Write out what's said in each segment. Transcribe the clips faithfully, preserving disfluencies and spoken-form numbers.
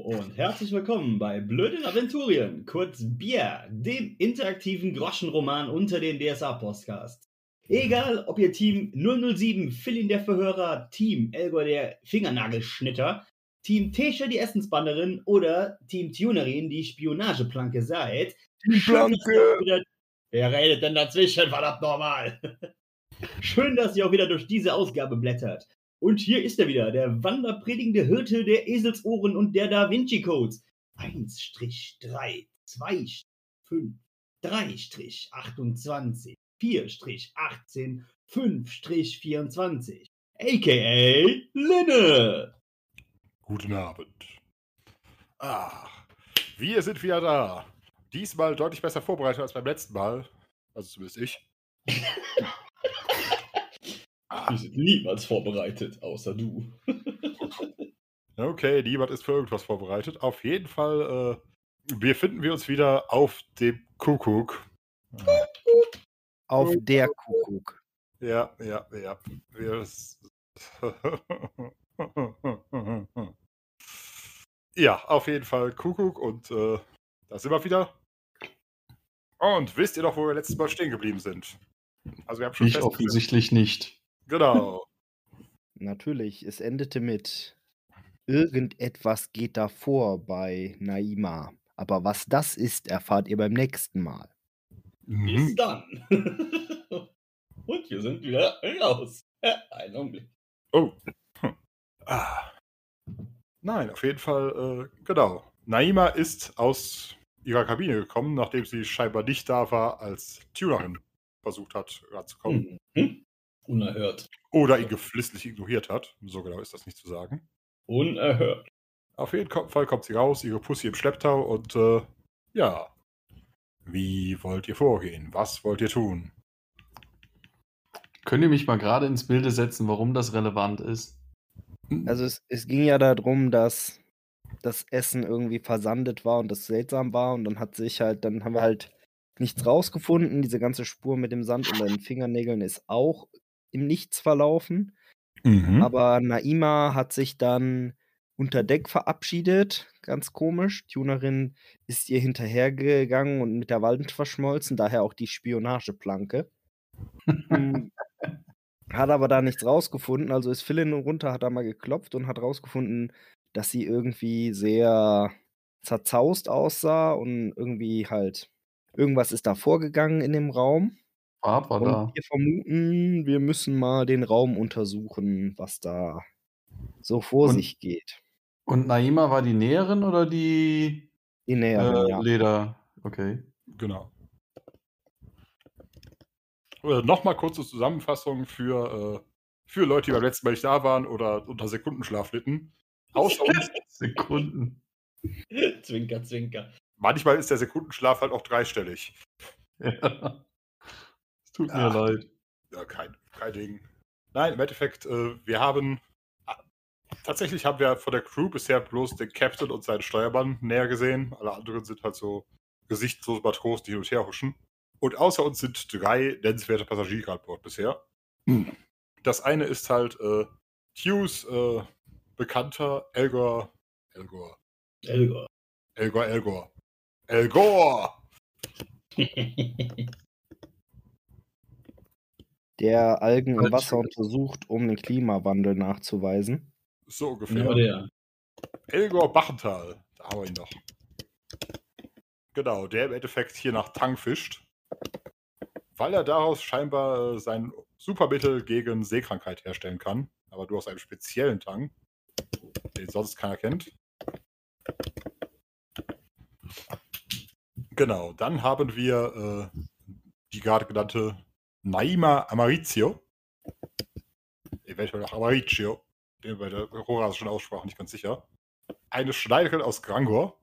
und herzlich willkommen bei Blöden Aventurien, kurz Bier, dem interaktiven Groschenroman unter den D S A-Podcasts. Egal, ob ihr Team null null sieben Philin der Verhörer, Team Elgor der Fingernagelschnitter, Team Tesha die Essensbanderin oder Team Tunerin die Spionageplanke seid. Die Planke! Wieder... Wer redet denn dazwischen, verdammt normal? Schön, dass ihr auch wieder durch diese Ausgabe blättert. Und hier ist er wieder, der wanderpredigende Hirte der Eselsohren und der Da Vinci Codes. eins drei, zwei fünf, drei achtundzwanzig, vier achtzehn, fünf vierundzwanzig, aka Linne. Guten Abend. Ah, wir sind wieder da. Diesmal deutlich besser vorbereitet als beim letzten Mal. Also zumindest ich. Wir sind niemals vorbereitet, außer du. Okay, niemand ist für irgendwas vorbereitet. Auf jeden Fall äh, befinden wir uns wieder auf dem Kuckuck. Auf der Kuckuck. Ja, ja, ja. Wir ja, auf jeden Fall Kuckuck und äh, da sind wir wieder. Und wisst ihr noch, wo wir letztes Mal stehen geblieben sind? Also wir haben schon ich offensichtlich nicht. Genau. Natürlich, es endete mit irgendetwas geht da vor bei Naima. Aber was das ist, erfahrt ihr beim nächsten Mal. Bis dann. Und wir sind wieder raus. Einen Augenblick. Oh. Ah. Nein, auf jeden Fall, äh, genau. Naima ist aus ihrer Kabine gekommen, nachdem sie scheinbar nicht da war, als Tunerin versucht hat, ranzukommen. Mhm. Unerhört. Oder ihn geflissentlich ignoriert hat. So genau ist das nicht zu sagen. Unerhört. Auf jeden Fall kommt sie raus, ihre Pussy im Schlepptau und, äh, ja. Wie wollt ihr vorgehen? Was wollt ihr tun? Könnt ihr mich mal gerade ins Bilde setzen, warum das relevant ist? Also es, es ging ja darum, dass das Essen irgendwie versandet war und das seltsam war und dann hat sich halt, dann haben wir halt nichts rausgefunden. Diese ganze Spur mit dem Sand und den Fingernägeln ist auch im Nichts verlaufen. Mhm. Aber Naima hat sich dann unter Deck verabschiedet, ganz komisch. Tunerin ist ihr hinterhergegangen und mit der Wand verschmolzen, daher auch die Spionageplanke. Hm, hat aber da nichts rausgefunden, also ist Philin runter, hat da mal geklopft und hat rausgefunden, dass sie irgendwie sehr zerzaust aussah und irgendwie halt irgendwas ist da vorgegangen in dem Raum. Barb war Und da. wir vermuten, wir müssen mal den Raum untersuchen, was da so vor Und- sich geht. Und Naima war die Näherin oder die Die Näherin, äh, ja. Leder? Okay. Genau. Äh, Nochmal kurze Zusammenfassung für, äh, für Leute, die beim letzten Mal nicht da waren oder unter Sekundenschlaf litten. Außer uns, Sekunden. Zwinker, zwinker. manchmal ist der Sekundenschlaf halt auch dreistellig. Ja. Es tut mir Ah. leid. Ja, kein, kein Ding. Nein, im Endeffekt, äh, wir haben. ah, Tatsächlich haben wir von der Crew bisher bloß den Captain und seinen Steuermann näher gesehen. Alle anderen sind halt so gesichtslose Matrosen, die hin und her huschen. Und außer uns sind drei nennenswerte Passagiere an Bord bisher. Das eine ist halt äh, Hughes äh, Bekannter Elgor. Elgor. Elgor. Elgor, Elgor. Elgor! Der Algen im Falsch. Wasser untersucht, um den Klimawandel nachzuweisen. So ungefähr. Ja, der. Elgor Bachenthal. Da haben wir ihn noch. Genau, der im Endeffekt hier nach Tang fischt. Weil er daraus scheinbar äh, sein Supermittel gegen Seekrankheit herstellen kann. Aber nur aus einem speziellen Tang, den sonst keiner kennt. Genau, dann haben wir äh, die gerade genannte Naima Amarizio. Eventuell auch Amarizio. Bin bei der rorasischen Aussprache nicht ganz sicher. Eine Schneiderin aus Grangor.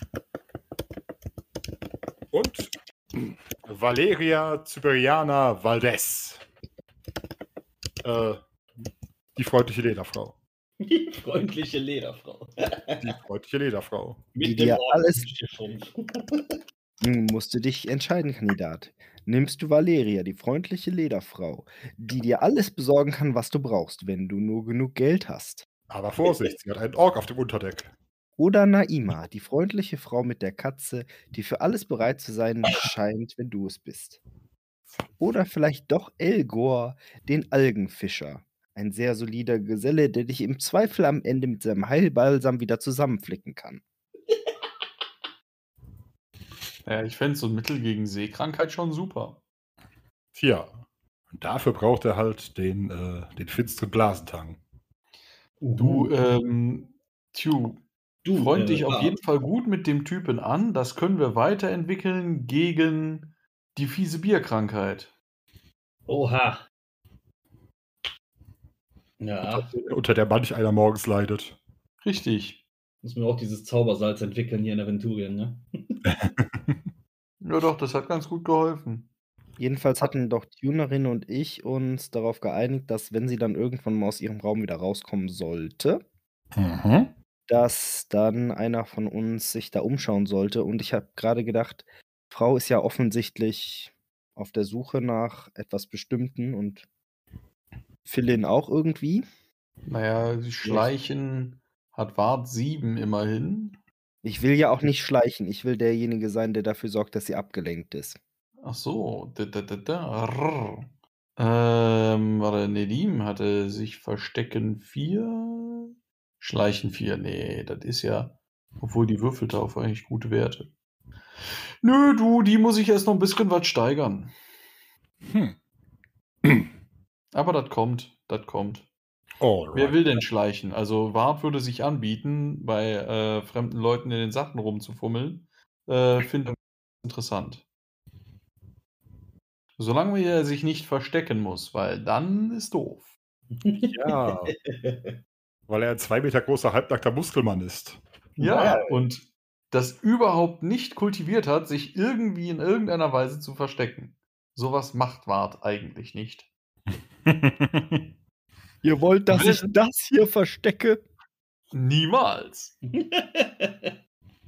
Und Valeria Zyberiana Valdez. Äh, die freundliche Lederfrau. Die freundliche Lederfrau. Die freundliche Lederfrau. Die Mit dir dem alles- Ordnungsstift. Nun musst du dich entscheiden, Kandidat. Nimmst du Valeria, die freundliche Lederfrau, die dir alles besorgen kann, was du brauchst, wenn du nur genug Geld hast? Aber Vorsicht, sie hat einen Ork auf dem Unterdeck. Oder Naima, die freundliche Frau mit der Katze, die für alles bereit zu sein scheint, wenn du es bist. Oder vielleicht doch Elgor, den Algenfischer. Ein sehr solider Geselle, der dich im Zweifel am Ende mit seinem Heilbalsam wieder zusammenflicken kann. Ja, ich fände so ein Mittel gegen Seekrankheit schon super. Tja, und dafür braucht er halt den, äh, den finsteren Blasentang. Du, ähm, Tju, Du, freund äh, dich auf Barb. jeden Fall gut mit dem Typen an. Das können wir weiterentwickeln gegen die fiese Bierkrankheit. Oha. Ja, Unter der manch einer morgens leidet. Richtig. müssen wir auch dieses Zaubersalz entwickeln hier in Aventurien, ne? Ja doch, das hat ganz gut geholfen. Jedenfalls hatten doch Tunerin und ich uns darauf geeinigt, dass wenn sie dann irgendwann mal aus ihrem Raum wieder rauskommen sollte, Mhm. dass dann einer von uns sich da umschauen sollte. Und ich habe gerade gedacht, Frau ist ja offensichtlich auf der Suche nach etwas Bestimmten und Philin auch irgendwie. Naja, die Schleichen hat Wart sieben immerhin. Ich will ja auch nicht schleichen. Ich will derjenige sein, der dafür sorgt, dass sie abgelenkt ist. Ach so. Da, da, da, da. Rrr. Ähm, warte, Nedim hatte sich Verstecken vier, Schleichen vier. Nee, das ist ja, obwohl die würfelt auf eigentlich gute Werte. Nö, du, die muss ich erst noch ein bisschen was steigern. Hm. Aber das kommt, das kommt. Alright. Wer will denn schleichen? Also Wart würde sich anbieten, bei äh, fremden Leuten in den Sachen rumzufummeln. Äh, Finde ich interessant. Solange er sich nicht verstecken muss, weil dann ist doof. Ja, weil er ein zwei Meter großer, halbnackter Muskelmann ist. Ja, und das überhaupt nicht kultiviert hat, sich irgendwie in irgendeiner Weise zu verstecken. Sowas macht Wart eigentlich nicht. Ihr wollt, dass ich Wenn- das hier verstecke? Niemals. Er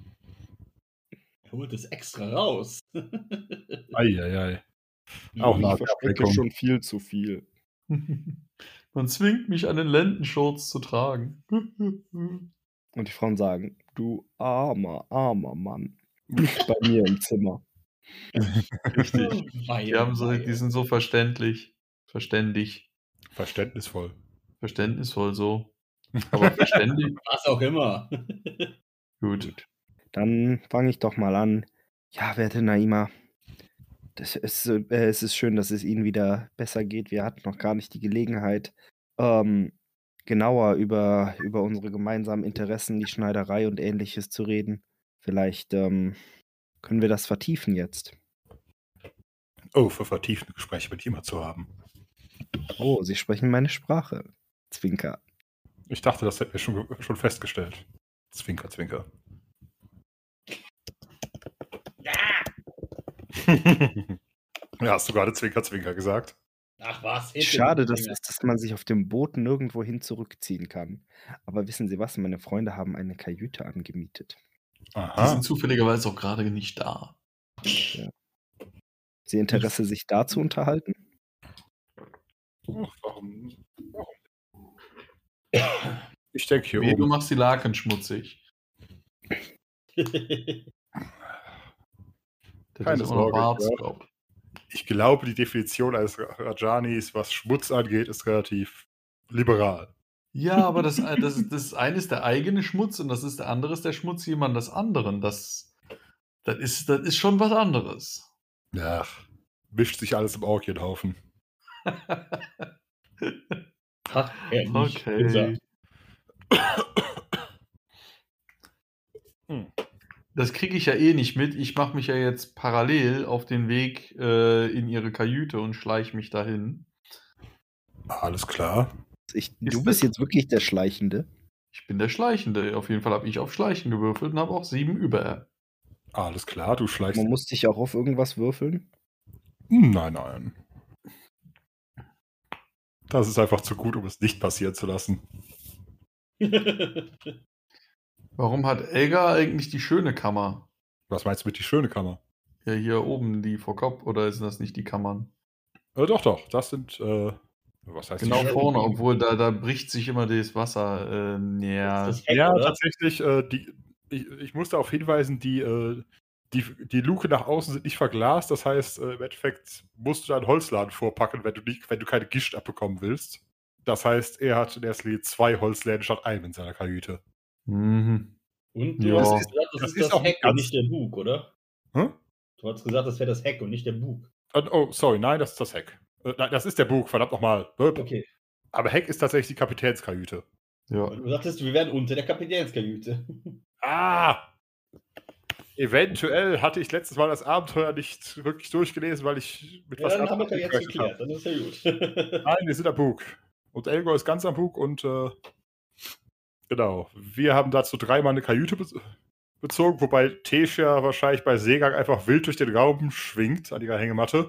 holt es extra raus. Eieiei. Auch ich eine verstecke Ablenkung. schon viel zu viel. Man zwingt mich, einen Lendenschurz zu tragen. Und die Frauen sagen, du armer, armer Mann. Nicht bei mir im Zimmer. Richtig. Weie, Die, haben so, weie. die sind so verständlich. Verständig. Verständnisvoll. Verständnisvoll so. Aber verständig. Was auch immer. Gut. Dann fange ich doch mal an. Ja, werte Naima, das ist, äh, es ist schön, dass es Ihnen wieder besser geht. Wir hatten noch gar nicht die Gelegenheit, ähm, genauer über, über unsere gemeinsamen Interessen, die Schneiderei und ähnliches zu reden. Vielleicht ähm, können wir das vertiefen jetzt. Oh, für vertiefende Gespräche mit jemand zu haben. Oh, Sie sprechen meine Sprache. Zwinker. Ich dachte, das hätten wir schon, schon festgestellt. Zwinker, zwinker. Ja, hast du gerade Zwinker, zwinker gesagt? Ach was. Schade, dass, es, dass man sich auf dem Boot nirgendwo hin zurückziehen kann. Aber wissen Sie was? Meine Freunde haben eine Kajüte angemietet. Die Aha. sind zufälligerweise auch gerade nicht da. Sie Interesse, sich da zu unterhalten? Ach, warum? warum? Ich denke hier Wie, du oben. machst die Laken schmutzig. Das Keine ist immer noch Sorge, Warts ja. Job. Ich glaube, die Definition eines Rajanis, was Schmutz angeht, ist relativ liberal. Ja, aber das, das, ist, das eine ist der eigene Schmutz und das ist der andere ist der Schmutz jemandes anderen. Das, das, ist, das ist schon was anderes. Ach, mischt sich alles im Orgienhaufen. Hat er nicht Okay. gesagt. Hm. Das kriege ich ja eh nicht mit. Ich mache mich ja jetzt parallel auf den Weg äh, in ihre Kajüte und schleiche mich dahin. Alles klar. Ich, Ist du das- bist jetzt wirklich der Schleichende. Ich bin der Schleichende. Auf jeden Fall habe ich auf Schleichen gewürfelt und habe auch sieben über. Alles klar, du schleichst. Man muss dich auch auf irgendwas würfeln. Nein, nein. Das ist einfach zu gut, um es nicht passieren zu lassen. Warum hat Elga eigentlich die schöne Kammer? Was meinst du mit die schöne Kammer? Ja, hier oben die vor Kopf, oder sind das nicht die Kammern? Äh, doch, doch, das sind, äh, was heißt Genau die schöne- vorne, obwohl da, da bricht sich immer das Wasser. Ähm, ja, Das ist Heck, Ja, oder? tatsächlich, äh, die, ich, ich muss darauf hinweisen, die, äh, die, die Luke nach außen sind nicht verglast. Das heißt, äh, im Endeffekt musst du da einen Holzladen vorpacken, wenn du, nicht, wenn du keine Gischt abbekommen willst. Das heißt, er hat in erster Linie zwei Holzläden statt einem in seiner Kajüte. Mhm. Und du Ja. hast gesagt, das, Das ist ist das auch Heck ganz- und nicht der Bug, oder? Hm? Du hast gesagt, das wäre das Heck und nicht der Bug. Oh, oh, sorry, nein, das ist das Heck. Äh, nein, das ist der Bug, verdammt nochmal. Böp. Okay. Aber Heck ist tatsächlich die Kapitänskajüte. Ja. Und du sagtest, wir wären unter der Kapitänskajüte. Ah! Eventuell hatte ich letztes Mal das Abenteuer nicht wirklich durchgelesen, weil ich mit Ja, was dann haben wir anderem ja jetzt gerechnet habe. geklärt. Dann ist ja gut. Nein, wir sind am Bug. Und Elgor ist ganz am Bug und äh, genau. Wir haben dazu dreimal eine Kajüte be bezogen, wobei Tesha wahrscheinlich bei Seegang einfach wild durch den Raum schwingt an ihrer Hängematte.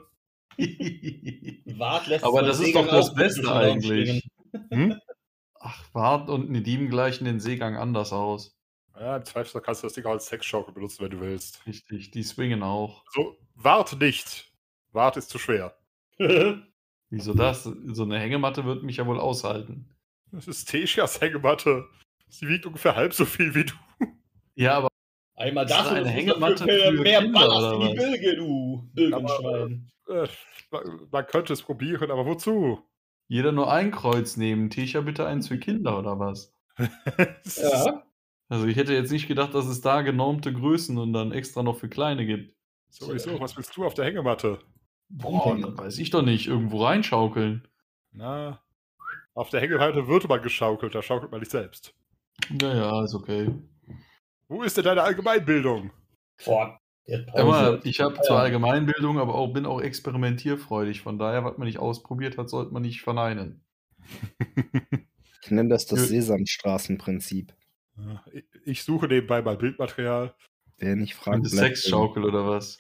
Wart lässt Aber beim das ist Seegang doch das auch durch Beste den Raum eigentlich. springen. Hm? Ach, Wart und Nedim gleichen den Seegang anders aus. Ja, im Zweifelsfall kannst du das Ding auch als Sexschaukel benutzen, wenn du willst. Richtig, die swingen auch. So, Wart nicht. Wart ist zu schwer. Wieso das? So eine Hängematte wird mich ja wohl aushalten. Das ist Teshas Hängematte. Sie wiegt ungefähr halb so viel wie du. Ja, aber Einmal Ist das das und eine das Hängematte für für mehr Kinder, Ballast oder in die was? Bilge, du Bilgenschwein. Äh, man, man könnte es probieren, aber wozu? jeder nur ein Kreuz nehmen. Tisha bitte eins für Kinder, oder was? Ja. Also ich hätte jetzt nicht gedacht, dass es da genormte Größen und dann extra noch für Kleine gibt. Sowieso, was willst du auf der Hängematte? Boah, das weiß ich doch nicht. Irgendwo reinschaukeln. Na, auf der Hängematte wird man geschaukelt, da schaukelt man nicht selbst. Naja, ist okay. Wo ist denn deine Allgemeinbildung? Boah, jetzt Pause. Aber ich habe zwar Ja. Allgemeinbildung, aber auch, bin auch experimentierfreudig. Von daher, was man nicht ausprobiert hat, sollte man nicht verneinen. Ich nenne das das Nö. Sesamstraßenprinzip. Ich- Ich suche nebenbei mal Bildmaterial. Wer nicht fragt, Eine bleibt Sexschaukel oder was?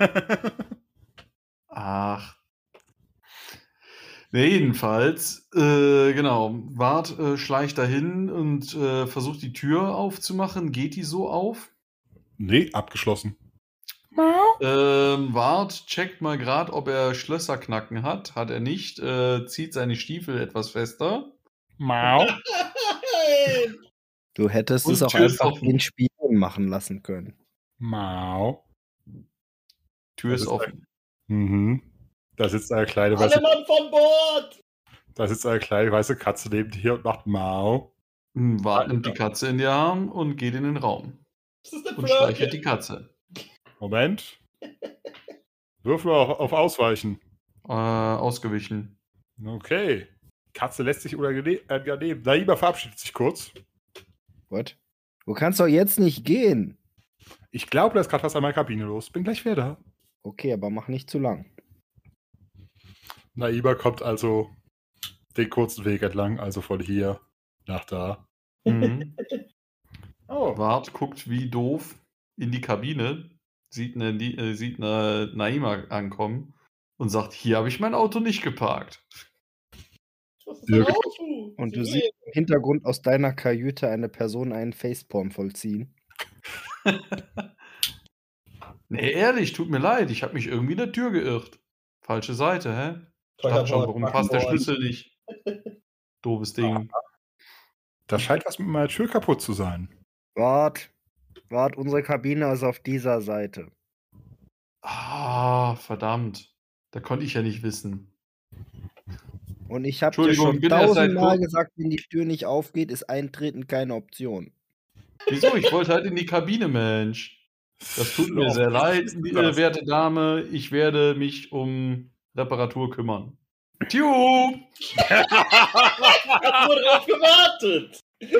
Ach. Nee, jedenfalls, äh, genau, Wart äh, schleicht dahin und äh, versucht die Tür aufzumachen. Geht die so auf? Nee, abgeschlossen. Ähm, Wart checkt mal gerade, ob er Schlösserknacken hat. Hat er nicht. Äh, zieht seine Stiefel etwas fester. Mau. Nein! Du hättest Und es auch Tür ist einfach offen. den Spion machen lassen können. Mau. Tür Das ist ist offen. Mhm. Da sitzt eine kleine Alle weiße, Mann von Bord! da sitzt eine kleine weiße Katze neben dir und macht Mau. Hm, Wart nimmt die Katze in die Arm und geht in den Raum. Was ist denn Und für streichelt die Katze. Moment. Würfel auf, auf Ausweichen. Äh, ausgewichen. Okay. Katze lässt sich unangenehm. Äh, Naima verabschiedet sich kurz. What? Du kannst doch jetzt nicht gehen. Ich glaube, da ist gerade was an meiner Kabine los. Bin gleich wieder da. Okay, aber mach nicht zu lang. Naima kommt also den kurzen Weg entlang, also von hier nach da. Mhm. Oh. Wart guckt wie doof in die Kabine, sieht eine, äh, sieht eine Naima ankommen und sagt, hier habe ich mein Auto nicht geparkt. Was ist denn Ja. Auto? Und du Sie siehst im Hintergrund aus deiner Kajüte eine Person einen Facepalm vollziehen. Nee, ehrlich, tut mir leid, ich habe mich irgendwie in der Tür geirrt. Falsche Seite, hä? Ich Teuer dachte schon, Wort, warum fucking passt der Wort. Schlüssel nicht? Doofes Ding. Da scheint was mit meiner Tür kaputt zu sein. Wart, wart, unsere Kabine ist auf dieser Seite. Ah, verdammt. Da konnte ich ja nicht wissen. Und ich habe dir Entschuldigung, schon ich bin erst seit tausendmal kur- gesagt, wenn die Tür nicht aufgeht, ist Eintreten keine Option. Wieso? Ich wollte halt in die Kabine, Mensch. Das tut mir Auf sehr dich leid, ist äh, das. werte Dame. Ich werde mich um Reparatur kümmern. Tube! Ich hab nur drauf gewartet.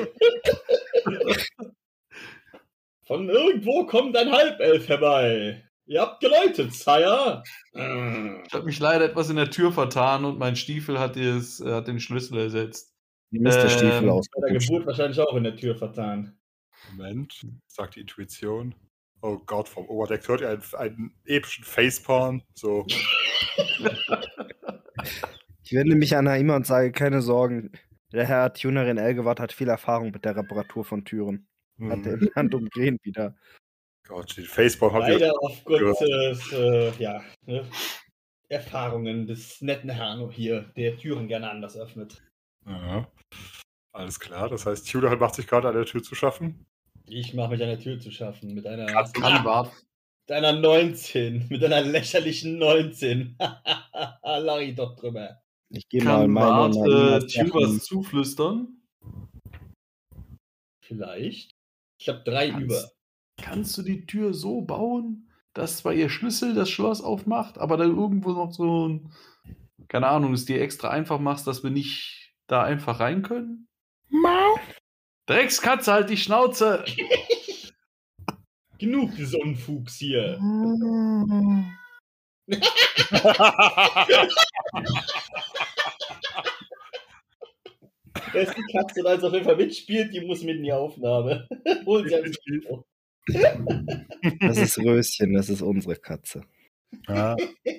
Von irgendwo kommt ein Halbelf herbei. Ihr habt geläutet, Sire. Äh, Ich habe mich leider etwas in der Tür vertan und mein Stiefel hat, das, äh, hat den Schlüssel ersetzt. Die Misterstiefel Ähm, aus. Bei der Geburt wahrscheinlich auch in der Tür vertan. Moment, sagt die Intuition. Oh Gott, vom Oberdeck hört ihr einen, einen epischen Facepalm. So. Ich wende mich an Naima und sage, keine Sorgen. Der Herr Tunerin Elgewart hat viel Erfahrung mit der Reparatur von Türen. Hat er Hm, im Handumdrehen wieder. Gott, den Facepalm habt ihr. Leider aufgrund des, äh, ja, ne, Erfahrungen des netten Herrn hier, der Türen gerne anders öffnet. Ja. Alles klar, das heißt, Tudor macht sich gerade an der Tür zu schaffen. Ich mache mich an der Tür zu schaffen mit einer, Kann Bart. mit einer neunzehn. Mit einer lächerlichen neunzehn. Lach ich doch drüber. Ich gehe mal Kann meine Bart Naima äh, Tür Sachen- was zuflüstern? Vielleicht. Ich habe drei Kannst- über. Kannst du die Tür so bauen, dass zwar ihr Schlüssel das Schloss aufmacht, aber dann irgendwo noch so ein, keine Ahnung, es dir extra einfach machst, dass wir nicht da einfach rein können? Mau. Dreckskatze, halt die Schnauze! Genug des Unfugs hier. Wer ist die Katze, die also auf jeden Fall mitspielt, die muss mit in die Aufnahme. Holen Sie ans Mikro. Das ist Röschen, das ist unsere Katze. Ja.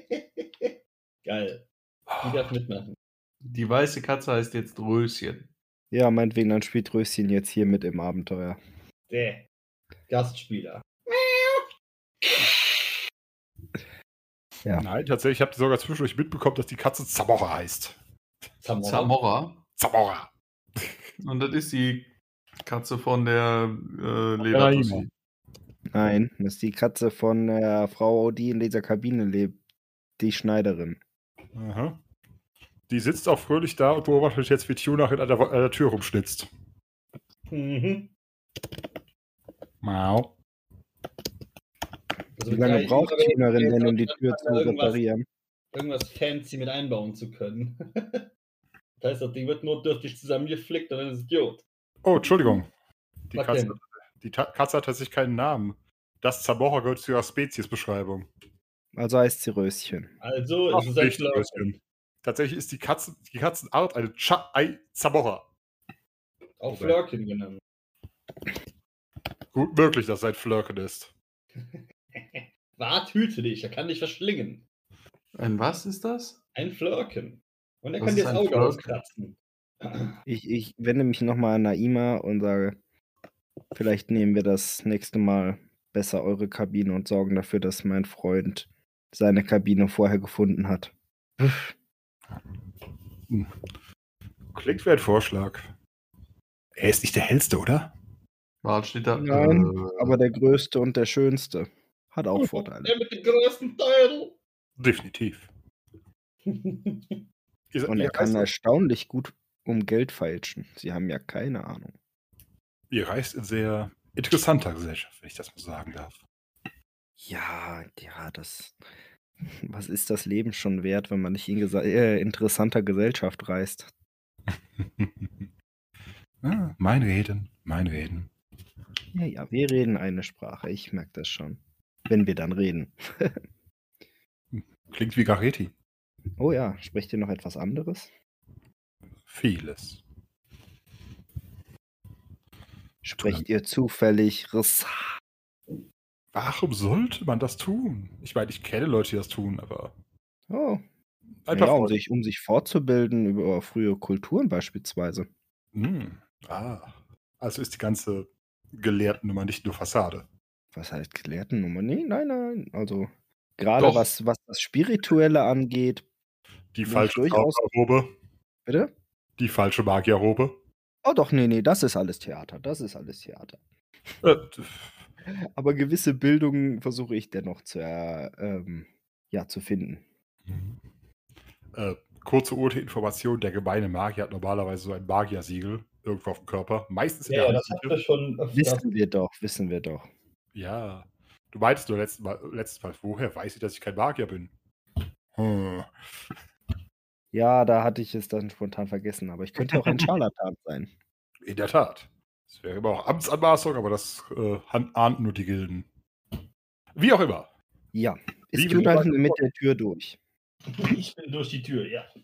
Geil. Die darf mitmachen. Die weiße Katze heißt jetzt Röschen. Ja, meinetwegen, dann spielt Röschen jetzt hier mit im Abenteuer. Der Gastspieler. Ja. Nein, tatsächlich habt ihr sogar zwischendurch mitbekommen, dass die Katze Zamora heißt. Zamora. Zamora. Zamora. Und das ist die Katze von der äh, Naima. Ledertussi. Nein, das ist die Katze von der Frau, die in dieser Kabine lebt. Die Schneiderin. Aha. Die sitzt auch fröhlich da und beobachtet jetzt, wie Tuna an der, an der Tür rumschnitzt. Mhm. Mau. Also Wie lange drei braucht über- die Dienerin denn, um die irgendwas- Tür zu irgendwas- reparieren? Irgendwas fancy mit einbauen zu können. Das heißt, das Ding wird notdürftig zusammengeflickt und dann ist es Idiot. Oh, Entschuldigung. Die Was Katze, denn? die Ta Katze hat tatsächlich keinen Namen. Das Zamora gehört zu ihrer Speziesbeschreibung. Also heißt sie Röschen. Also, Ach, es ist ein nicht, Flirten. Röschen. Tatsächlich ist die, Katze, die Katzenart eine Cha-Ai Zamora. Auch Flirken genannt. Gut möglich, dass es ein Flirken ist. Wart, hüte dich, er kann dich verschlingen. Ein was ist das? Ein Flirken. Und er Was kann ist dir das ein Auge Flirken? auskratzen. Ich, ich wende mich nochmal an Naima und sage, vielleicht nehmen wir das nächste Mal besser eure Kabine und sorgen dafür, dass mein Freund seine Kabine vorher gefunden hat. Klingt wie ein Vorschlag. Er ist nicht der hellste, oder? Bart steht da. Nein, äh, aber der größte und der schönste hat auch Vorteile. Der mit dem größten Teil. Definitiv. Ihr, Und ihr, er kann reist, erstaunlich gut um Geld feilschen. Sie haben ja keine Ahnung. ihr reist in sehr interessanter Gesellschaft, wenn ich das mal sagen darf. Ja, ja, das. Was ist das Leben schon wert, wenn man nicht in gesa- äh, interessanter Gesellschaft reist? ah, mein Reden, mein Reden. Ja, ja, wir reden eine Sprache. Ich merke das schon. Wenn wir dann reden. Klingt wie Gareti. Oh ja, sprecht ihr noch etwas anderes? Vieles. Sprecht ihr zufällig Riss? Warum sollte man das tun? Ich meine, ich kenne Leute, die das tun, aber Oh, einfach ja, um Freunde. sich, um sich fortzubilden über frühe Kulturen beispielsweise. Hm. Ah. Also ist die ganze Gelehrtennummer nicht nur Fassade. Was heißt Gelehrtennummer? Nee, nein, nein. Also gerade Doch. was, was das Spirituelle angeht, Die Bin ich falsche durchaus- Zauberrobe, bitte? die falsche Magierrobe. Oh doch, nee, nee, das ist alles Theater. Das ist alles Theater. Äh, Aber gewisse Bildungen versuche ich dennoch zu, äh, ähm, ja, zu finden. äh, kurze Urte-Information, der gemeine Magier hat normalerweise so ein Magiersiegel irgendwo auf dem Körper. Meistens in Ja, der ja, das Hand. habt ihr schon öfter. Wissen wir doch, wissen wir doch. Ja. Du meintest nur letztes Mal, letztes Mal, woher weiß ich, dass ich kein Magier bin? Hm. Ja, da hatte ich es dann spontan vergessen, aber ich könnte ja auch ein Scharlatan sein. In der Tat. Das wäre immer auch Amtsanmaßung, aber das äh, han- ahnten nur die Gilden. Wie auch immer. Ja, ist Liebe Q dann Leute- mit der Tür durch. Ich bin durch die Tür, ja.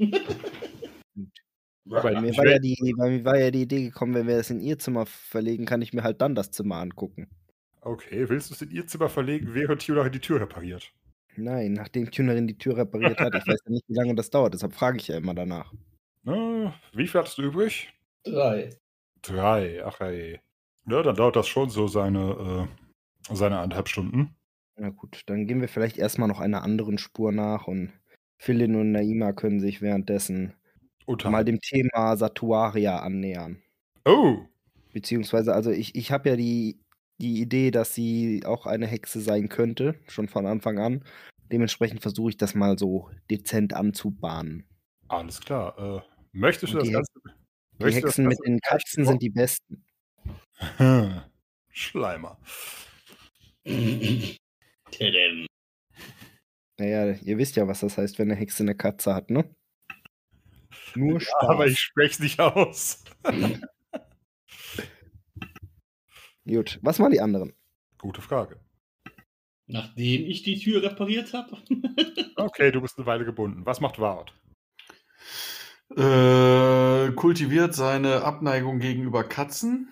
Aber Bei mir, ich war will- ja die, bei mir war ja die Idee gekommen, wenn wir das in ihr Zimmer verlegen, kann ich mir halt dann das Zimmer angucken. Okay, willst du es in ihr Zimmer verlegen, während Tuna die Tür repariert? Nein, nachdem Tunerin die Tür repariert hat. Ich weiß ja nicht, wie lange das dauert, deshalb frage ich ja immer danach. Na, wie viel hattest du übrig? Drei. Drei, ach ey. Ja, dann dauert das schon so seine, äh, seine anderthalb Stunden. Na gut, dann gehen wir vielleicht erstmal noch einer anderen Spur nach und Philin und Naima können sich währenddessen Unter mal dem Thema Satuaria annähern. oh, Beziehungsweise, also ich, ich habe ja die die Idee, dass sie auch eine Hexe sein könnte, schon von Anfang an. Dementsprechend versuche ich das mal so dezent anzubahnen. Alles klar. Äh, möchtest du Und das die Ganze... Die möchtest du das Hexen mit Ganze den gleich Katzen sind die besten. Hm. Schleimer. Tadam. Naja, ihr wisst ja, was das heißt, wenn eine Hexe eine Katze hat, ne? Nur Spaß. Aber ich spreche nicht aus. Gut, was waren die anderen? Gute Frage. Nachdem ich die Tür repariert habe. Okay, du bist eine Weile gebunden. Was macht Ward? Äh, kultiviert seine Abneigung gegenüber Katzen.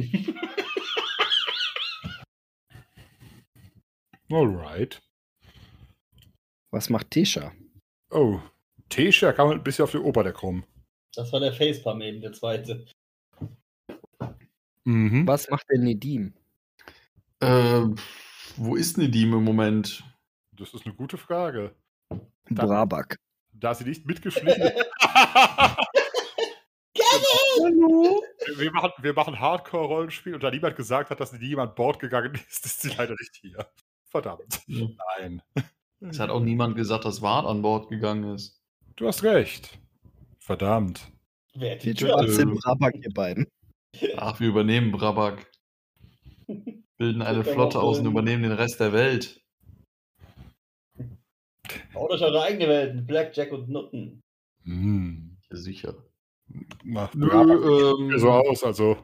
Alright. Was macht Tisha? Oh, Tesha kam ein bisschen auf die Oberdeck rum. Das war der Facepalm eben, der zweite. Mhm. Was macht der Nedim? Äh, wo ist Nedim im Moment? Das ist eine gute Frage. Brabak. Da sie nicht mitgeschlichen ist. Hallo? wir, machen, wir machen Hardcore-Rollenspiel und da niemand gesagt hat, dass nie jemand Bord gegangen ist, ist sie leider nicht hier. Verdammt. Ja. Nein. Es hat auch niemand gesagt, dass Ward an Bord gegangen ist. Du hast recht. Verdammt. Wer hat die Viel Tür Spaß auf? in Brabak, ihr beiden. Ach, wir übernehmen Brabak. Bilden eine Guck doch Flotte mal, aus und ähm, übernehmen den Rest der Welt. Baut euch eure eigene Welt mit Blackjack und Nutten. Hm. Ja, sicher. Na, Nö, Brabak sieht ähm, so aus, also.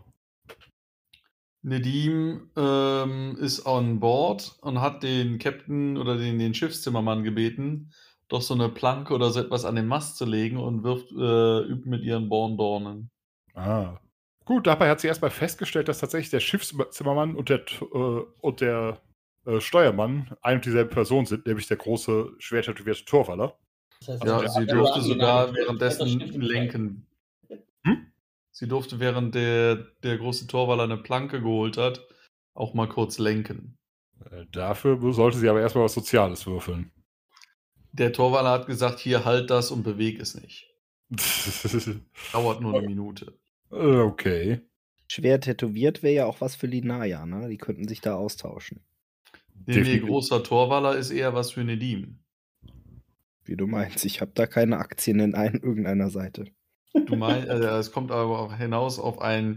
Nedim ähm, ist on board und hat den Captain oder den, den Schiffszimmermann gebeten, doch so eine Planke oder so etwas an den Mast zu legen und wirft, äh, übt mit ihren Borndornen. Ah. Gut, dabei hat sie erstmal festgestellt, dass tatsächlich der Schiffszimmermann und der, äh, und der äh, Steuermann ein und dieselbe Person sind, nämlich der große, schwer tätowierte Torwaller. Das heißt, Ja, der sie andere durfte hat sogar ihn währenddessen hat das Schiff lenken. Hm? Sie durfte, während der, der große Torwaller eine Planke geholt hat, auch mal kurz lenken. Äh, dafür sollte sie aber erstmal was Soziales würfeln. Der Torwaller hat gesagt, hier halt das und beweg es nicht. Dauert nur eine Minute. Okay. Schwer tätowiert wäre ja auch was für Linaya, ne? Die könnten sich da austauschen. Nee, nee, Definitiv. großer Torwaller ist eher was für Nedim. Wie du meinst, ich habe da keine Aktien in ein, irgendeiner Seite. Du meinst, äh, es kommt aber auch hinaus auf ein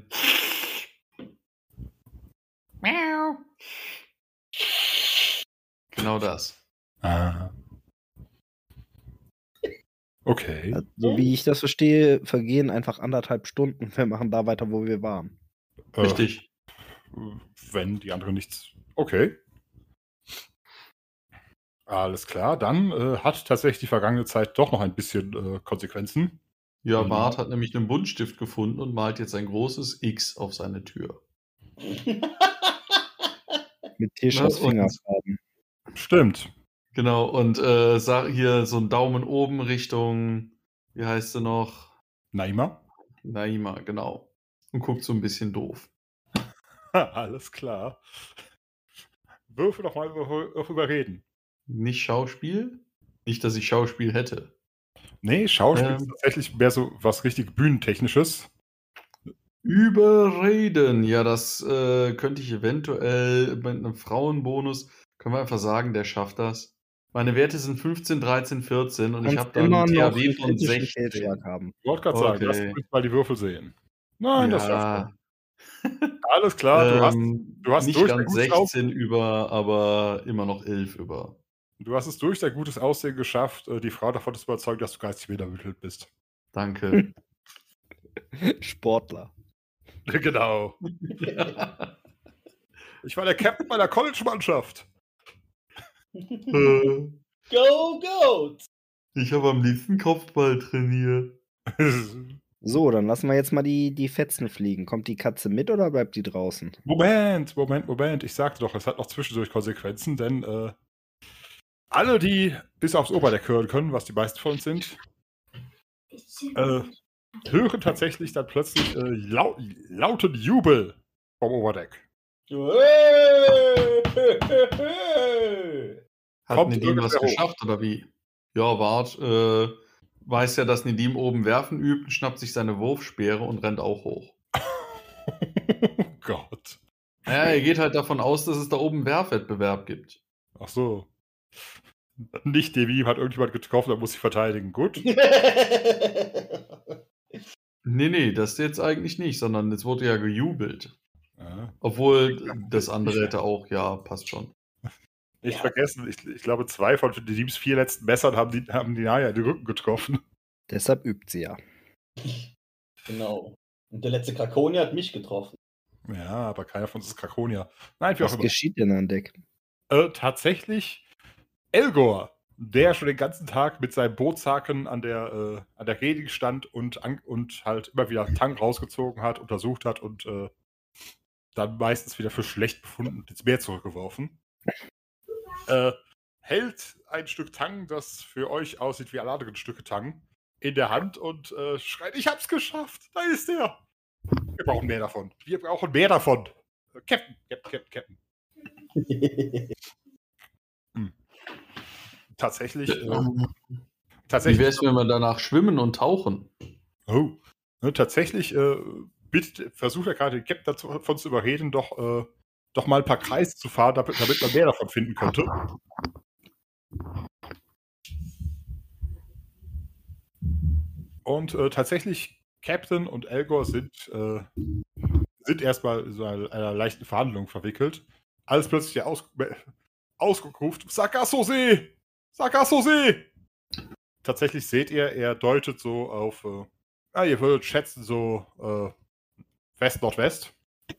Miau. Genau das. Ah. Okay. Also, so wie ich das verstehe, vergehen einfach anderthalb Stunden und wir machen da weiter, wo wir waren. Äh, Richtig. wenn die anderen nichts. Okay. Alles klar. Dann äh, hat tatsächlich die vergangene Zeit doch noch ein bisschen äh, Konsequenzen. Ja, Mhm. Bart hat nämlich einen Buntstift gefunden und malt jetzt ein großes X auf seine Tür. Mit Tishas Ja, und- Fingerfarben. Stimmt. Genau, und äh, sag hier so einen Daumen oben Richtung, wie heißt sie noch? Naima? Naima, genau. Und guckt so ein bisschen doof. Alles klar. Würfel doch mal über, über reden. Nicht Schauspiel? Nicht, dass ich Schauspiel hätte. Nee, Schauspiel Ähm. ist tatsächlich mehr so was richtig Bühnentechnisches. Überreden. Ja, das äh, könnte ich eventuell mit einem Frauenbonus, können wir einfach sagen, der schafft das. Meine Werte sind fünfzehn, dreizehn, vierzehn und Du ich kannst habe dann immer einen T noch H W einen von kritischen sechzehn. Fehlschlag haben. Ich wollte gerade sagen, lass Okay. uns mal die Würfel sehen. Nein, das schafft Ja, er. Alles klar, du hast, ähm, du hast nicht durch dein ganz gutes Aussehen, sechzehn über, aber immer noch elf über. du hast es durch dein gutes Aussehen geschafft, äh, die Frau davon zu überzeugen, dass du geistig mindermittelt bist. Danke. Sportler. Genau. Ich war der Captain meiner College-Mannschaft. Äh, Go, Goat! ich habe am liebsten Kopfball trainiert. So, dann lassen wir jetzt mal die, die Fetzen fliegen. Kommt die Katze mit oder bleibt die draußen? Moment, Moment, Moment. Ich sagte doch, es hat noch zwischendurch Konsequenzen, denn äh, alle, die bis aufs Oberdeck hören können, was die meisten von uns sind, äh, hören tatsächlich dann plötzlich äh, lau lauten Jubel vom Oberdeck. Hat Kommt Nedim was irgendwer hoch? geschafft oder wie? Ja, Bart äh, weiß ja, dass Nedim oben werfen übt, schnappt sich seine Wurfspeere und rennt auch hoch. Oh Gott. Ja, er geht halt davon aus, dass es da oben einen Werfwettbewerb gibt. Ach so. Nicht Devim hat irgendjemand getroffen, da muss ich verteidigen. Gut. Nee, nee, das jetzt eigentlich nicht, sondern es wurde ja gejubelt. Ja. Obwohl das andere hätte auch, ja, passt schon. Nicht Ja. vergessen, ich, ich glaube, zwei von Devims vier letzten Messern haben die, haben die Naya in den Rücken getroffen. Deshalb übt sie ja. Genau. Und der letzte Krakonier hat mich getroffen. Ja, aber keiner von uns ist Krakonia. Nein, wie auch Was immer. geschieht denn an Deck? Äh, tatsächlich Elgor, der schon den ganzen Tag mit seinem Bootshaken an der, äh, an der Reling stand und, an, und halt immer wieder Tang rausgezogen hat, untersucht hat und äh, dann meistens wieder für schlecht befunden und ins Meer zurückgeworfen. Äh, hält ein Stück Tang, das für euch aussieht wie alle anderen Stücke Tang, in der Hand und äh, schreit, ich hab's geschafft, da ist er. Wir brauchen mehr davon. Wir brauchen mehr davon. Äh, Captain, Captain, Captain, Captain. Hm. Tatsächlich, äh, Wie tatsächlich, wäre es, wenn wir danach schwimmen und tauchen? oh, ne, tatsächlich äh, bittet, versucht er gerade den Captain davon zu überreden, doch, äh, doch mal ein paar Kreise zu fahren, damit, damit man mehr davon finden könnte. Und äh, tatsächlich, Captain und Elgor sind, äh, sind erstmal in so einer, einer leichten Verhandlung verwickelt, als plötzlich der Aus Ausdruck ruft, Sargasso-See! Sargasso-See! Tatsächlich seht ihr, er deutet so auf, äh, ah, ihr würdet schätzen, so äh, West-Nordwest.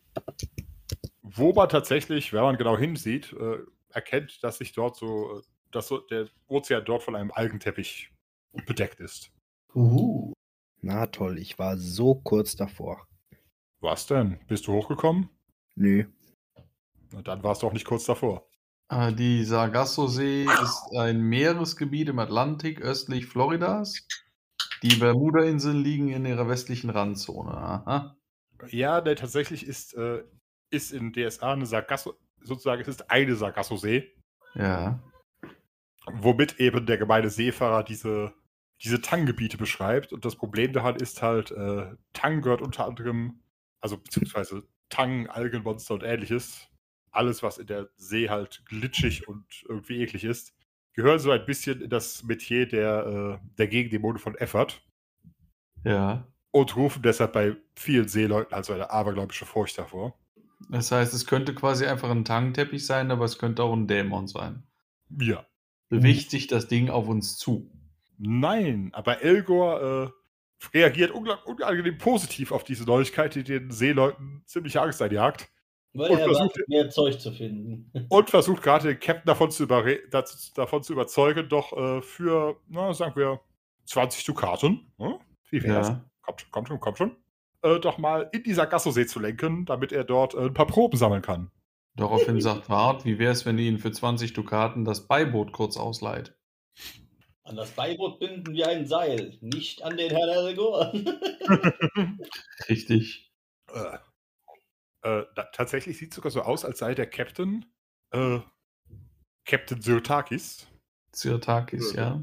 Wo man tatsächlich, wenn man genau hinsieht, äh, erkennt, dass sich dort so, äh, dass so der Ozean dort von einem Algenteppich bedeckt ist. Uhu. Na toll, ich war so kurz davor. Was denn? Bist du hochgekommen? Nö. Na, dann warst du auch nicht kurz davor. Äh, Die Sargasso-See ist ein Meeresgebiet im Atlantik östlich Floridas. Die Bermuda-Inseln liegen in ihrer westlichen Randzone. Aha. Ja, der tatsächlich ist, äh, ist in D S A eine Sargasso, sozusagen, es ist eine Sargasso-See, Ja. womit eben der gemeine Seefahrer diese, diese Tang-Gebiete beschreibt. Und das Problem daran ist halt, äh, Tang gehört unter anderem, also beziehungsweise Tang, Algenmonster und ähnliches, alles, was in der See halt glitschig und irgendwie eklig ist, gehören so ein bisschen in das Metier der, äh, der Gegendämonen von Effort Ja. und rufen deshalb bei vielen Seeleuten also eine abergläubische Furcht hervor. Das heißt, es könnte quasi einfach ein Tangteppich sein, aber es könnte auch ein Dämon sein. Ja. Bewegt sich das Ding auf uns zu? Nein, aber Elgor äh, reagiert ungla- unangenehm positiv auf diese Neuigkeit, die den Seeleuten ziemlich Angst einjagt. Weil Und er versucht- erwartet, mehr Zeug zu finden. Und versucht gerade den Captain davon zu, überre- dazu, davon zu überzeugen, doch äh, für, na, sagen wir, zwanzig Dukaten, ne? Wie wär's? Ja. Kommt schon, kommt schon, kommt schon. Äh, doch mal in die Sargasso-See zu lenken, damit er dort äh, ein paar Proben sammeln kann. Daraufhin sagt Wart, wie wäre es, wenn ihr ihn für zwanzig Dukaten das Beiboot kurz ausleiht? An das Beiboot binden wir ein Seil, nicht an den Herrn Elgor. Richtig. Äh, äh, da, tatsächlich sieht es sogar so aus, als sei der Captain äh, Captain Sirtakis. Zyrtakis, ja.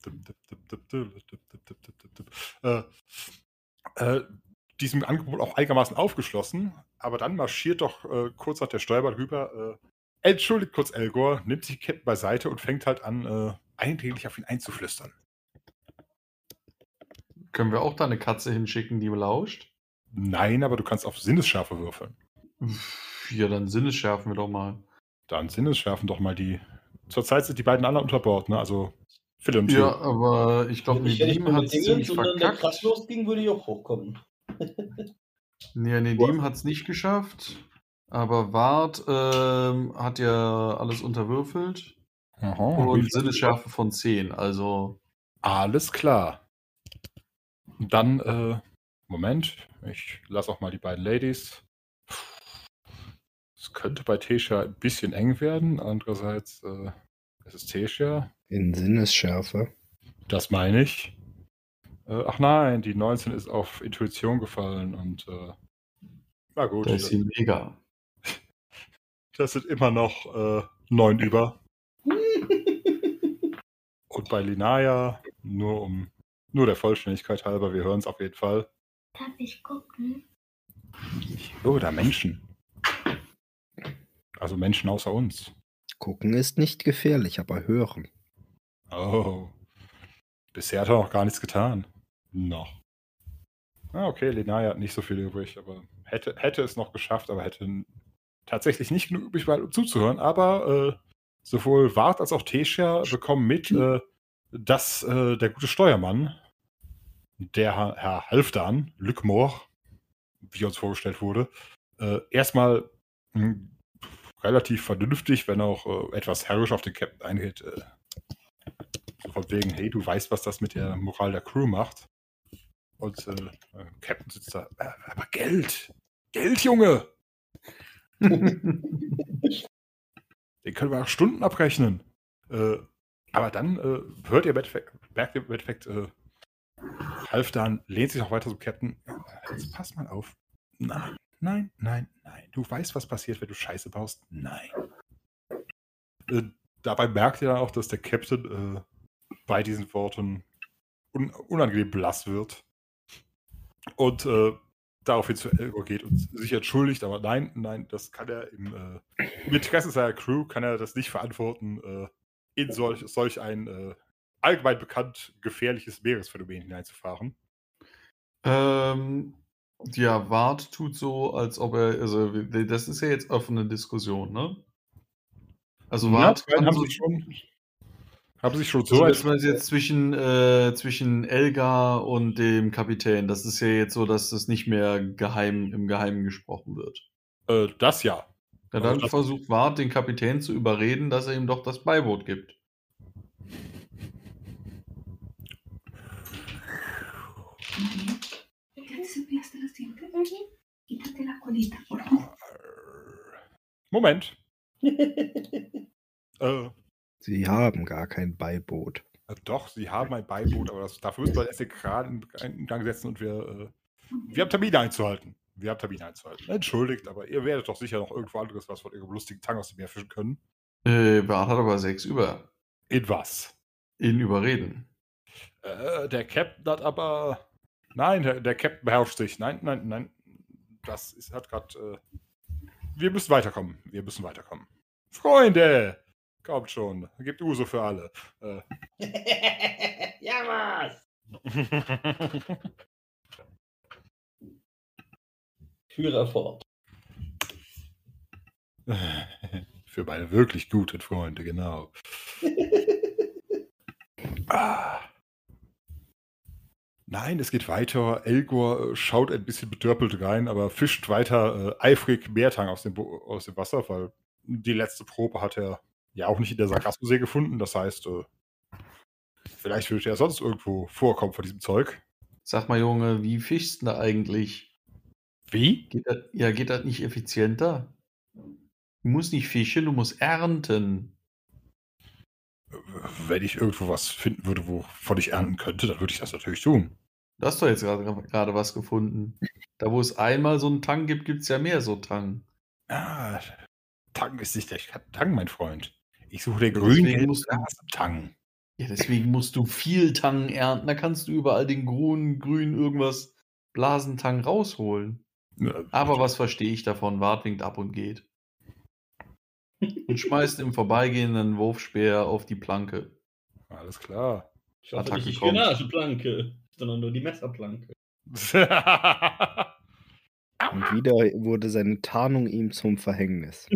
Äh, äh, diesem Angebot auch einigermaßen aufgeschlossen, aber dann marschiert doch äh, kurz nach der Steuerbahn rüber, äh, entschuldigt kurz Elgor, nimmt sich Captain beiseite und fängt halt an, äh, eindringlich auf ihn einzuflüstern. Können wir auch da eine Katze hinschicken, die lauscht? Nein, aber du kannst auf Sinnesschärfe würfeln. Ja, dann Sinnesschärfen wir doch mal. Dann Sinnesschärfen doch mal die. Zurzeit sind die beiden anderen unter Bord, ne? Also Phil und Ja, Theo. aber ich glaube, Wenn ich fertig Nedim bin hat mit es Dingens ziemlich und dann der verkackt. Krass losging, würde ich auch hochkommen. Ja, Nedim hat es nicht geschafft. Aber Wart ähm, hat ja alles unterwürfelt. Aha, Und wie- Sinnesschärfe von zehn. Also, Alles klar. Dann, äh, Moment, ich lasse auch mal die beiden Ladies. Es könnte bei Tesha ein bisschen eng werden. Andererseits, äh, es ist Tesha. In Sinnesschärfe. Das meine ich. Äh, ach nein, die neunzehn ist auf Intuition gefallen und, äh, na gut, da ist das, sie mega. das sind immer noch äh, neun über. Und bei Linaya, nur um, nur der Vollständigkeit halber, wir hören es auf jeden Fall. Darf ich gucken? Oh, da Menschen. Also Menschen außer uns. Gucken ist nicht gefährlich, aber hören. Oh. Bisher hat er noch gar nichts getan. Noch. Ah, okay, Lenaya hat nicht so viel übrig, aber hätte, hätte es noch geschafft, aber hätte n- tatsächlich nicht genug übrig, um zuzuhören. Aber äh, sowohl Wart als auch Tesha bekommen mit, äh, dass äh, der gute Steuermann, der Ha- Herr Halfdan, Lückmoor, wie uns vorgestellt wurde, äh, erstmal mh, relativ vernünftig, wenn auch äh, etwas herrisch auf den Captain eingeht. Äh, so von wegen, hey, du weißt, was das mit der Moral der Crew macht. Und äh, äh, Captain sitzt da, äh, aber Geld! Geld, Junge! Den können wir auch Stunden abrechnen. Äh, aber dann äh, hört ihr im Endeffekt, merkt ihr im Endeffekt, äh, Halfdan lehnt sich auch weiter zum Captain. Jetzt pass mal auf. Nein, nein, nein, nein. Du weißt, was passiert, wenn du Scheiße baust? Nein. Äh, dabei merkt ihr dann auch, dass der Captain äh, bei diesen Worten un unangenehm blass wird. Und äh, daraufhin zu Elgor geht und sich entschuldigt, aber nein, nein, das kann er im, äh, im Interesse seiner Crew kann er das nicht verantworten, äh, in solch, solch ein äh, allgemein bekannt gefährliches Meeresphänomen hineinzufahren. Ähm, ja, Wart tut so, als ob er, also das ist ja jetzt offene Diskussion, ne? Also Ja, Wart die beiden kann haben so, sich schon, haben sich schon so also weit. das war jetzt zwischen, äh, zwischen Elgar und dem Kapitän. Das ist ja jetzt so, dass das nicht mehr geheim im Geheimen gesprochen wird. Äh, das ja. Ja, Also dann das- versucht Wart den Kapitän zu überreden, dass er ihm doch das Beiboot gibt. Moment. äh, Sie haben gar kein Beiboot. äh, doch, sie haben ein Beiboot, aber das, dafür müssen wir erst den Kran in, in Gang setzen und wir, äh, wir haben Termine einzuhalten. Wir haben Termine einzuhalten. Entschuldigt, aber ihr werdet doch sicher noch irgendwo anderes was von eurem lustigen Tang aus dem Meer fischen können. Äh, Wart hat aber sechs über. In was? Ihn überreden. Äh, der Captain hat aber. Nein, der, der Captain beherrscht sich. Nein, nein, nein. Das ist, hat gerade. Äh, wir müssen weiterkommen. Wir müssen weiterkommen. Freunde! Kommt schon. Gibt Uso für alle. Äh. ja, was? Führer fort. Für meine wirklich guten Freunde, genau. ah. Nein, es geht weiter. Elgor äh, schaut ein bisschen bedörpelt rein, aber fischt weiter äh, eifrig Meertang aus dem, Bo aus dem Wasser, weil die letzte Probe hat er ja auch nicht in der Sargassosee gefunden. Das heißt, äh, vielleicht würde er sonst irgendwo vorkommen von diesem Zeug. Sag mal, Junge, wie fischst du da eigentlich? Wie? Geht das, ja, geht das nicht effizienter? Du musst nicht fischen, du musst ernten. Wenn ich irgendwo was finden würde, wovon ich ernten könnte, dann würde ich das natürlich tun. Du hast doch jetzt gerade gerade was gefunden. Da, wo es einmal so einen Tang gibt, gibt es ja mehr so Tang. Ah, Tang ist nicht der Tang, mein Freund. Ich suche den Ja, grünen deswegen musst du- Tang. Ja, deswegen musst du viel Tang ernten. Da kannst du überall den grünen, grün irgendwas Blasentang rausholen. Aber was verstehe ich davon? Wart winkt ab und geht. Und schmeißt im Vorbeigehen einen Wurfspeer auf die Planke. Alles klar. Ich hoffe Attacke nicht die kommt. Spionageplanke, sondern nur die Messerplanke. Und wieder wurde seine Tarnung ihm zum Verhängnis.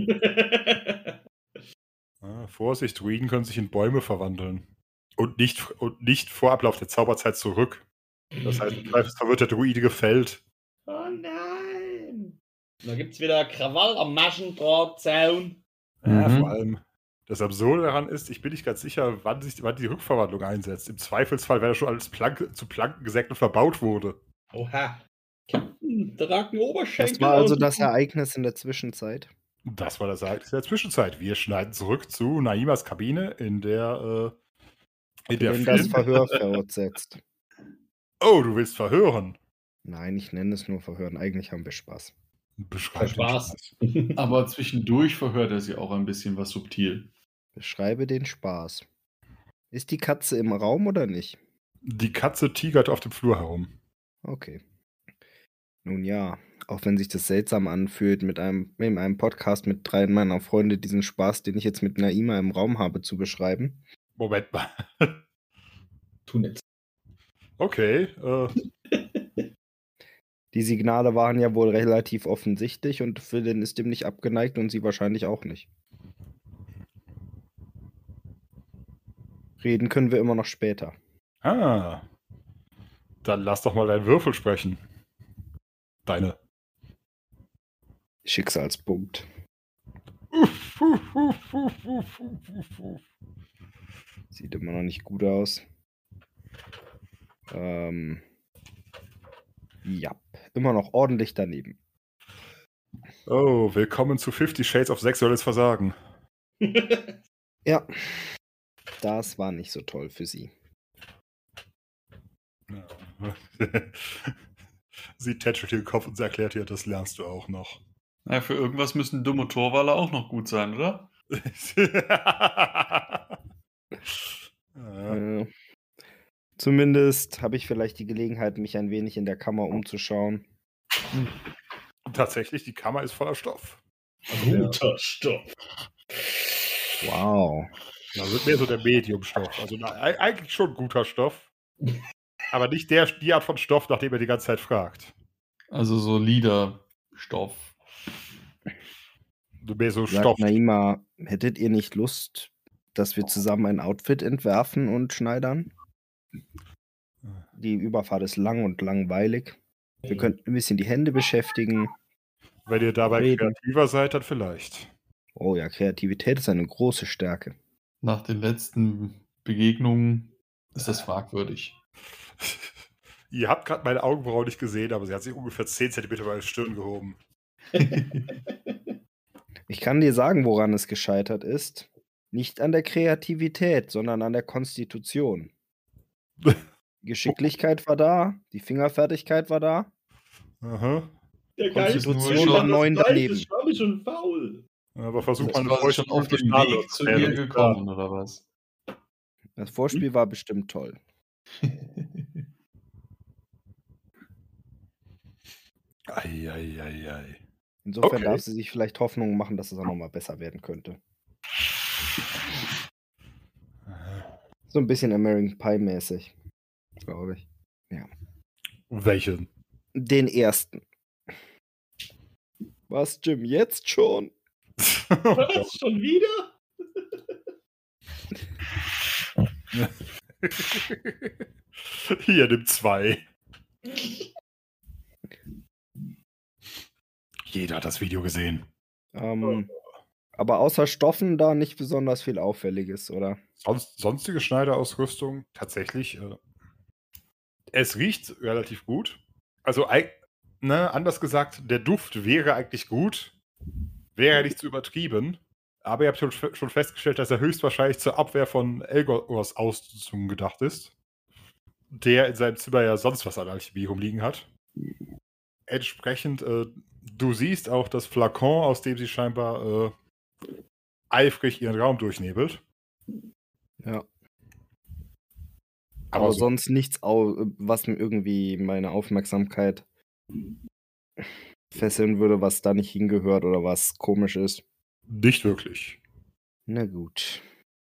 ah, Vorsicht, Druiden können sich in Bäume verwandeln. Und nicht, und nicht vor Ablauf der Zauberzeit zurück. Das heißt, im Zweifelsfall wird der Druide gefällt. Oh nein! Da gibt's wieder Krawall am Maschendrahtzaun. Ja, Mhm. vor allem, das Absurde daran ist, ich bin nicht ganz sicher, wann, sich, wann die Rückverwandlung einsetzt. Im Zweifelsfall, wenn er schon alles Plank, zu Planken gesägt und verbaut wurde. Oha. Captain, tragen Oberschenkel. Das war also und- das Ereignis in der Zwischenzeit. Das war das Ereignis der Zwischenzeit. Wir schneiden zurück zu Naimas Kabine, in der, äh, in der In das Flynn- Verhör fortsetzt. Oh, du willst verhören. Nein, ich nenne es nur Verhören. Eigentlich haben wir Spaß. Beschreib den Spaß. Spaß. Aber zwischendurch verhört er sie auch ein bisschen was subtil. Beschreibe den Spaß. Ist die Katze im Raum oder nicht? Die Katze tigert auf dem Flur herum. Okay. Nun ja, auch wenn sich das seltsam anfühlt, mit einem, in einem Podcast mit drei meiner Freunde diesen Spaß, den ich jetzt mit Naima im Raum habe, zu beschreiben. Moment mal. Tu nichts. Okay. Äh, Die Signale waren ja wohl relativ offensichtlich und Philin ist dem nicht abgeneigt und sie wahrscheinlich auch nicht. Reden können wir immer noch später. ah. Dann lass doch mal deinen Würfel sprechen. Deine. Schicksalspunkt. Sieht immer noch nicht gut aus. Ähm, ja, immer noch ordentlich daneben. Oh, willkommen zu Fifty Shades of sexuelles Versagen. Ja, das war nicht so toll für sie. Sie tätschelt den Kopf und erklärt ihr, das lernst du auch noch. Ja, für irgendwas müssen dumme Torwaller auch noch gut sein, oder? Ja. Äh, zumindest habe ich vielleicht die Gelegenheit, mich ein wenig in der Kammer umzuschauen. Tatsächlich, die Kammer ist voller Stoff. Guter Stoff. Wow. Da wird mehr so der Mediumstoff. Also na, e- eigentlich schon guter Stoff. Aber nicht der, die Art von Stoff, nach dem er die ganze Zeit fragt. Also solider Stoff. Du mehr so Sagt Stoff. Naima, hättet ihr nicht Lust, dass wir zusammen ein Outfit entwerfen und schneidern? Die Überfahrt ist lang und langweilig. Wir könnten ein bisschen die Hände beschäftigen. Wenn ihr dabei Reden. kreativer seid, dann vielleicht. Oh ja, Kreativität ist eine große Stärke. Nach den letzten Begegnungen ist das fragwürdig. Ihr habt gerade meine Augenbrauen nicht gesehen, aber sie hat sich ungefähr zehn Zentimeter über meine Stirn gehoben. Ich kann dir sagen, woran es gescheitert ist. Nicht an der Kreativität, sondern an der Konstitution. Geschicklichkeit war da, die Fingerfertigkeit war da. Aha. Der Geist Konstitution zwischen noch das neun Fleisch daneben. ist schwammig und faul. Aber versuch Ist mal eine quasi feuchte schon auf dem Schnabel Weg zu auszunehmen. ihr gekommen, oder was? Das Vorspiel war bestimmt toll. Eieiei. Insofern Okay. darf sie sich vielleicht Hoffnung machen, dass es auch nochmal besser werden könnte. So ein bisschen American Pie-mäßig, glaube ich. Welchen? Den ersten. Was, Jim, jetzt schon? Was? Schon wieder? Hier, nimm zwei. Jeder hat das Video gesehen. Ähm, aber außer Stoffen da nicht besonders viel Auffälliges, oder? Sonst, sonstige Schneiderausrüstung, tatsächlich. Äh, es riecht relativ gut. Also, eig- ne, anders gesagt, der Duft wäre eigentlich gut. Wäre ja nicht zu übertrieben. Aber ihr habt schon, schon festgestellt, dass er höchstwahrscheinlich zur Abwehr von Elgors Ausrüstung gedacht ist. Der in seinem Zimmer ja sonst was an Alchemie rumliegen hat. Entsprechend, äh, du siehst auch das Flakon, aus dem sie scheinbar äh, eifrig ihren Raum durchnebelt. Ja. Aber, Aber so, sonst nichts, au was mir irgendwie meine Aufmerksamkeit fesseln würde, was da nicht hingehört oder was komisch ist. nicht wirklich. Na gut.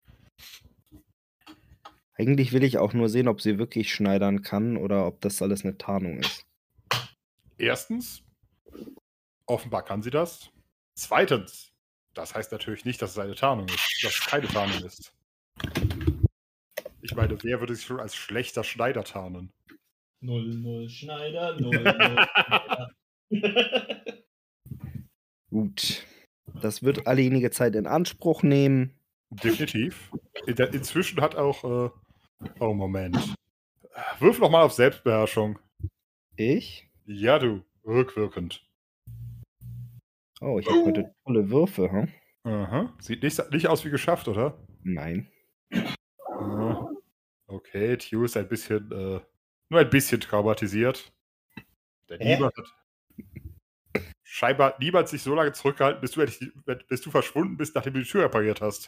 Eigentlich will ich auch nur sehen, ob sie wirklich schneidern kann oder ob das alles eine Tarnung ist. Erstens, offenbar kann sie das. Zweitens, das heißt natürlich nicht, dass es eine Tarnung ist, dass es keine Tarnung ist. Ich meine, wer würde sich schon als schlechter Schneider tarnen? null null Schneider, null null Schneider. Gut. Das wird einige Zeit in Anspruch nehmen. Definitiv. In der, inzwischen hat auch. Äh, oh, Moment. Wirf noch mal auf Selbstbeherrschung. Ich? Ja, du. Rückwirkend. Oh, ich habe heute tolle Würfe, hm? Aha. Sieht nicht, nicht aus wie geschafft, oder? Nein. Aha. Okay, Tio ist ein bisschen. Äh, nur ein bisschen traumatisiert. Der Hä? niemand hat. Scheinbar niemand sich so lange zurückgehalten, bis du, endlich- bis du verschwunden bist, nachdem du die Tür repariert hast.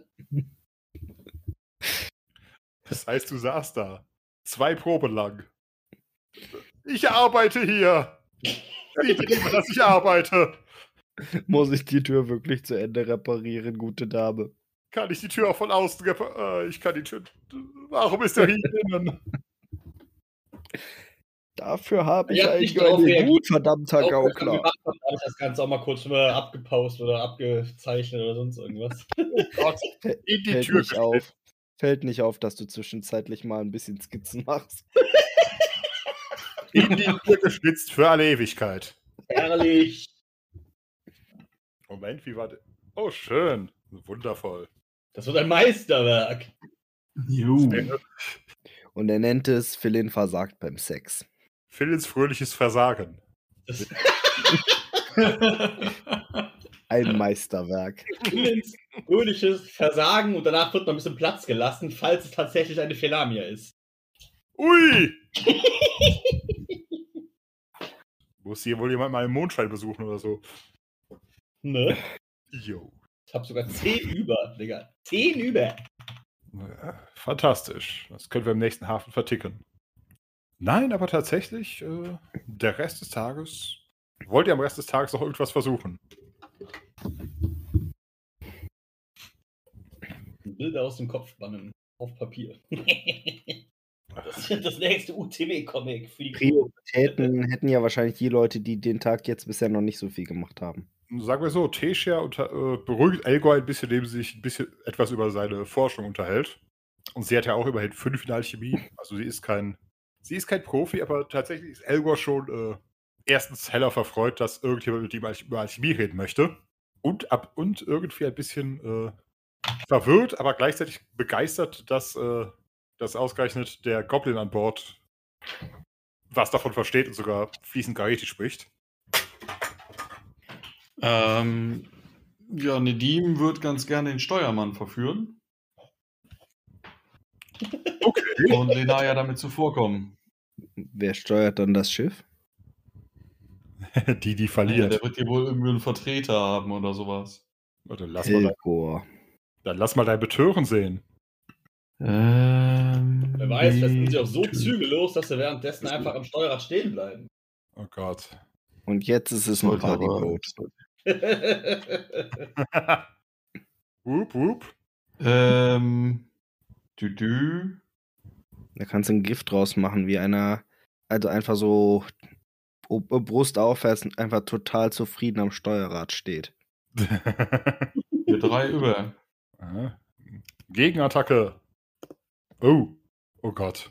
Das heißt, du saßt da. Zwei Proben lang. Ich arbeite hier. Sieht ihr immer, dass ich arbeite? Muss ich die Tür wirklich zu Ende reparieren, gute Dame? Kann ich die Tür auch von außen reparieren? Ich kann die Tür... Warum ist er hier drinnen? Dafür habe ich Ja, einen nicht darauf einen reagiert. gut, verdammter Auch Gaukler. gemacht habe, habe ich das Ganze auch mal kurz mal abgepaust oder abgezeichnet oder sonst irgendwas. Oh Gott, in die Fällt Tür nicht auf. Fällt nicht auf, dass du zwischenzeitlich mal ein bisschen Skizzen machst. In die Tür geschnitzt für alle Ewigkeit. Herrlich. Moment, wie war das? Oh, schön. Wundervoll. Das wird ein Meisterwerk. Juhu. Und er nennt es Philin versagt beim Sex. Philins fröhliches Versagen. Das Ein Meisterwerk. Philins fröhliches Versagen und danach wird noch ein bisschen Platz gelassen, falls es tatsächlich eine Felamia ist. Ui! Muss hier wohl jemand mal einen Mondschein besuchen oder so. Ne? Jo. Ich habe sogar zehn über, Digga. zehn über. Ja, fantastisch. Das können wir im nächsten Hafen verticken. Nein, aber tatsächlich, äh, der Rest des Tages. Wollt ihr am Rest des Tages noch irgendwas versuchen? Bilder aus dem Kopf bannen. Auf Papier. Das ist das nächste U T W-Comic für die Prioritäten hätten ja wahrscheinlich die Leute, die den Tag jetzt bisher noch nicht so viel gemacht haben. Sagen wir so, Tessia unter, äh, beruhigt Elgor ein bisschen, indem sie sich ein bisschen etwas über seine Forschung unterhält. Und sie hat ja auch immerhin fünf in Alchemie. Also sie ist kein, sie ist kein Profi, aber tatsächlich ist Elgor schon äh, erstens heller verfreut, dass irgendjemand mit ihm über Alchemie reden möchte. Und, ab, und irgendwie ein bisschen äh, verwirrt, aber gleichzeitig begeistert, dass, äh, dass ausgerechnet der Goblin an Bord was davon versteht und sogar fließend Gareti spricht. Ähm, ja, Nedim wird ganz gerne den Steuermann verführen. Okay. Und Lenaya damit zuvorkommen. Wer steuert dann das Schiff? Die, die Ja, verliert. der wird hier wohl irgendwie einen Vertreter haben oder sowas. Warte, lass mal dein, Elgor. dann lass mal dein Betören sehen. Ähm, Wer weiß, vielleicht sind sie auch so Betören. zügellos, dass sie währenddessen einfach am Steuerrad stehen bleiben. Oh Gott. Und jetzt ist es ein Sollte aber- Partyboot. Wup, wup. Ähm, dü -dü. Da kannst du ein Gift draus machen, wie einer, also einfach so o- Brust aufwärts und einfach total zufrieden am Steuerrad steht. Hier drei über. Aha. Gegenattacke. Oh. Oh Gott.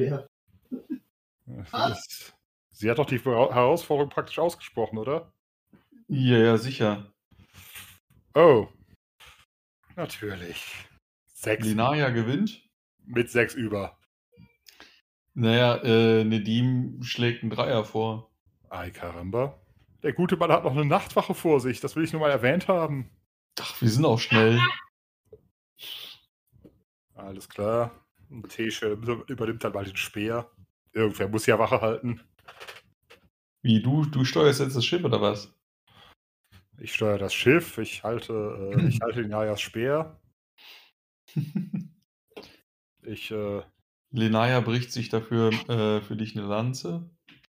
Das ist, sie hat doch die Vora- Herausforderung praktisch ausgesprochen, oder? Ja, ja, sicher. Oh. Natürlich. Sechs. Linaya gewinnt. Mit sechs über. Naja, äh, Nedim schlägt einen Dreier vor. Ei, Karamba. Der gute Mann hat noch eine Nachtwache vor sich. Das will ich nur mal erwähnt haben. Ach, wir sind auch schnell. Alles klar. Und Tesche übernimmt dann mal den Speer. Irgendwer muss ja Wache halten. Wie, du, du steuerst jetzt das Schiff oder was? Ich steuere das Schiff. Ich halte, äh, ich halte den Ayas Speer. Ich, äh, Lenaya bricht sich dafür äh, für dich eine Lanze.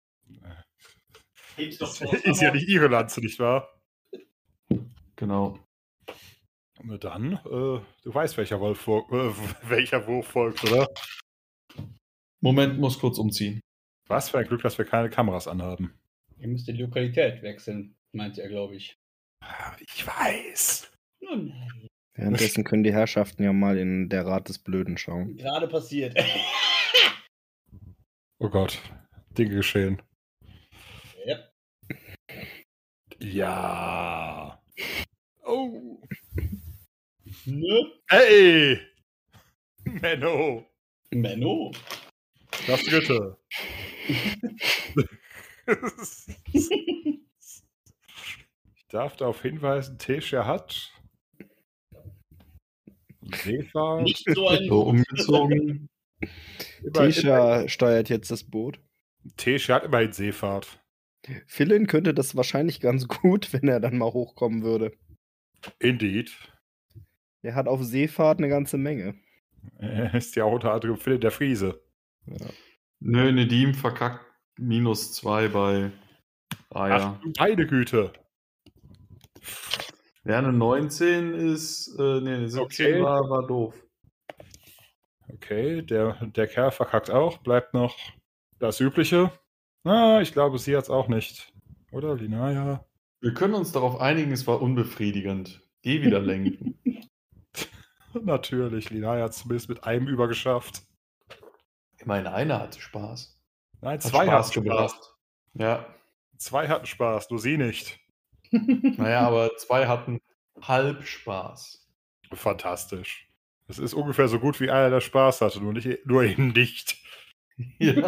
Heb's doch ist, vor. ist ja nicht ihre Lanze, nicht wahr? Genau. Na dann, äh, du weißt, welcher, Wolf vor, äh, welcher Wurf folgt, oder? Moment, muss kurz umziehen. Was für ein Glück, dass wir keine Kameras anhaben. Ihr müsst die Lokalität wechseln, meint er, glaube ich. Ich weiß. Oh nein. Währenddessen können die Herrschaften ja mal in der Rat des Blöden schauen. Gerade passiert. Oh Gott, Dinge geschehen. Yep. Ja. Oh. Ne? Hey! Menno! Menno. Das dritte. Ich darf darauf hinweisen, Tesha hat Seefahrt. Nicht so ein. So umgezogen. Immerhin- Tisha steuert jetzt das Boot. Tesha hat immerhin Seefahrt. Philin könnte das wahrscheinlich ganz gut, wenn er dann mal hochkommen würde. Indeed. Er hat auf Seefahrt eine ganze Menge. Er ist ja auch unter anderem Philipp der Friese. Nö, Nedim verkackt Minus zwei bei Raya. Ach, du meine Güte. Ja, eine neunzehn ist, äh, nee, eine siebzehn Okay. war, war doof. Okay, der, der Kerl verkackt auch. Bleibt noch das Übliche. Ah, ich glaube, sie hat's auch nicht. Oder, Linaya? Wir können uns darauf einigen, es war unbefriedigend. Geh wieder lenken. Natürlich, Linaya hat es zumindest mit einem übergeschafft. Ich meine, einer hatte Spaß. Nein, Hat zwei Spaß hatten Spaß. gebracht. Ja, Zwei hatten Spaß, nur sie nicht. naja, aber zwei hatten halb Spaß. Fantastisch. Es ist ungefähr so gut wie einer, der Spaß hatte, nur, nicht, nur eben nicht. Ja.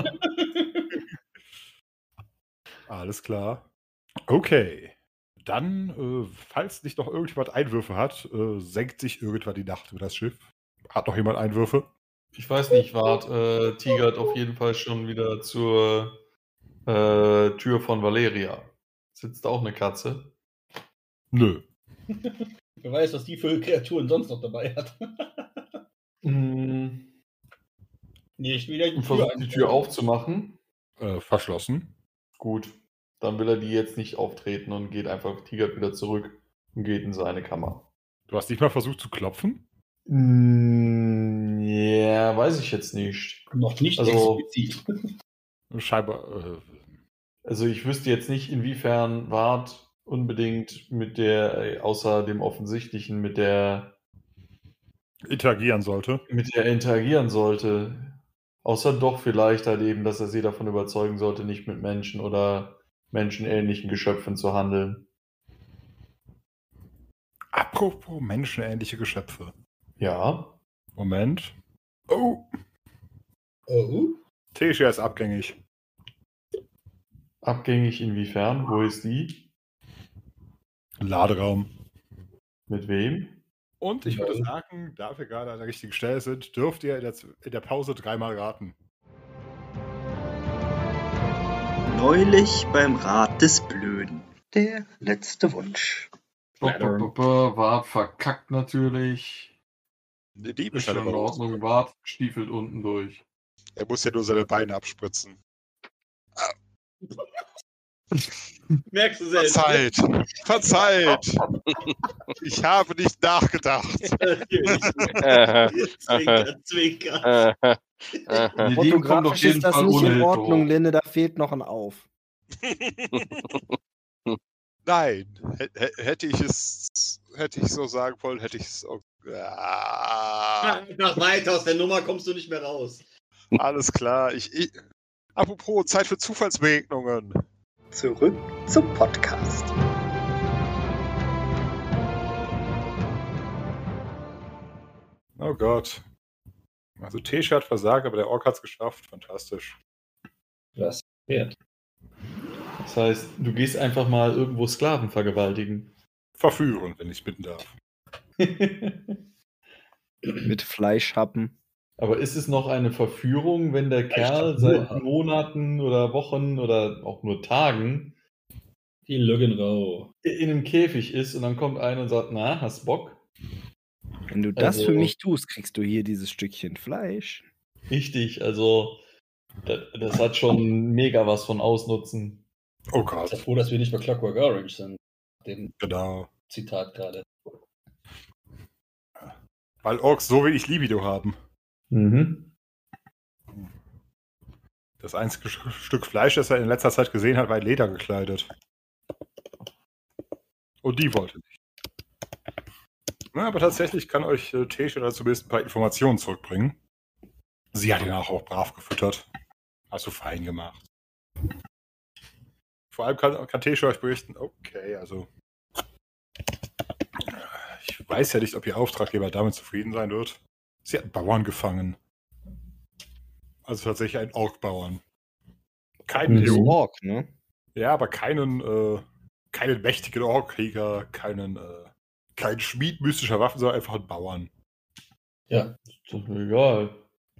Alles klar. Okay. Dann, äh, falls nicht noch irgendjemand Einwürfe hat, äh, senkt sich irgendwann die Nacht über das Schiff. Hat noch jemand Einwürfe? Ich weiß nicht, Wart, äh, Tiger hat auf jeden Fall schon wieder zur äh, Tür von Valeria. Sitzt da auch eine Katze? Nö. Wer weiß, was die für Kreaturen sonst noch dabei hat. Mm, Nicht wieder die und Tür versucht die Tür aufzumachen. Äh, verschlossen. Gut, dann will er die jetzt nicht auftreten und geht einfach Tiger wieder zurück und geht in seine Kammer. Du hast nicht mal versucht zu klopfen? Mm, ja, weiß ich jetzt nicht. Noch nicht Also- explizit. Scheinbar. Äh, Also ich wüsste jetzt nicht, inwiefern Wart unbedingt mit der, äh, außer dem Offensichtlichen, mit der, interagieren sollte. mit der interagieren sollte. Außer doch vielleicht halt eben, dass er sie davon überzeugen sollte, nicht mit Menschen oder menschenähnlichen Geschöpfen zu handeln. Apropos menschenähnliche Geschöpfe. Ja. Moment. Oh, Oh. Tessia ist abgängig. Abgängig inwiefern? Wo ist die? Laderaum. Mit wem? Und ich würde Lol. sagen, da wir gerade an der richtigen Stelle sind, dürft ihr in der, in der Pause dreimal raten. Neulich beim Rat des Blöden. Der letzte Wunsch. Wart verkackt natürlich. Die Dieb Ist ist halt schon in aber Ordnung. Wart stiefelt unten durch. Er muss ja nur seine Beine abspritzen. Merkst du selbst. Verzeiht! Verzeiht! Ich habe nicht nachgedacht. Zwinker, zwinker. Nedim kommt auf Fotografisch jeden ist das Fall nicht ohne in Hilfe Ordnung, hoch. Linde, da fehlt noch ein Auf. Nein, H hätte ich es, hätte ich so sagen wollen, hätte ich es. auch- Ah, Nach weiter aus der Nummer kommst du nicht mehr raus. alles klar. Ich, ich, apropos Zeit für Zufallsbegegnungen. Zurück zum Podcast. Oh Gott. Also Tessia hat versagt, aber der Ork hat es geschafft. Fantastisch. Was wert? Das heißt, du gehst einfach mal irgendwo Sklaven vergewaltigen. Verführen, wenn ich bitten darf. Mit Fleischhappen. Aber ist es noch eine Verführung, wenn der Kerl dachte nur- seit Monaten oder Wochen oder auch nur Tagen Die Lüggenrau. in einem Käfig ist und dann kommt einer und sagt, na, hast Bock? Wenn du das Also- für mich tust, kriegst du hier dieses Stückchen Fleisch. Richtig, also das, das hat schon mega was von Ausnutzen. Oh Ich bin Gott. froh, dass wir nicht bei Clockwork Orange sind. Dem Genau. Zitat gerade. Weil Orks so wenig Libido haben. Mhm. Das einzige Sch- Stück Fleisch, das er in letzter Zeit gesehen hat, war in Leder gekleidet. Und die wollte nicht. Na, aber tatsächlich kann euch äh, Tessia da zumindest ein paar Informationen zurückbringen. Sie hat ihn auch, auch brav gefüttert. Hast du fein gemacht. Vor allem kann, kann Tessia euch berichten, okay, also ich weiß ja nicht, ob ihr Auftraggeber damit zufrieden sein wird. Sie hat einen Bauern gefangen. Also tatsächlich einen Ork-Bauern. Keinen Mhm. So Hero. Ork, ne? Ja, aber keinen, äh, keinen mächtigen Orkkrieger, keinen, äh, keinen Schmied mystischer Waffen, sondern einfach einen Bauern. Ja. Ist doch egal.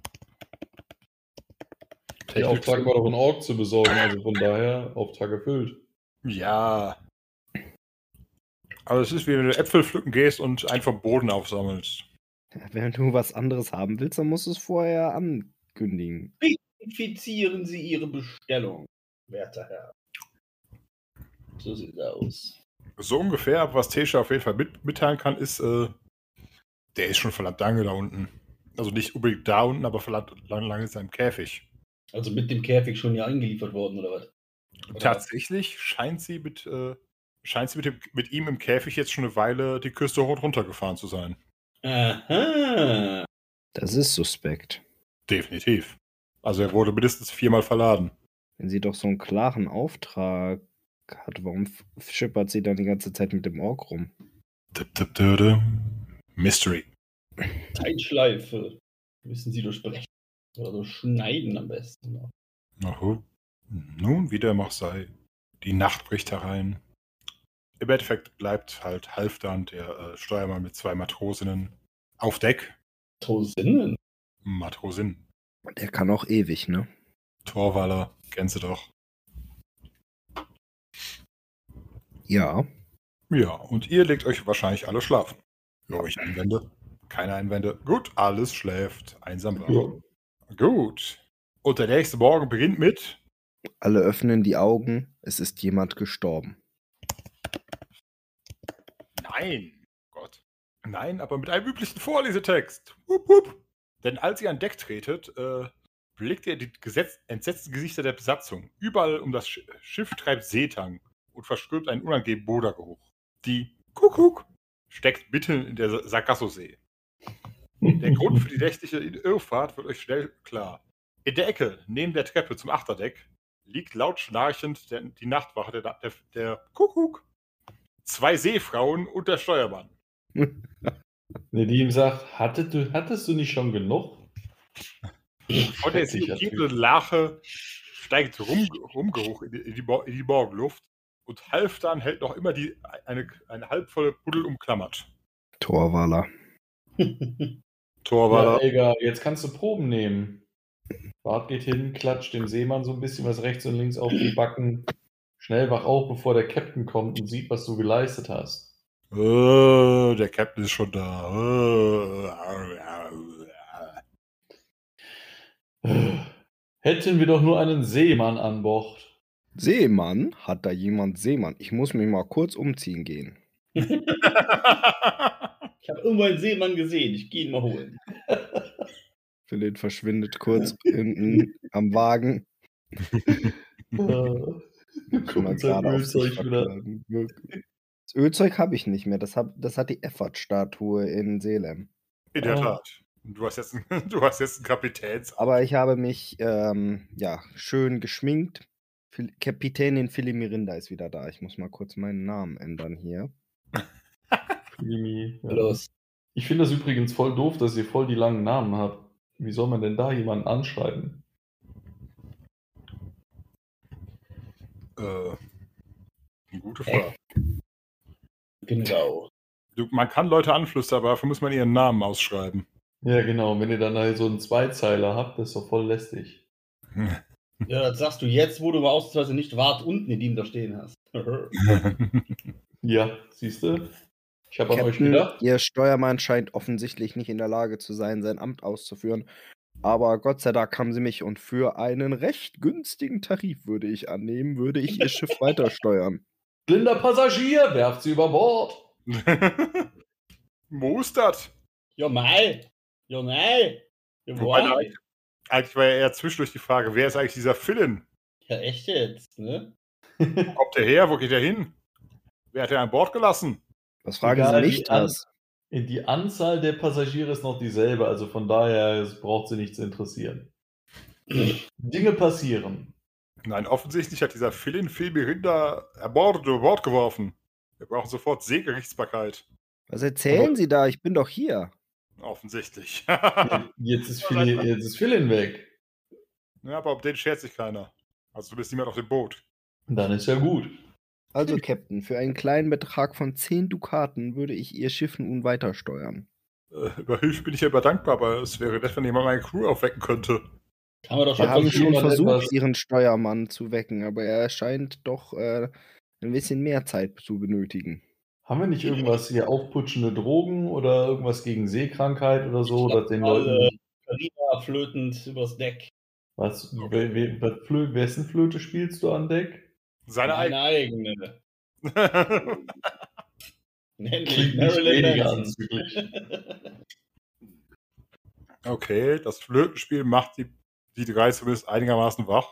Der Auftrag war doch ein Ork zu besorgen, also von daher Auftrag erfüllt. Ja. Aber es ist wie wenn du Äpfel pflücken gehst und einen vom Boden aufsammelst. Wenn du was anderes haben willst, dann musst du es vorher ankündigen. Infizieren Sie Ihre Bestellung. werter Herr. So sieht es aus. So ungefähr, was Tesha auf jeden Fall mit, mitteilen kann, ist, äh, der ist schon verdammt lange da unten. Also nicht unbedingt da unten, aber verdammt lange, lange in seinem Käfig. Also mit dem Käfig schon ja eingeliefert worden, oder was? Oder Tatsächlich scheint sie mit, äh, scheint sie mit, dem, mit ihm im Käfig jetzt schon eine Weile die Küste hoch und runter gefahren zu sein. Aha. Das ist suspekt. Definitiv. Also er wurde mindestens viermal verladen. Wenn sie doch so einen klaren Auftrag hat, warum f- schippert sie dann die ganze Zeit mit dem Ork rum? Dip, dip, dip, dip. Mystery. Zeitschleife. Müssen Sie durchbrechen. Oder so schneiden am besten. Aha. Nun, wie dem auch sei. Die Nacht bricht herein. Im Endeffekt bleibt halt Halfdan, der äh, Steuermann mit zwei Matrosinnen, auf Deck. Tausenden. Matrosin. Der kann auch ewig, ne? Torwaller, kennst du doch. Ja. Ja, und ihr legt euch wahrscheinlich alle schlafen. Logisch, Einwände? Keine Einwände. Gut, alles schläft. Einsam wach. Gut. Und der nächste Morgen beginnt mit... Alle öffnen die Augen. Es ist jemand gestorben. Nein. Gott. Nein, aber mit einem üblichen Vorlesetext. Wupp, wupp. Denn als ihr an Deck tretet, äh, blickt ihr die gesetz- entsetzten Gesichter der Besatzung. Überall um das Sch- Schiff treibt Seetang und verströmt einen unangenehmen Modergeruch. Die Kuckuck steckt mitten in der Sa- Sargassosee. Der Grund für die nächtliche Irrfahrt wird euch schnell klar. In der Ecke, neben der Treppe zum Achterdeck, liegt laut schnarchend der, die Nachtwache der, der, der Kuckuck. Zwei Seefrauen und der Steuermann. Nedim sagt, hattet du, hattest du nicht schon genug? Von der sie Schrecklicher umgebenden Typ. Lache steigt Rum, Rumgeruch in die, in, die, Mo- in die Morgenluft und Halfdan hält noch immer die, eine, eine halbvolle Buddel umklammert. Torwaler. Ja, Torwaller. egal, jetzt kannst du Proben nehmen. Bart geht hin, klatscht dem Seemann so ein bisschen was rechts und links auf die Backen. Schnell wach auf, bevor der Captain kommt und sieht, was du geleistet hast. Äh, der Captain ist schon da. Äh, Hätten wir doch nur einen Seemann an Bord. Seemann? Hat da jemand Seemann? Ich muss mich mal kurz umziehen gehen. Ich habe irgendwo einen Seemann gesehen. Ich gehe ihn mal holen. Philipp verschwindet kurz hinten am Wagen. Schon mal Kommt sein gerade auf sich Ölzeug wieder. verkleiden. Das Ölzeug habe ich nicht mehr. Das, hab, das hat die Effort-Statue in Selem. In der Oh. Tat. Du hast jetzt, ein- du hast jetzt einen Kapitäns. Aber ich habe mich ähm, ja, schön geschminkt. Phil Kapitänin Philimirinda ist wieder da. Ich muss mal kurz meinen Namen ändern hier. Filimi, ja. Los. Ich finde das übrigens voll doof, dass ihr voll die langen Namen habt. Wie soll man denn da jemanden anschreiben? Äh, eine gute Frage. Genau. Du, man kann Leute anflüstern, aber dafür muss man ihren Namen ausschreiben. Ja, genau. Wenn ihr dann halt so einen Zweizeiler habt, das ist doch voll lästig. Ja, das sagst du jetzt, wo du aber ausnahmsweise nicht Wart und Nedim da stehen hast. Ja, siehst du? Ich habe an euch Captain, gedacht. Ihr Steuermann scheint offensichtlich nicht in der Lage zu sein, sein Amt auszuführen. Aber Gott sei Dank haben sie mich und für einen recht günstigen Tarif, würde ich annehmen, würde ich ihr Schiff weiter steuern. Blinder Passagier, werft sie über Bord. Wo ist das? Ja, mei. Ja, mei. Ja, Wobei, boah. nein. Eigentlich war ja eher zwischendurch die Frage, wer ist eigentlich dieser Philin? Ja, echt jetzt, ne? Wo kommt der her? Wo geht der hin? Wer hat den an Bord gelassen? Was fragen Egal, Sie die mich An- das? Die Anzahl der Passagiere ist noch dieselbe, also von daher es braucht sie nicht zu interessieren. Dinge passieren. Nein, offensichtlich hat dieser Philin Philmirinda ermordet über Bord geworfen. Wir brauchen sofort Seegerichtsbarkeit. Was erzählen Aber- Sie da? Ich bin doch hier. Offensichtlich. Jetzt ist Philin, jetzt ist Philin weg. Ja, aber um den schert sich keiner. Also du bist niemand auf dem Boot. Dann ist ja gut. Also, Captain, für einen kleinen Betrag von zehn Dukaten würde ich Ihr Schiff nun weiter steuern. Äh, über Hilfe bin ich ja immer dankbar, aber es wäre nett, wenn jemand meine Crew aufwecken könnte. Haben wir doch Wir schon haben versucht, schon jemand versucht, etwas- Ihren Steuermann zu wecken, aber er scheint doch äh, ein bisschen mehr Zeit zu benötigen. Haben wir nicht irgendwas hier, aufputschende Drogen oder irgendwas gegen Seekrankheit oder so, Ich glaub, dass den alle- Leuten. Carina flötend übers Deck. Was, we, we, was Flö wessen Flöte spielst du an Deck? Seine Meine eigene. eigene. Klingt Nämlich nicht Marilyn weniger Manson. anzüglich. Okay, das Flötenspiel macht die, die drei zumindest einigermaßen wach.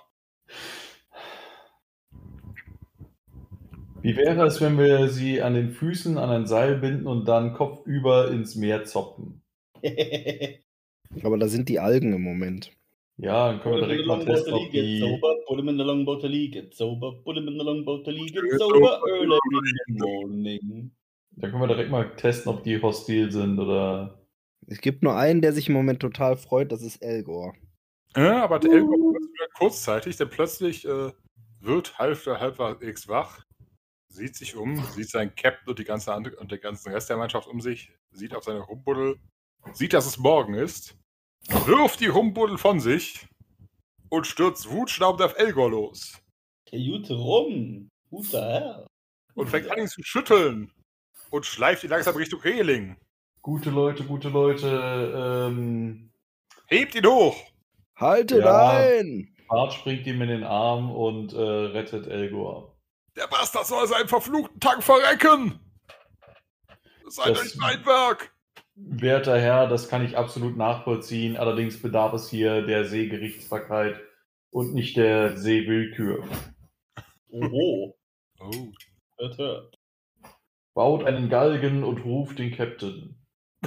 Wie wäre es, wenn wir sie an den Füßen an ein Seil binden und dann kopfüber ins Meer zoppen? Aber da sind die Algen im Moment. Ja, dann können wir Put him in direkt the mal longboat testen, till ob he gets die... sober. Put him in the longboat till he gets sober. Put him in the longboat till he gets Get sober sober early in the morning. Dann können wir direkt mal testen, ob die hostil sind oder... Es gibt nur einen, der sich im Moment total freut, das ist Elgor. Ja, aber der Elgor wird wieder kurzzeitig, denn plötzlich äh, wird Halfter halbwegs wach, sieht sich um, sieht seinen Captain und, die ganze andere, und den ganzen Rest der Mannschaft um sich, sieht auf seine Rumbuddel, sieht, dass es morgen ist, wirft die Rumbuddel von sich und stürzt wutschnaubend auf Elgor los Der gute Rum. Guter Herr. und fängt an, ihn zu schütteln und schleift ihn langsam Richtung Reling. Gute Leute, gute Leute, ähm... Hebt ihn hoch! Haltet Ja. ein! Bart springt ihm in den Arm und äh, rettet Elgor. Der Bastard soll seinen verfluchten Tank verrecken! Seid Das- euch mein Werk! Werter Herr, das kann ich absolut nachvollziehen, allerdings bedarf es hier der Seegerichtsbarkeit und nicht der Seewillkür. Oho. Oh. Hört, hört. Baut einen Galgen und ruft den Captain.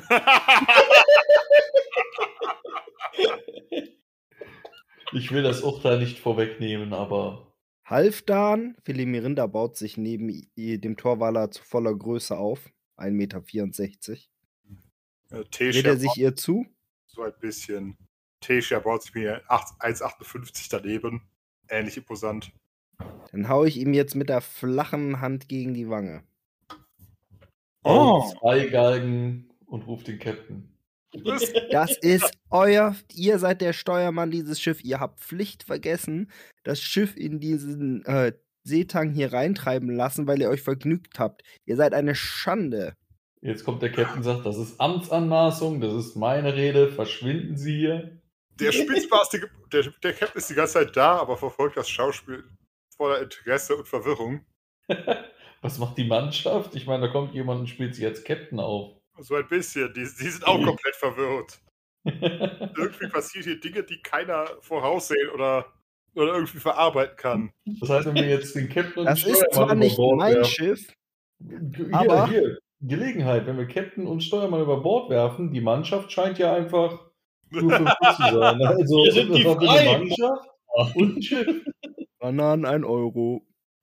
Ich will das Urteil nicht vorwegnehmen, aber Halfdan, Philimirinda baut sich neben i- dem Torwaler zu voller Größe auf. ein Meter vierundsechzig. Äh, Dreht Tesha er sich ihr zu? so ein bisschen. Tesha baut sich mir eins Komma achtundfünfzig daneben. Ähnlich imposant. Dann hau ich ihm jetzt mit der flachen Hand gegen die Wange. Oh. baut zwei Galgen und ruft den Captain. Das- Das ist euer, ihr seid der Steuermann dieses Schiffs. Ihr habt Pflicht vergessen, das Schiff in diesen äh, Seetang hier reintreiben lassen, weil ihr euch vergnügt habt. Ihr seid eine Schande. Jetzt kommt der Captain und sagt, das ist Amtsanmaßung, das ist meine Rede, verschwinden Sie hier. Der Spitzbastige, der, der Captain ist die ganze Zeit da, aber verfolgt das Schauspiel voller Interesse und Verwirrung. Was macht die Mannschaft? Ich meine, da kommt jemand und spielt sich als Captain auf. So ein bisschen. Die, die sind auch komplett verwirrt. Irgendwie passieren hier Dinge, die keiner voraussehen oder, oder irgendwie verarbeiten kann. Das heißt, wenn wir jetzt den Captain und Das den ist Steuermann zwar über nicht Bord mein werfen- Schiff, Hier, aber- hier, Gelegenheit, wenn wir Captain und Steuermann über Bord werfen, die Mannschaft scheint ja einfach nur für uns zu sein. Also, Wir sind die das war eine Freien. Mannschaft und ein Schiff. Bananen ein Euro.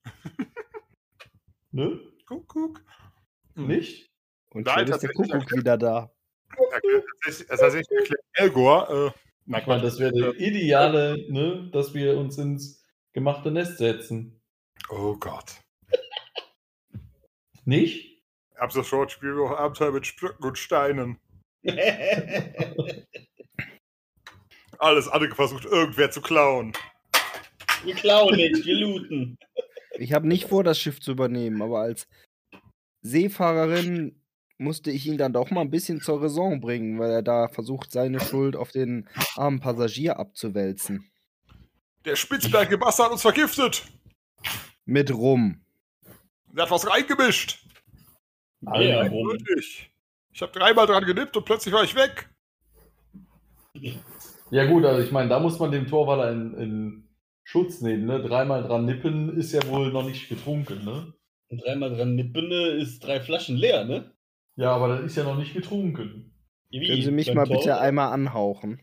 Ne? Guck, guck. Hm. Nicht? Und Nein, schon ist der tatsächlich Kuckuck wieder da. Erklärt tatsächlich- Das heißt, ich erkläre Elgor. Äh, nein, Ich meine, das wäre der ideale, ne, dass wir uns ins gemachte Nest setzen. Oh Gott. Nicht? Ab sofort spielen wir auch Abenteuer mit Stöcken und Steinen. Alles andere versucht irgendwer zu klauen. Wir klauen nicht, wir looten. Ich habe nicht vor, das Schiff zu übernehmen, aber als Seefahrerin musste ich ihn dann doch mal ein bisschen zur Raison bringen, weil er da versucht, seine Schuld auf den armen Passagier abzuwälzen. Der Spitzberg Bastard hat uns vergiftet. Mit Rum. Er hat was reingemischt. Ja, rum. Wirklich. Ich habe dreimal dran genippt und plötzlich war ich weg. Ja gut, also ich meine, da muss man den Torwaller in, in Schutz nehmen, ne? Dreimal dran nippen ist ja wohl noch nicht getrunken, ne? Und dreimal dran nippen ne, ist drei Flaschen leer, ne? Ja, aber das ist ja noch nicht getrunken. Wie? Können Sie mich Beim mal Tor? bitte einmal anhauchen?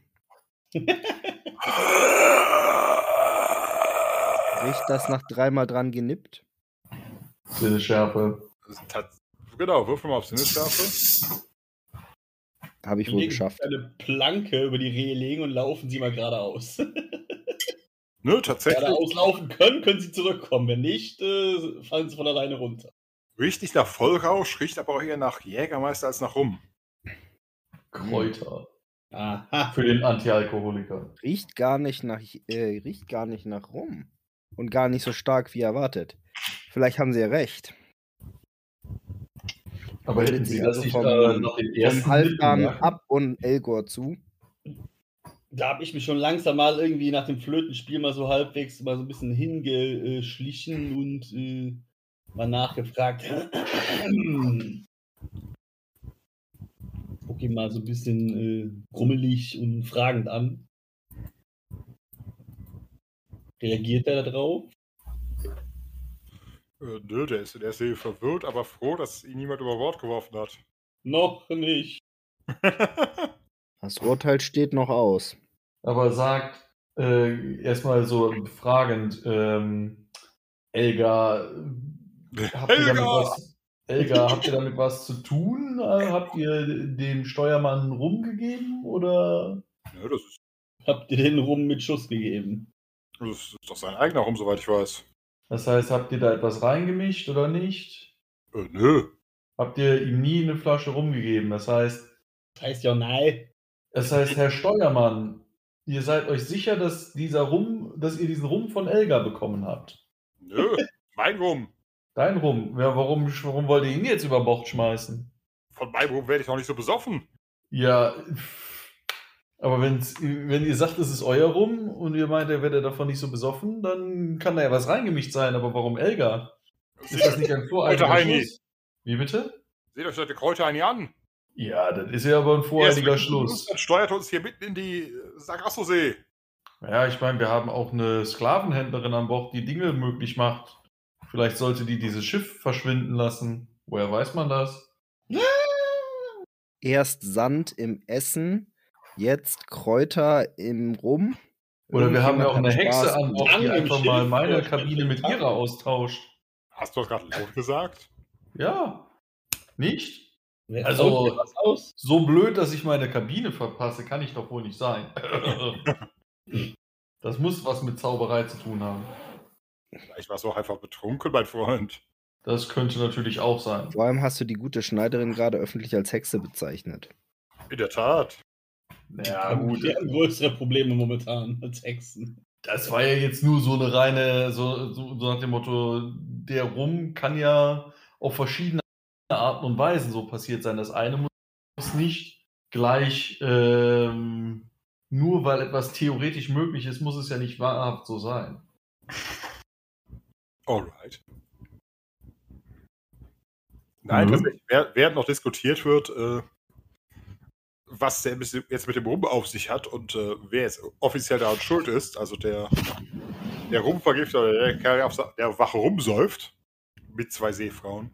Riecht das nach dreimal dran genippt? Sinnesschärfe. Das ist tats- Genau, würfel mal auf Sinnesschärfe. Habe ich Wir wohl legen geschafft. eine Planke über die Rehe legen und laufen sie mal geradeaus. Ne, tatsächlich. Geradeaus laufen können, können sie zurückkommen. Wenn nicht, äh, fallen sie von alleine runter. Riecht nicht nach Vollrausch, riecht aber auch eher nach Jägermeister als nach Rum. Kräuter. Aha. Für den Antialkoholiker. Riecht gar nicht nach, äh, riecht gar nicht nach Rum. Und gar nicht so stark wie erwartet. Vielleicht haben Sie ja recht. Aber Meldet hätten Sie sich das also nicht vom- äh, nach dem ersten Vom Halbgarn Nippen, ja? ab und Elgor zu. Da habe ich mich schon langsam mal irgendwie nach dem Flötenspiel mal so halbwegs mal so ein bisschen hingeschlichen und äh, mal nachgefragt. Guck ihn mal so ein bisschen äh, grummelig und fragend an. Reagiert er darauf? Äh, nö, der ist in der Serie verwirrt, aber froh, dass ihn niemand über Bord geworfen hat. Noch nicht. Das Urteil steht noch aus. Aber sagt äh, erstmal so fragend, ähm, Elga, habt ihr damit Helga! was, Elga, habt ihr damit was zu tun? Äh, Habt ihr dem Steuermann rumgegeben oder? Nö, das ist, Habt ihr den Rum mit Schuss gegeben? das ist doch sein eigener Rum, soweit ich weiß. Das heißt, habt ihr da etwas reingemischt oder nicht? Äh, nö. Habt ihr ihm nie eine Flasche rumgegeben? Das heißt, Das heißt ja nein. das heißt, Herr Steuermann, ihr seid euch sicher, dass dieser Rum, dass ihr diesen Rum von Elga bekommen habt? Nö, mein Rum. Dein Rum. Ja, warum, warum wollt ihr ihn jetzt über Bord schmeißen? Von meinem Rum werde ich noch nicht so besoffen. Ja, aber wenn's, wenn ihr sagt, es ist euer Rum und ihr meint, er werde davon nicht so besoffen, dann kann da ja was reingemischt sein. Aber warum Elga? Ist das nicht ein voreiliger Heini. Schluss? Wie bitte? Seht euch die Kräuter eigentlich an. Ja, das ist ja aber ein voreiliger Schluss. Dann steuert uns hier mitten in die äh, Sargasso-See. Ja, ich meine, wir haben auch eine Sklavenhändlerin an Bord, die Dinge möglich macht. Vielleicht sollte die dieses Schiff verschwinden lassen. Woher weiß man das? Erst Sand im Essen, jetzt Kräuter im Rum. Oder wir haben ja auch eine Irgendjemand hat Hexe Spaß an Bord, gemacht. die Lang im einfach mal Schiff, meine oder? Kabine mit ihrer austauscht. Hast du das gerade laut gesagt? Ja. Nicht? Wer Also- traut dir was aus? So blöd, dass ich meine Kabine verpasse, kann ich doch wohl nicht sein. Das muss was mit Zauberei zu tun haben. Vielleicht warst du auch einfach betrunken, mein Freund. Das könnte natürlich auch sein. Vor allem hast du die gute Schneiderin gerade öffentlich als Hexe bezeichnet. In der Tat. Ja, gut. Wir haben größere Probleme momentan als Hexen. Das war ja jetzt nur so eine reine, so, so, so nach dem Motto, der Rum kann ja auf verschiedene Arten und Weisen so passiert sein. Das eine muss nicht gleich, ähm, nur weil etwas theoretisch möglich ist, muss es ja nicht wahrhaft so sein. Alright. Nein, Mhm. tatsächlich, wer- während noch diskutiert wird, äh, was der jetzt mit dem Rum auf sich hat und äh, wer jetzt offiziell daran schuld ist, also der, der Rumvergifter oder der Kerl, auf sa- der Wache rumsäuft, mit zwei Seefrauen.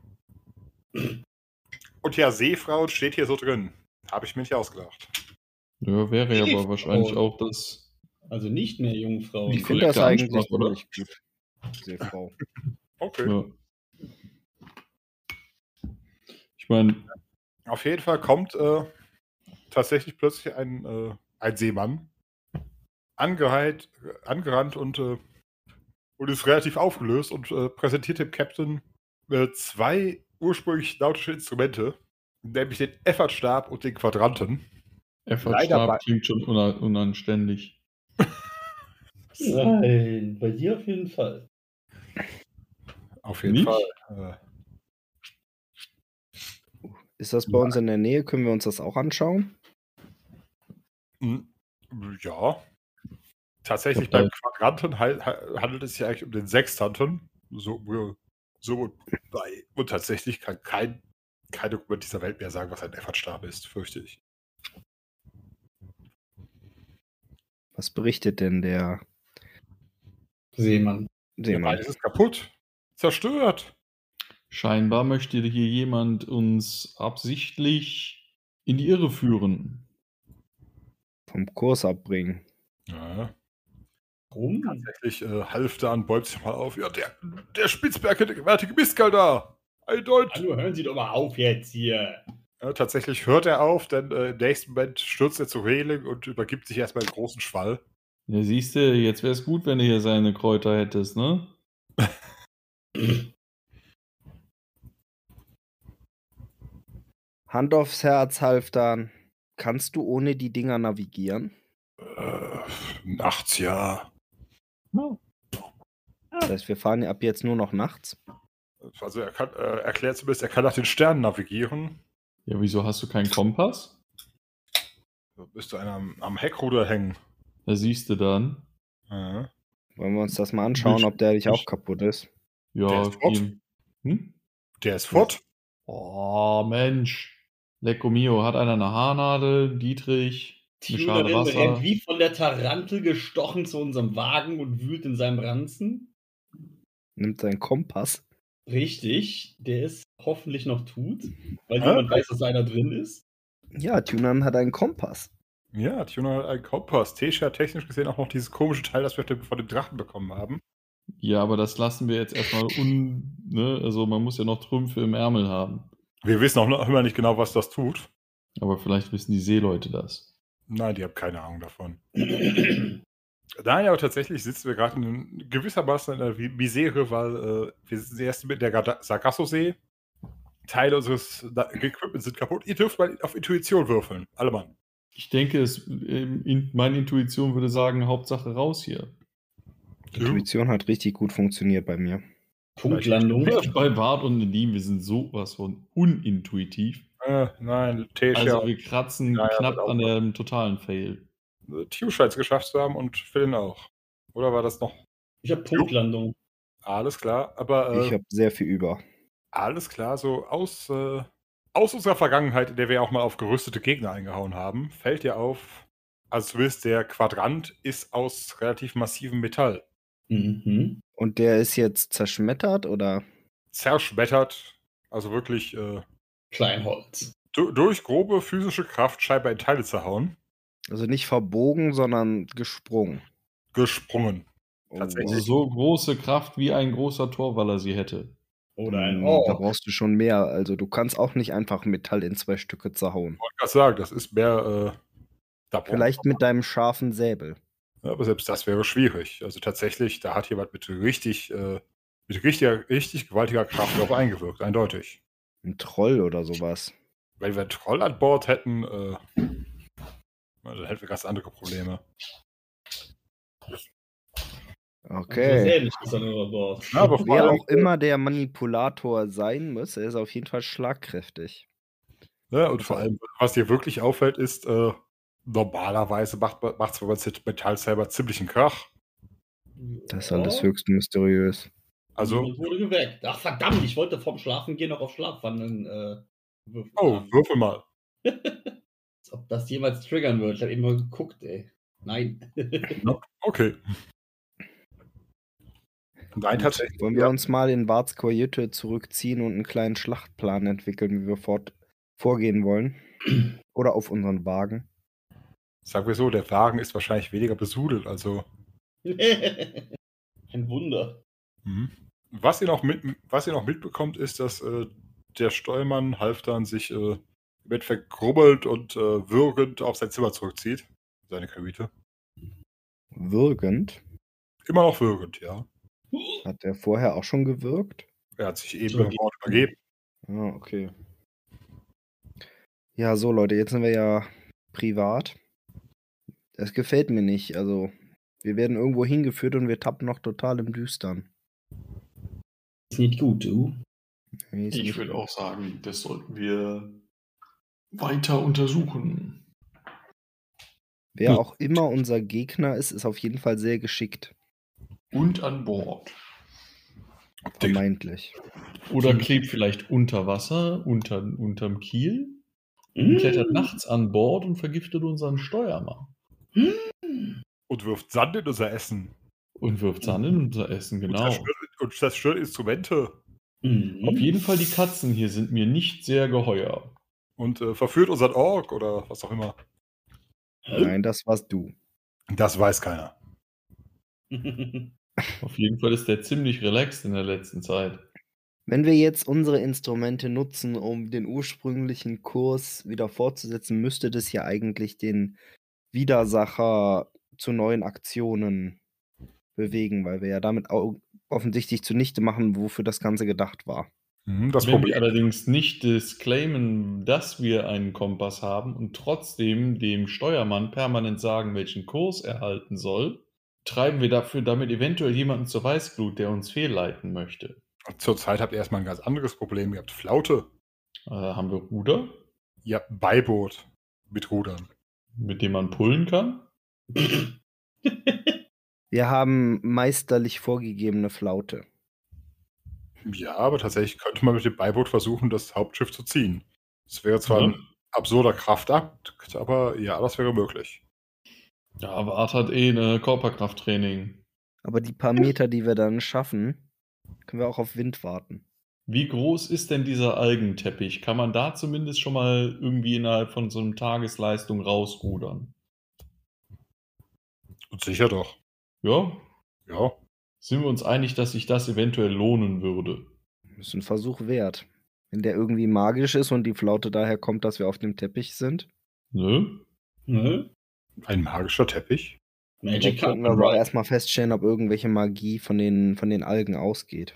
Und ja, Seefrauen steht hier so drin. Habe ich mir nicht ausgedacht. Ja, wäre ja Ewig. aber wahrscheinlich auch das. Also nicht mehr Jungfrauen. Die Ich finde das korrekte eigentlich Ansprache, oder? ziemlich gut, Seefrau. Okay. Ja. Ich meine, Auf jeden Fall kommt äh, tatsächlich plötzlich ein, äh, ein Seemann angereiht, angerannt und, äh, und ist relativ aufgelöst und äh, präsentiert dem Captain äh, zwei ursprünglich nautische Instrumente, nämlich den Effortstab und den Quadranten. Leider bei- Effortstab klingt schon una unanständig. Nein, bei dir auf jeden Fall. Auf jeden Nicht? Fall. Äh, Ist das bei uns in der Nähe? Können wir uns das auch anschauen? mh, ja. Tatsächlich Ich glaub, beim Quadranten hal- ha- handelt es sich eigentlich um den Sextanten. So, äh, so und, bei, und tatsächlich kann kein, kein Dokument dieser Welt mehr sagen, was ein Effortstab ist, fürchte ich. Was berichtet denn der Seemann. Ja, Seemann? beides ist kaputt. Zerstört. Scheinbar möchte hier jemand uns absichtlich in die Irre führen. Vom Kurs abbringen. Ja. Warum? Tatsächlich äh, half da an, bäumt sich mal auf. Ja, der, der spitzbergwertige Mistkerl da. Eindeutig. Hallo, hören Sie doch mal auf jetzt hier. Ja, tatsächlich hört er auf, denn äh, im nächsten Moment stürzt er zur Reling und übergibt sich erstmal einen großen Schwall. Ja, siehst du, jetzt wäre es gut, wenn du hier seine Kräuter hättest, ne? Hand aufs Herz, Halfdan. Kannst du ohne die Dinger navigieren? Äh, nachts ja. Das heißt, wir fahren ja ab jetzt nur noch nachts. Also er kann, äh, erklärt zumindest, er kann nach den Sternen navigieren. Ja, wieso hast du keinen Kompass? Da müsste einer am, am Heckruder hängen. Da siehst du dann. Ja. Wollen wir uns das mal anschauen, Ich- ob der nicht ich- auch kaputt ist? Der Ja, ist fort. ihm- hm? Der ist fort. Oh, Mensch. Lecco mio, hat einer eine Haarnadel? Dietrich, eine Schale Tunerin rennt Wasser. wie von der Tarantel gestochen zu unserem Wagen und wühlt in seinem Ranzen. Nimmt seinen Kompass. Richtig, der es hoffentlich noch tut, weil Hä? niemand weiß, dass einer drin ist. Ja, Tunan hat einen Kompass. Ja, Tuna hat einen Kompass. Tesha hat technisch gesehen auch noch dieses komische Teil, das wir von dem Drachen bekommen haben. Ja, aber das lassen wir jetzt erstmal un. Ne? Also, man muss ja noch Trümpfe im Ärmel haben. Wir wissen auch noch immer nicht genau, was das tut. Aber vielleicht wissen die Seeleute das. Nein, die haben keine Ahnung davon. Nein, aber tatsächlich sitzen wir gerade in gewissermaßen in einer Vi- Misere, weil äh, wir sitzen erst mit der Gada- Sargasso-See. Teile unseres Da- Equipments sind kaputt. Ihr dürft mal auf Intuition würfeln. Alle Mann. Ich denke, es, ähm, in, meine Intuition würde sagen, Hauptsache raus hier. Intuition hat richtig gut funktioniert bei mir. Punktlandung. Bei Bart und Nedim, wir sind sowas von unintuitiv. Äh, nein, Tesha Also wir kratzen Ja, ja, knapp wird auch an dem totalen Fail. und Tio scheint es geschafft zu haben und Philin auch. Oder war das noch? Ich habe Punktlandung. Alles klar, aber äh, Ich habe sehr viel über. alles klar, so aus, äh, aus unserer Vergangenheit, in der wir auch mal auf gerüstete Gegner eingehauen haben, fällt dir auf, also du wisst, der Quadrant ist aus relativ massivem Metall. Mhm. Und der ist jetzt zerschmettert oder? Zerschmettert, also wirklich äh, Kleinholz. du, durch grobe physische Kraft scheinbar in Teile zerhauen, Also nicht verbogen, sondern gesprungen. gesprungen. Oh, Tatsächlich. Also so große Kraft, wie ein großer Torwaller sie hätte. Oder ein Mm, Da Oh. brauchst du schon mehr. Also du kannst auch nicht einfach Metall in zwei Stücke zerhauen. Ich wollte gerade sagen, das ist mehr, äh, da braucht- Vielleicht mit deinem scharfen Säbel. Ja, aber selbst das wäre schwierig. Also tatsächlich, da hat jemand mit richtig, äh, mit richtiger, richtig gewaltiger Kraft darauf eingewirkt, eindeutig. Ein Troll oder sowas. Wenn wir einen Troll an Bord hätten, äh, na, dann hätten wir ganz andere Probleme. Okay. Ähnlich ist an Bord. Ja, aber vor Wer allem, auch immer der Manipulator sein muss, er ist auf jeden Fall schlagkräftig. ne, und vor allem, was dir wirklich auffällt, ist, äh, normalerweise macht es, wenn man mit Metall selber ziemlichen Krach. Das ist alles höchst mysteriös. Also, Niemand wurde geweckt. Ach verdammt, ich wollte vom Schlafen gehen noch auf Schlafwandeln äh, würfeln. oh, würfel mal. Als ob das jemals triggern wird. Ich habe eben mal geguckt, ey. Nein. Okay. Nein, tatsächlich. Wollen wir Ja. uns mal in Warts Kajüte zurückziehen und einen kleinen Schlachtplan entwickeln, wie wir fort vorgehen wollen? Oder auf unseren Wagen? Sagen wir so, der Wagen ist wahrscheinlich weniger besudelt, also. Ein Wunder. Mhm. Was ihr noch mit, was ihr noch mitbekommt, ist, dass äh, der Steuermann Halfdan sich äh, im Endeffekt grubbelt und äh, würgend auf sein Zimmer zurückzieht. Seine Kajüte. Würgend? Immer noch würgend, ja. Hat er vorher auch schon gewirkt? Er hat sich eben Übergeben. im Wort übergeben. Ah, okay. Ja, so Leute, jetzt sind wir ja privat. Das gefällt mir nicht. Also, wir werden irgendwo hingeführt und wir tappen noch total im Düstern. Ist nicht gut, du. Nee, ist Ich nicht würde gut. auch sagen, das sollten wir weiter untersuchen. Wer auch immer unser Gegner ist, ist auf jeden Fall sehr geschickt. Und an Bord. Vermeintlich. Oder klebt vielleicht unter Wasser, unter, unterm Kiel, Hm? klettert nachts an Bord und vergiftet unseren Steuermann. Und wirft Sand in unser Essen. Und wirft Sand in unser Essen, Und, genau. zerstört, und zerstört Instrumente. Mhm. Auf jeden Fall, die Katzen hier sind mir nicht sehr geheuer. Und äh, verführt unseren Ork oder was auch immer. Nein, das warst du. Das weiß keiner. Auf jeden Fall ist der ziemlich relaxed in der letzten Zeit. Wenn wir jetzt unsere Instrumente nutzen, um den ursprünglichen Kurs wieder fortzusetzen, müsste das ja eigentlich den Widersacher zu neuen Aktionen bewegen, weil wir ja damit au- offensichtlich zunichte machen, wofür das Ganze gedacht war. Mhm, das Wenn wir Problem. allerdings nicht disclaimen, dass wir einen Kompass haben und trotzdem dem Steuermann permanent sagen, welchen Kurs er halten soll, treiben wir dafür damit eventuell jemanden zur Weißglut, der uns fehlleiten möchte. Zurzeit habt ihr erstmal ein ganz anderes Problem. Ihr habt Flaute. Äh, haben wir Ruder, Ihr habt ein Beiboot mit Rudern. mit dem man pullen kann? Wir haben meisterlich vorgegebene Flaute. Ja, aber tatsächlich könnte man mit dem Beiboot versuchen, das Hauptschiff zu ziehen. Das wäre zwar Ja. ein absurder Kraftakt, aber ja, das wäre möglich. Ja, Wart hat eh eine Körperkrafttraining. Aber die paar Meter, die wir dann schaffen, können wir auch auf Wind warten. Wie groß ist denn dieser Algenteppich? Kann man da zumindest schon mal irgendwie innerhalb von so einer Tagesleistung rausrudern? Und sicher doch. Ja? Ja. Sind wir uns einig, dass sich das eventuell lohnen würde? Ist ein Versuch wert. Wenn der irgendwie magisch ist und die Flaute daher kommt, dass wir auf dem Teppich sind. Nö? Mhm. Ein magischer Teppich? Magic Vielleicht könnten wir Carpet aber auch Ride. erstmal feststellen, ob irgendwelche Magie von den, von den Algen ausgeht.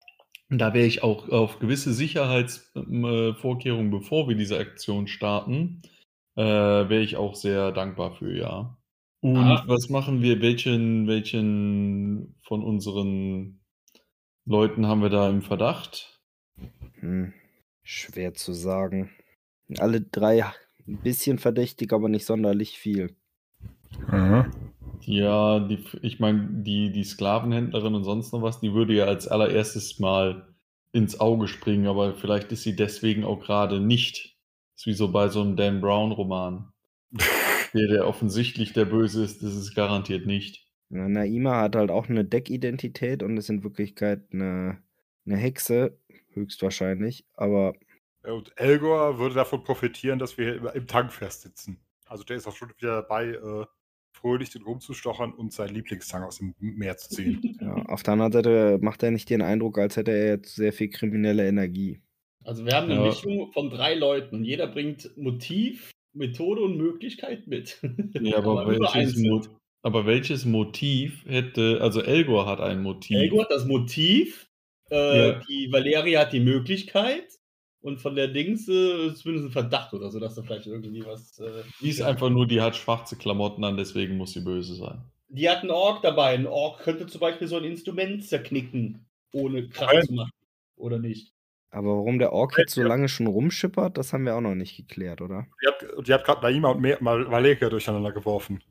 Da wäre ich auch auf gewisse Sicherheitsvorkehrungen, bevor wir diese Aktion starten, äh, wäre ich auch sehr dankbar für, ja. Und Ah. was machen wir? Welchen, welchen von unseren Leuten haben wir da im Verdacht? Hm, schwer zu sagen. Alle drei ein bisschen verdächtig, aber nicht sonderlich viel. Mhm. Ja, die, ich meine, die, die Sklavenhändlerin und sonst noch was, die würde ja als allererstes mal ins Auge springen, aber vielleicht ist sie deswegen auch gerade nicht. Ist wie so bei so einem Dan Brown-Roman. Der, der offensichtlich der Böse ist, das ist garantiert nicht. Na, Naima hat halt auch eine Deckidentität und ist in Wirklichkeit eine, eine Hexe, höchstwahrscheinlich. Aber Und Elgor würde davon profitieren, dass wir immer im Tank festsitzen. Also der ist auch schon wieder dabei, äh, fröhlich den rumzustochern und seinen Lieblingstang aus dem Meer zu ziehen. ja, auf der anderen Seite macht er nicht den Eindruck, als hätte er jetzt sehr viel kriminelle Energie. Also wir haben eine Ja. Mischung von drei Leuten und jeder bringt Motiv, Methode und Möglichkeit mit. Ja, aber Aber nur welches, einzeln. Mo aber welches Motiv hätte, also Elgor hat ein Motiv. Elgor hat das Motiv, äh, Ja. die Valeria hat die Möglichkeit und von der Dings äh, ist zumindest ein Verdacht oder so, dass da vielleicht irgendwie was... Äh, Die ist einfach nur, die hat schwarze Klamotten an, deswegen muss sie böse sein. Die hat einen Ork dabei. Ein Ork könnte zum Beispiel so ein Instrument zerknicken, ohne Kraft Nein. zu machen. Oder nicht? Aber warum der Ork jetzt so lange schon rumschippert, das haben wir auch noch nicht geklärt, oder? Die hat, die hat gerade Naima und Me- Mal- Valeria durcheinander geworfen.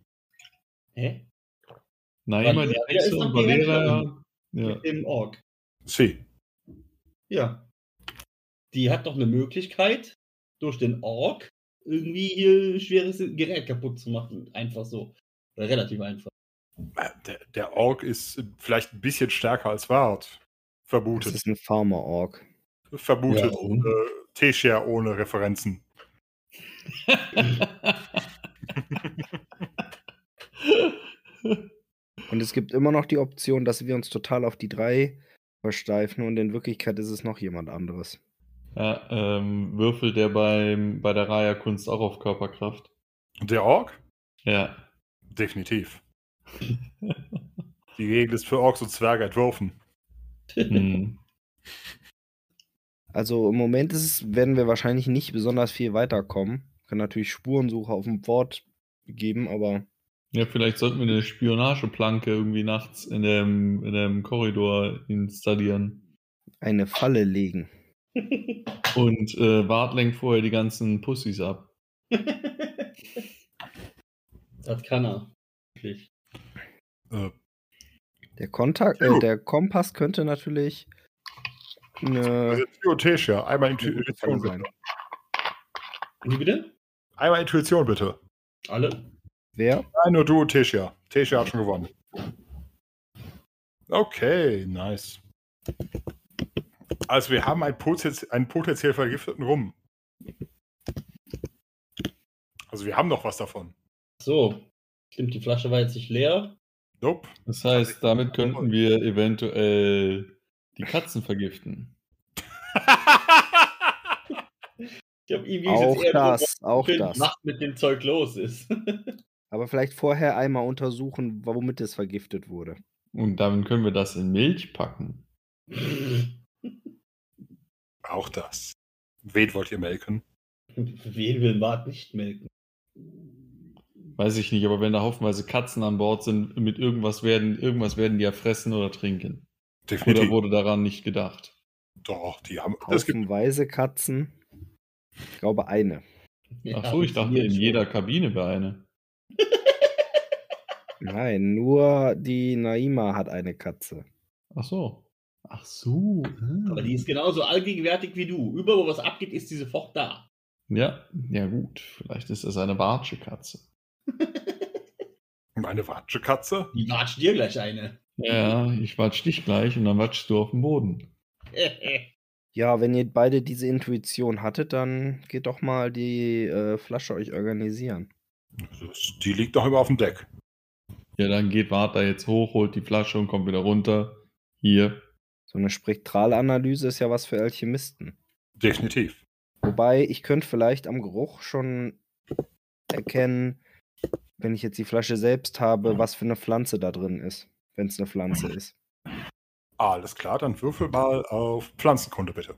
Hä? Naima, die Valeria Hexe ist und doch die Valeria. Händlerin. Ja. Mit dem Ork. Sie. Ja. Die hat doch eine Möglichkeit, durch den Ork irgendwie hier schweres Gerät kaputt zu machen. Einfach so. Oder relativ einfach. Äh, Der, der Ork ist vielleicht ein bisschen stärker als Wart. Das Vermutet. ist ein Farmer-Ork. Vermutet. Ja, und? äh, Teschia ohne Referenzen. Und es gibt immer noch die Option, dass wir uns total auf die drei versteifen und in Wirklichkeit ist es noch jemand anderes. Ja, ähm, würfelt der beim, bei der Raya-Kunst auch auf Körperkraft? Der Ork? Ja. Definitiv. Die Regel ist für Orks und Zwerge entworfen. Hm. Also im Moment ist es, werden wir wahrscheinlich nicht besonders viel weiterkommen. Kann natürlich Spurensuche auf dem Pfad geben, aber Ja, vielleicht sollten wir eine Spionageplanke irgendwie nachts in dem, in dem Korridor installieren. eine Falle legen. Und äh, Wart lenkt vorher die ganzen Pussys ab. Das kann er. Wirklich. Äh, Der Kontakt, äh, der Kompass könnte natürlich eine, also Tio und Teschia, einmal eine gute Intuition Falle bitte. sein. Wie bitte? Einmal Intuition bitte. Alle? Wer? Nein, nur du und Teschia. Teschia hat schon gewonnen. Okay, nice. Also wir haben einen, potenz einen potenziell vergifteten Rum. Also wir haben noch was davon. So. Stimmt, die Flasche war jetzt nicht leer. Nope. Das heißt, damit könnten wir eventuell die Katzen vergiften. Ich habe ihm Auch das, auch was das. Nacht mit dem Zeug los ist. Aber vielleicht vorher einmal untersuchen, womit es vergiftet wurde. Und damit können wir das in Milch packen. Auch das. Wen wollt ihr melken? Wen will Bart nicht melken? Weiß ich nicht, aber wenn da haufenweise Katzen an Bord sind, mit irgendwas werden, irgendwas werden die ja fressen oder trinken. Definitiv. Oder wurde daran nicht gedacht? Doch, die haben. Es gibt Haufenweise Katzen. Ich glaube eine. Ach so, ich dachte, in jeder Kabine wäre eine. Nein, nur die Naima hat eine Katze. Ach so. Ach so. Aber die ist genauso allgegenwärtig wie du. Überall, wo was abgeht, ist sie sofort da. Ja, ja gut. Vielleicht ist das eine Watschekatze. Meine Watschekatze? Die watscht dir gleich eine. Ja, ich watsch dich gleich und dann watschst du auf den Boden. Ja, wenn ihr beide diese Intuition hattet, dann geht doch mal die äh, Flasche euch organisieren. Das, die liegt doch immer auf dem Deck. Ja, dann geht Wart jetzt hoch, holt die Flasche und kommt wieder runter. Hier. So eine Spektralanalyse ist ja was für Alchemisten. Definitiv. Wobei, ich könnte vielleicht am Geruch schon erkennen, wenn ich jetzt die Flasche selbst habe, was für eine Pflanze da drin ist, wenn es eine Pflanze ist. Alles klar, dann würfel mal auf Pflanzenkunde, bitte.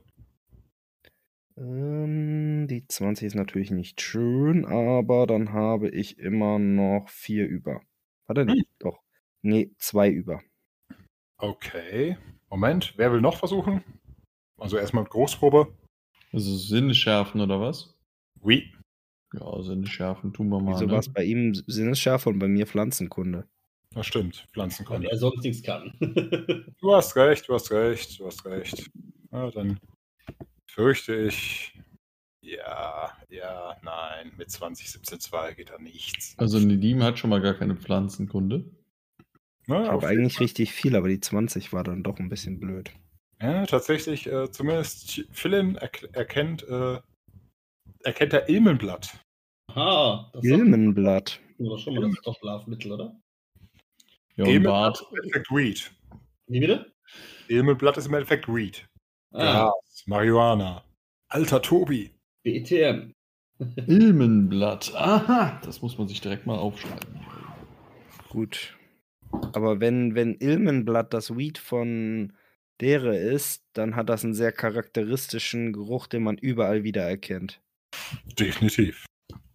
Ähm, die zwanzig ist natürlich nicht schön, aber dann habe ich immer noch vier über. Warte, nicht, doch. Nee, zwei über. Okay. Moment, wer will noch versuchen? Also erstmal mit Großprobe. Also Sinne schärfen oder was? Oui. Ja, Sinne schärfen tun wir mal. Wieso Ne? war es bei ihm Sinnesschärfe und bei mir Pflanzenkunde? Das stimmt, Weil Pflanzenkunde. er sonst nichts kann. Du hast recht, du hast recht, du hast recht. Ja, dann fürchte ich. Ja, ja, nein, mit zwanzig siebzehn zwei geht da nichts. Also Nedim hat schon mal gar keine Pflanzenkunde. Na, Ich auf habe jeden eigentlich richtig viel, aber die zwanzig war dann doch ein bisschen blöd. Ja, tatsächlich, äh, zumindest Philin erk- erkennt, äh, erkennt er Ilmenblatt. Aha, das Ilmenblatt. war schon mal das Stoffschlafmittel, oder? Ja, und Ilmenblatt Bart, ist im Endeffekt Weed. Wie bitte? Ilmenblatt ist im Endeffekt Weed. Ah, Gras, Marihuana. Alter Tobi. B E T M. Ilmenblatt. Aha, das muss man sich direkt mal aufschreiben. Gut. Aber wenn, wenn Ilmenblatt das Weed von Dere ist, dann hat das einen sehr charakteristischen Geruch, den man überall wiedererkennt. Definitiv.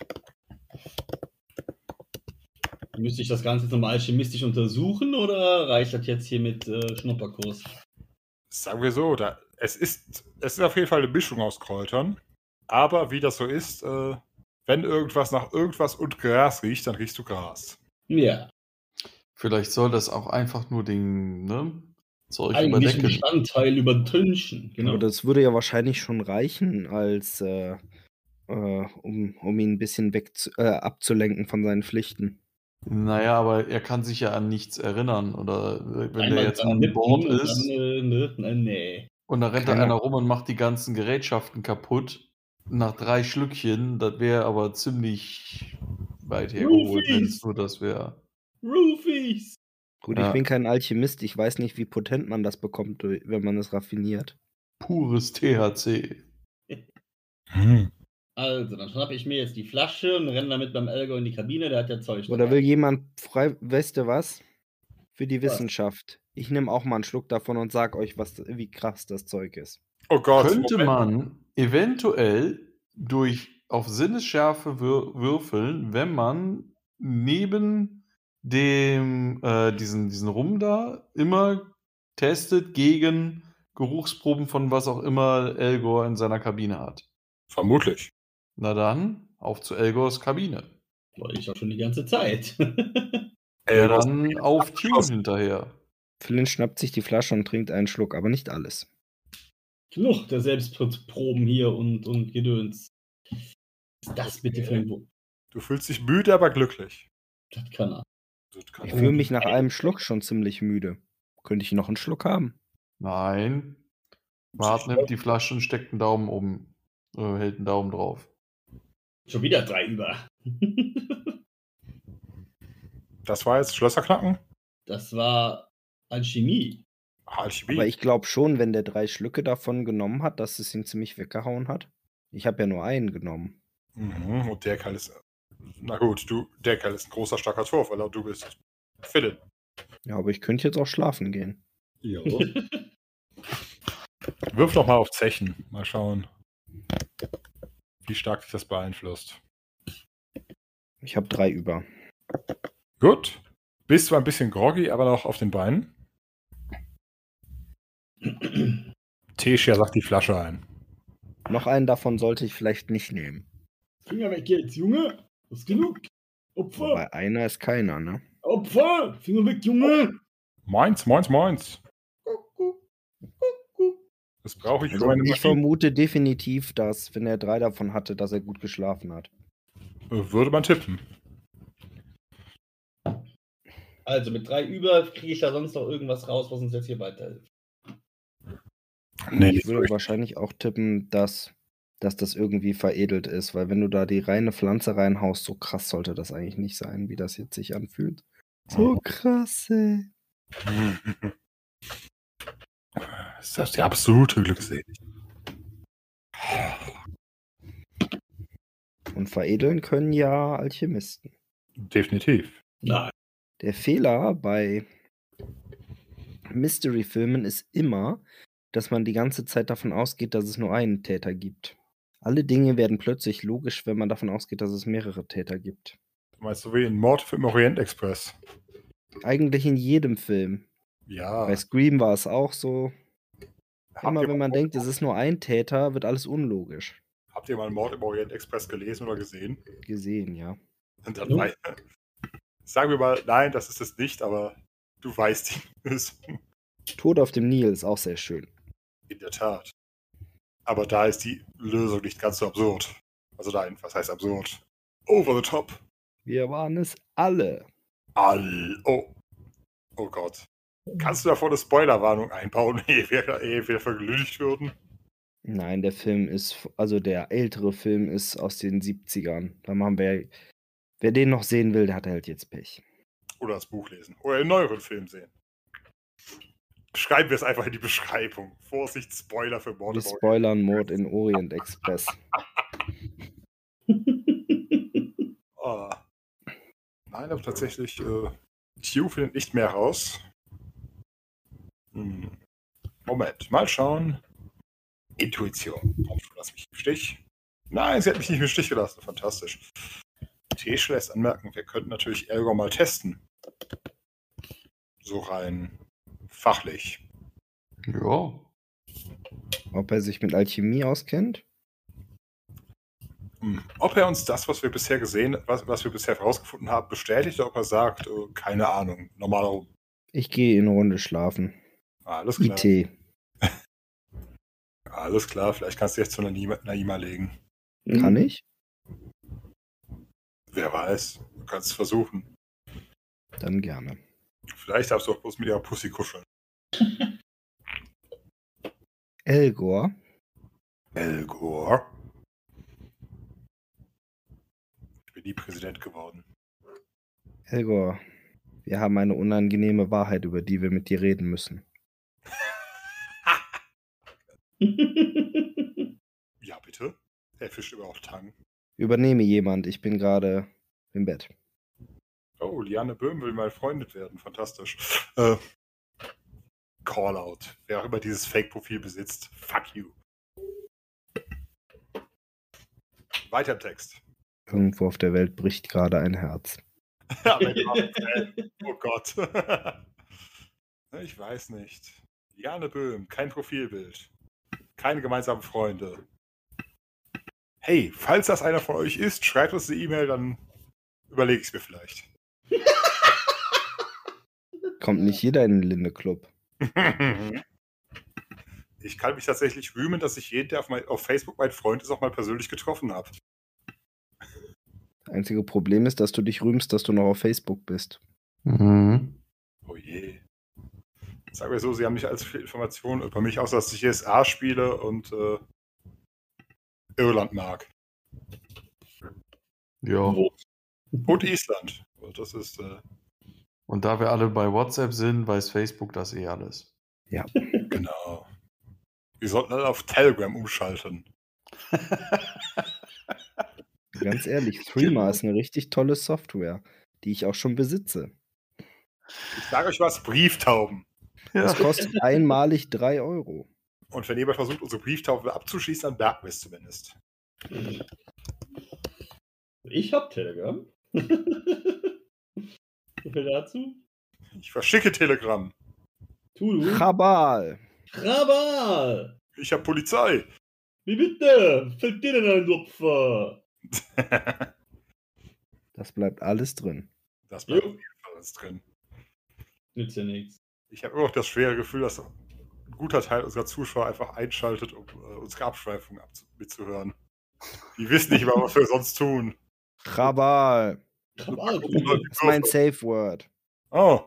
Müsste ich das Ganze jetzt nochmal alchemistisch untersuchen oder reicht das jetzt hier mit äh, Schnupperkurs? Sagen wir so, da, es, ist, es ist auf jeden Fall eine Mischung aus Kräutern. Aber wie das so ist, äh, wenn irgendwas nach irgendwas und Gras riecht, dann riechst du Gras. Ja, Vielleicht soll das auch einfach nur den ne, Zeug eigentlich überdecken. Bestandteil übertünchen. Genau. Aber das würde ja wahrscheinlich schon reichen, als äh, äh, um, um ihn ein bisschen weg zu, äh, abzulenken von seinen Pflichten. Naja, aber er kann sich ja an nichts erinnern. Oder äh, wenn Einmal der jetzt dran an nippen Bord und ist Dann, äh, ne, ne, nee. und dann rennt da Keiner- einer rum und macht die ganzen Gerätschaften kaputt. Nach drei Schlückchen, das wäre aber ziemlich weit hergeholt, wenn es Roofies! nur das wäre. Roofies! Gut, Ja. ich bin kein Alchemist, ich weiß nicht, wie potent man das bekommt, wenn man es raffiniert. Pures T H C. Hm. Also, dann schnappe ich mir jetzt die Flasche und renne damit beim Elgo in die Kabine, der hat ja Zeug Oder dabei. will jemand frei, weißt du was? Für die Was? Wissenschaft. Ich nehme auch mal einen Schluck davon und sag euch, was, wie krass das Zeug ist. Oh Gott. Könnte Moment. man eventuell durch auf Sinnesschärfe wür würfeln, wenn man neben dem äh, diesen, diesen Rum da immer testet gegen Geruchsproben von was auch immer Elgor in seiner Kabine hat. Vermutlich. Na dann, auf zu Elgors Kabine. Wollte ich auch schon die ganze Zeit. Ja, Elgors- dann auf Tune hinterher. Flynn schnappt sich die Flasche und trinkt einen Schluck, aber nicht alles. Genug der Selbstproben hier und, und Gedöns. Was ist das bitte für ein Buch? Du fühlst dich müde, aber glücklich. Das kann er. Das kann Ich fühle mich nach einem Schluck schon ziemlich müde. Könnte ich noch einen Schluck haben? Nein. Bart nimmt die Flasche und steckt einen Daumen um. Äh, hält einen Daumen drauf. Schon wieder drei über. Das war jetzt Schlösserknacken? Das war Alchemie. Alchemie. Aber ich glaube schon, wenn der drei Schlücke davon genommen hat, dass es ihn ziemlich weggehauen hat. Ich habe ja nur einen genommen. Mhm, und der Kerl ist. Na gut, du, der Kerl ist ein großer, starker Turf, weil du bist Philin. Ja, aber ich könnte jetzt auch schlafen gehen. Ja. Wirf doch mal auf Zechen. Mal schauen, wie stark dich das beeinflusst. Ich habe drei über. Gut. Bist zwar ein bisschen groggy, aber noch auf den Beinen. Tessia sagt die Flasche ein. Noch einen davon sollte ich vielleicht nicht nehmen. Finger weg jetzt, Junge. Das ist genug. Opfer. Wobei einer ist keiner, ne? Opfer! Finger weg, Junge! Meins, meins, meins. Das brauche ich für Also meine ich Magie. vermute definitiv, dass, wenn er drei davon hatte, dass er gut geschlafen hat. Würde man tippen. Also mit drei über kriege ich da sonst noch irgendwas raus, was uns jetzt hier weiterhilft. Nee, Ich würde wahrscheinlich auch tippen, dass, dass das irgendwie veredelt ist, weil wenn du da die reine Pflanze reinhaust, so krass sollte das eigentlich nicht sein, wie das jetzt sich anfühlt. So krass, ey. Ist das die absolute Glückseligkeit? Und veredeln können ja Alchemisten. Definitiv. Nein. Der Fehler bei Mystery-Filmen ist immer, dass man die ganze Zeit davon ausgeht, dass es nur einen Täter gibt. Alle Dinge werden plötzlich logisch, wenn man davon ausgeht, dass es mehrere Täter gibt. Du meinst so wie in Mord im Orient Express? Eigentlich in jedem Film. Ja. Bei Scream war es auch so. Habt Immer ihr wenn mal- man denkt, es ist nur ein Täter, wird alles unlogisch. Habt ihr mal Mord im Orient Express gelesen oder gesehen? Gesehen, ja. Und dann Ja. wei- Sagen wir mal, nein, das ist es nicht, aber du weißt es. Tod auf dem Nil ist auch sehr schön. In der Tat. Aber da ist die Lösung nicht ganz so absurd. Also nein, was heißt absurd? Over the top. Wir waren es alle. All. Oh. Oh Gott. Kannst du davor eine Spoilerwarnung einbauen, ehe wir, ehe wir verglüdigt würden? Nein, der Film ist, also der ältere Film ist aus den siebzigern. Da machen wir, wer den noch sehen will, der hat halt jetzt Pech. Oder das Buch lesen. Oder einen neueren Film sehen. Schreiben wir es einfach in die Beschreibung. Vorsicht, Spoiler für Mord Wir im Orient. spoilern Mord in Orient Express. Oh. Nein, aber tatsächlich, äh, Q findet nicht mehr raus. Hm. Moment, mal schauen. Intuition. Hoffentlich lass mich im Stich. Nein, sie hat mich nicht im Stich gelassen. Fantastisch. Tesche lässt anmerken, wir könnten natürlich Elgor mal testen. So rein fachlich. Ja. Ob er sich mit Alchemie auskennt? Hm. Ob er uns das, was wir bisher gesehen, was, was wir bisher herausgefunden haben, bestätigt, oder ob er sagt, äh, keine Ahnung, normal rum. Ich gehe in eine Runde schlafen. Alles klar. I T. Alles klar, vielleicht kannst du jetzt zu Naima, Naima legen. Kann ich? Wer weiß, du kannst es versuchen. Dann gerne. Vielleicht darfst du auch bloß mit ihrer Pussy kuscheln. Elgor? Elgor? Ich bin nie Präsident geworden. Elgor, wir haben eine unangenehme Wahrheit, über die wir mit dir reden müssen. Ja, bitte. Er fischt über auch Tang. Übernehme jemand, ich bin gerade im Bett. Oh, Liane Böhm will mal freundet werden. Fantastisch. Äh, Callout. Wer auch immer dieses Fake-Profil besitzt, fuck you. Weiter im Text. Irgendwo auf der Welt bricht gerade ein Herz. Ja, wenn du mal- oh Gott. Ich weiß nicht. Liane Böhm, kein Profilbild. Keine gemeinsamen Freunde. Hey, falls das einer von euch ist, schreibt uns eine E-Mail, dann überlege ich es mir vielleicht. Kommt nicht jeder in den Linde-Club. Ich kann mich tatsächlich rühmen, dass ich jeden, der auf, mein, auf Facebook mein Freund ist, auch mal persönlich getroffen habe. Einzige Problem ist, dass du dich rühmst, dass du noch auf Facebook bist. Mhm. Oh je. Sagen wir so, sie haben nicht allzu viel Informationen über mich, außer dass ich S A spiele und äh, Irland mag. Ja. Und Island. Und das ist. Äh, Und da wir alle bei WhatsApp sind, weiß Facebook das eh alles. genau. Wir sollten alle auf Telegram umschalten. Ganz ehrlich, Threema ist eine richtig tolle Software, die ich auch schon besitze. Ich sage euch was: Brieftauben. Das kostet einmalig drei Euro. Und wenn jemand versucht, unsere Brieftauben abzuschießen, dann merken wir es zumindest. Ich hab Telegram. So viel dazu? Ich verschicke Telegram. Tu du. Chabal! Rabal! Ich habe Polizei. Wie bitte? Fällt dir denn ein Opfer? Das bleibt alles drin. Das bleibt Jo. auf jeden Fall alles drin. Nützt ja nichts. Ich habe immer noch das schwere Gefühl, dass ein guter Teil unserer Zuschauer einfach einschaltet, um äh, unsere Abschweifungen abzu- mitzuhören. Die wissen nicht mal, was wir sonst tun. Chabal. Kabal. Das ist mein Safe Word. Oh,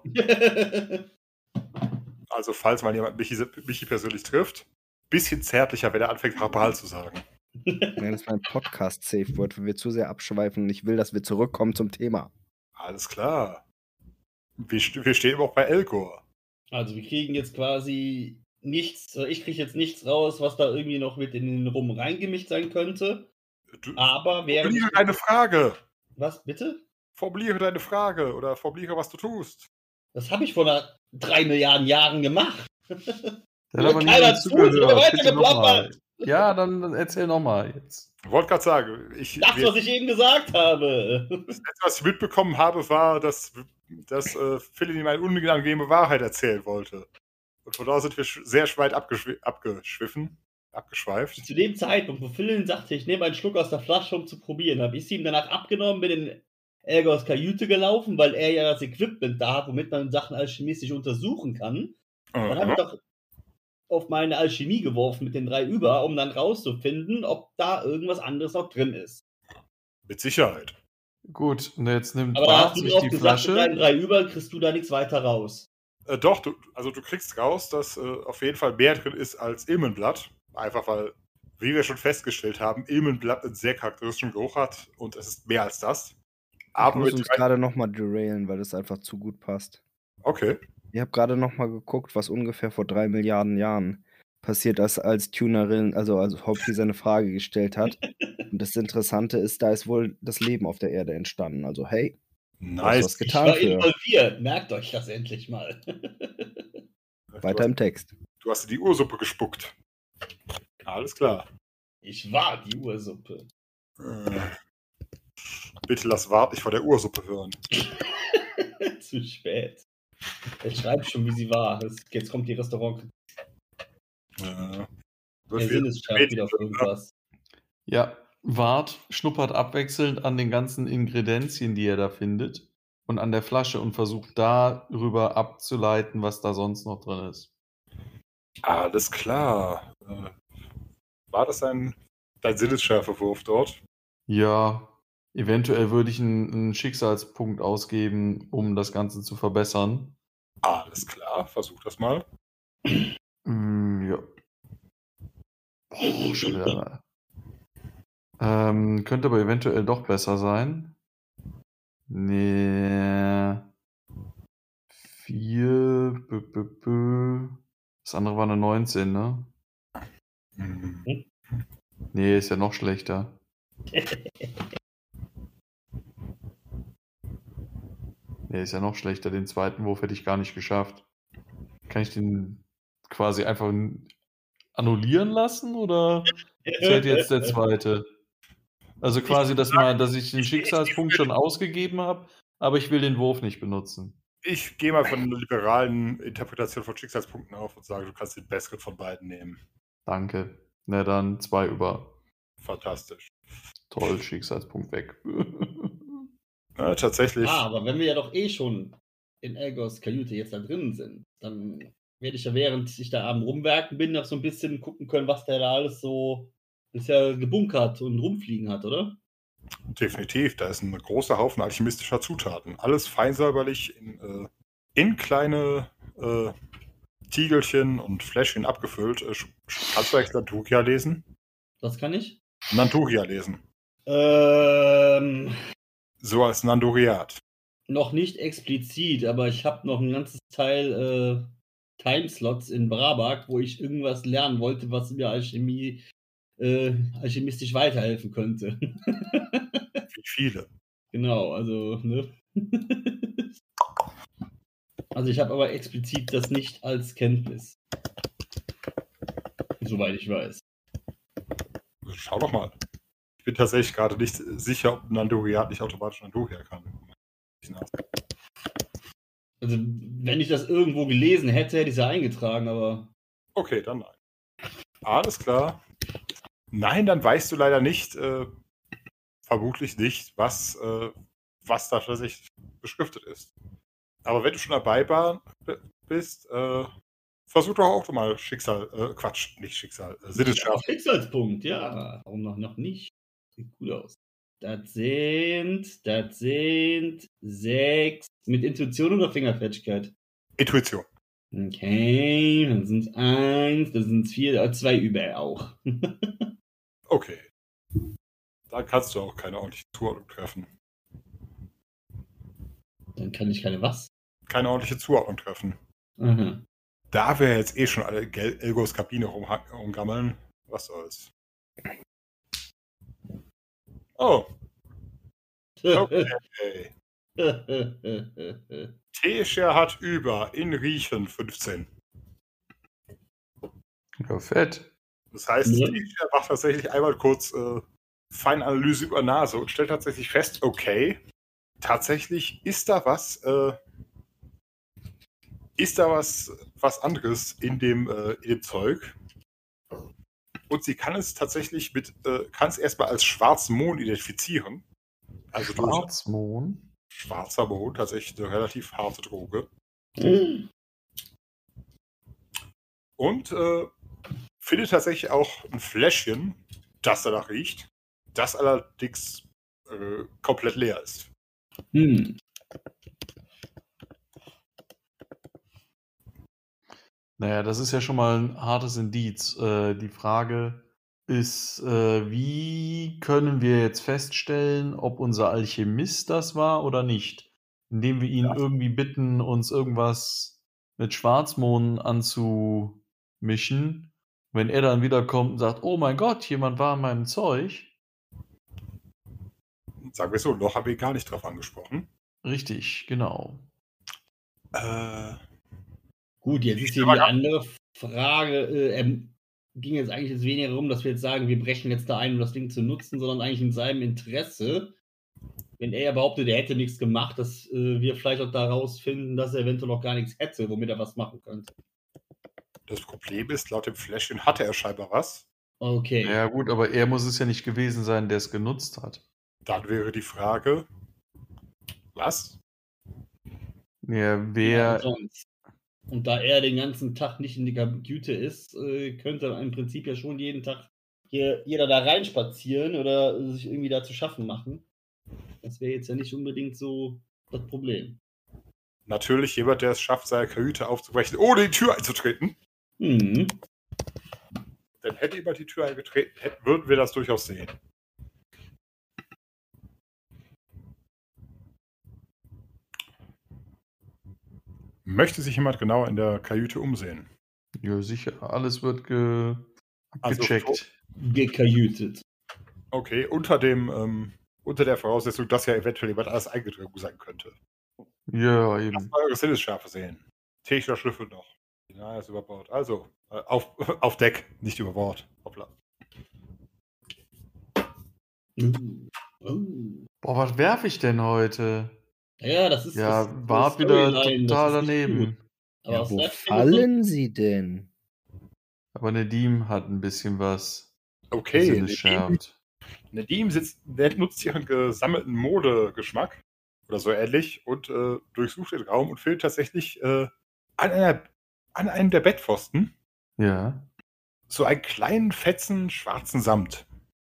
also falls mal jemand Michi, Michi persönlich trifft, bisschen zärtlicher, wenn er anfängt, Rabal zu sagen. Nein, das ist mein Podcast-Safe Word, wenn wir zu sehr abschweifen und ich will, dass wir zurückkommen zum Thema. Alles klar. Wir, st- wir stehen aber auch bei Elgor. Also wir kriegen jetzt quasi nichts, äh, ich kriege jetzt nichts raus, was da irgendwie noch mit in den Rum reingemischt sein könnte. Du, Aber während formuliere ich- deine Frage. Was, bitte? Formuliere deine Frage oder formuliere, was du tust. Das habe ich vor einer drei Milliarden Jahren gemacht. Der hat Ja, aber keiner niemand tut, wird zugehört. weiter Bitte nochmal. geplappert. Ja, dann, dann erzähl nochmal jetzt. Ich wollte gerade sagen, ich, Das, wir- was ich eben gesagt habe. das Letzte, was ich mitbekommen habe, war, dass, dass äh, Philipp ihm eine unangenehme Wahrheit erzählen wollte. Und von da sind wir sch- sehr weit abgeschw abgeschwiffen, abgeschweift. Zu dem Zeitpunkt, wo Philin sagte, ich nehme einen Schluck aus der Flasche, um zu probieren, habe ich sie ihm danach abgenommen, bin in Elgors Kajüte gelaufen, weil er ja das Equipment da hat, womit man Sachen alchemistisch untersuchen kann. Dann habe ich doch auf meine Alchemie geworfen mit den drei über, um dann rauszufinden, ob da irgendwas anderes noch drin ist. Mit Sicherheit. Gut, und jetzt nimmt Aber da Bart hast du sich auch die gesagt, mit deinen Flasche. drei über kriegst du da nichts weiter raus. Äh, doch, du, also du kriegst raus, dass äh, auf jeden Fall mehr drin ist als Ilmenblatt. Einfach weil, wie wir schon festgestellt haben, Ilmenblatt einen sehr charakteristischen Geruch hat und es ist mehr als das. Ich Aber muss mit uns drei- gerade nochmal derailen, weil das einfach zu gut passt. Okay. Ich habe gerade nochmal geguckt, was ungefähr vor drei Milliarden Jahren passiert ist, als Tunerin, also als Hoppy seine Frage gestellt hat. Und das Interessante ist, da ist wohl das Leben auf der Erde entstanden. Also hey, du hast Nice. was Ich getan war für. involviert. Merkt euch das endlich mal. Weiter du, im hast, Text. du hast in die Ursuppe gespuckt. Alles klar. Ich war die Ursuppe. Äh, bitte lass Wart nicht vor der Ursuppe hören. Zu spät. Er schreibt schon, wie sie war. Es- Jetzt kommt die Restaurant. Äh, Der wird Sinn viel- ist scharf wieder auf irgendwas. Ja, Wart schnuppert abwechselnd an den ganzen Ingredienzien, die er da findet, und an der Flasche und versucht darüber abzuleiten, was da sonst noch drin ist. Alles klar. Äh, war das dein, dein Sinnesschärfewurf dort? Ja, eventuell würde ich einen, einen Schicksalspunkt ausgeben, um das Ganze zu verbessern. Alles klar, versuch das mal. Mm, ja. Oh, schon wieder. Ähm, könnte aber eventuell doch besser sein. Nee. Vier. Bö, bö, bö. Das andere war eine neunzehn, ne? Hm. Nee, ist ja noch schlechter. Nee, ist ja noch schlechter. Den zweiten Wurf hätte ich gar nicht geschafft. Kann ich den quasi einfach n- annullieren lassen oder zählt jetzt der zweite? Also quasi, dass, man, dass ich den Schicksalspunkt schon ausgegeben habe, aber ich will den Wurf nicht benutzen. Ich gehe mal von einer liberalen Interpretation von Schicksalspunkten auf und sage, du kannst den besseren von beiden nehmen. Danke. Na dann zwei über. Fantastisch. Toll, Schicksalspunkt weg. Ja, tatsächlich. Ah, aber wenn wir ja doch eh schon in Elgors Kajüte jetzt da drin sind, dann werde ich ja, während ich da am Rumwerken bin, noch so ein bisschen gucken können, was der da alles so bisher gebunkert und rumfliegen hat, oder? Definitiv, da ist ein großer Haufen alchemistischer Zutaten. Alles feinsäuberlich in, äh, in kleine äh, Tiegelchen und Fläschchen abgefüllt. Äh, sch- kannst du eigentlich Nanturia lesen? Was kann ich? Nanturia lesen. Ähm, So als Nandoriat. noch nicht explizit, aber ich habe noch ein ganzes Teil äh, Timeslots in Brabak, wo ich irgendwas lernen wollte, was mir Alchemie äh, alchemistisch weiterhelfen könnte. Wie viele. Genau, also, ne? Also ich habe aber explizit das nicht als Kenntnis. Soweit ich weiß. Schau doch mal. Ich bin tatsächlich gerade nicht sicher, ob Nandoriat nicht automatisch Nandoria kann. Also, wenn ich das irgendwo gelesen hätte, hätte ich es ja eingetragen, aber. Okay, dann nein. Alles klar. Nein, dann weißt du leider nicht, äh, vermutlich nicht, was, äh, was da tatsächlich beschriftet ist. Aber wenn du schon dabei war, b- bist, äh, versuch doch auch mal Schicksal, äh, Quatsch, nicht Schicksal, äh, Sinnesschärfe. Schicksalspunkt, ja. Warum noch, noch nicht? Sieht cool aus. Das sind, das sind sechs. Mit Intuition oder Fingerfertigkeit? Intuition. Okay, dann sind es eins, dann sind es vier, äh, zwei über auch. Okay. Da kannst du auch keine ordentliche Zuordnung treffen. Dann kann ich keine was? Keine ordentliche Zuordnung treffen. Aha. Da wir jetzt eh schon alle in Gel- Elgos Kabine rumha- rumgammeln, was soll's. Oh, okay. Tescher hat über in Riechen fünfzehn. Ja, fett. Das heißt, Ja. Tescher macht tatsächlich einmal kurz äh, Feinanalyse über Nase und stellt tatsächlich fest, okay, tatsächlich ist da was, äh, ist da was, was anderes in dem, äh, in dem Zeug. Und sie kann es tatsächlich mit, äh, kann es erstmal als schwarzen Mond identifizieren. Also durch Schwarzmohn. schwarzer Mond, tatsächlich eine relativ harte Droge. Und äh, findet tatsächlich auch ein Fläschchen, das danach riecht, das allerdings äh, komplett leer ist. Hm. Naja, das ist ja schon mal ein hartes Indiz. Äh, die Frage ist, äh, wie können wir jetzt feststellen, ob unser Alchemist das war oder nicht? Indem wir ihn Ja. irgendwie bitten, uns irgendwas mit Schwarzmohn anzumischen. Wenn er dann wiederkommt und sagt, oh mein Gott, jemand war in meinem Zeug. Sagen wir so, noch haben wir gar nicht drauf angesprochen. Richtig, genau. Äh, Gut, jetzt ist hier die andere Frage. Äh, ähm, ging jetzt eigentlich jetzt weniger darum, dass wir jetzt sagen, wir brechen jetzt da ein, um das Ding zu nutzen, sondern eigentlich in seinem Interesse. Wenn er ja behauptet, er hätte nichts gemacht, dass äh, wir vielleicht auch daraus finden, dass er eventuell noch gar nichts hätte, womit er was machen könnte. das Problem ist, laut dem Fläschchen hatte er scheinbar was. Okay. Ja gut, aber er muss es ja nicht gewesen sein, der es genutzt hat. Dann wäre die Frage, was? Ja, Ja, wer... sonst. Und da er den ganzen Tag nicht in die Kajüte ist, äh, könnte im Prinzip ja schon jeden Tag hier jeder da reinspazieren oder sich irgendwie da zu schaffen machen. Das wäre jetzt ja nicht unbedingt so das Problem. Natürlich jemand, der es schafft, seine Kajüte aufzubrechen, ohne die Tür einzutreten. Hm. Denn hätte jemand die Tür eingetreten, hätten, würden wir das durchaus sehen. Möchte sich jemand genauer in der Kajüte umsehen? Ja, sicher. Alles wird ge Also gecheckt. Gekajütet. Okay, unter dem, ähm, unter der Voraussetzung, dass ja eventuell jemand alles eingedrungen sein könnte. Ja, Lass eben. mal eure Sinnesschärfe sehen. Techner schlüffelt noch. Ja, ist über Bord. Also, äh, auf, auf Deck, nicht über Bord. Hoppla. Uh. Uh. Boah, was werfe ich denn heute? Ja, das ist Ja, das, wart wieder Storyline, das total ist nicht gut. daneben. Aber Ja, aus wo der fallen sie denn? Aber Nedim hat ein bisschen was Okay, Sinne Nedim, schärft. Nedim sitzt, der nutzt ihren gesammelten Modegeschmack oder so ähnlich und äh, durchsucht den Raum und findet tatsächlich äh, an, einer, an einem der Bettpfosten Ja. so einen kleinen, fetzen, schwarzen Samt.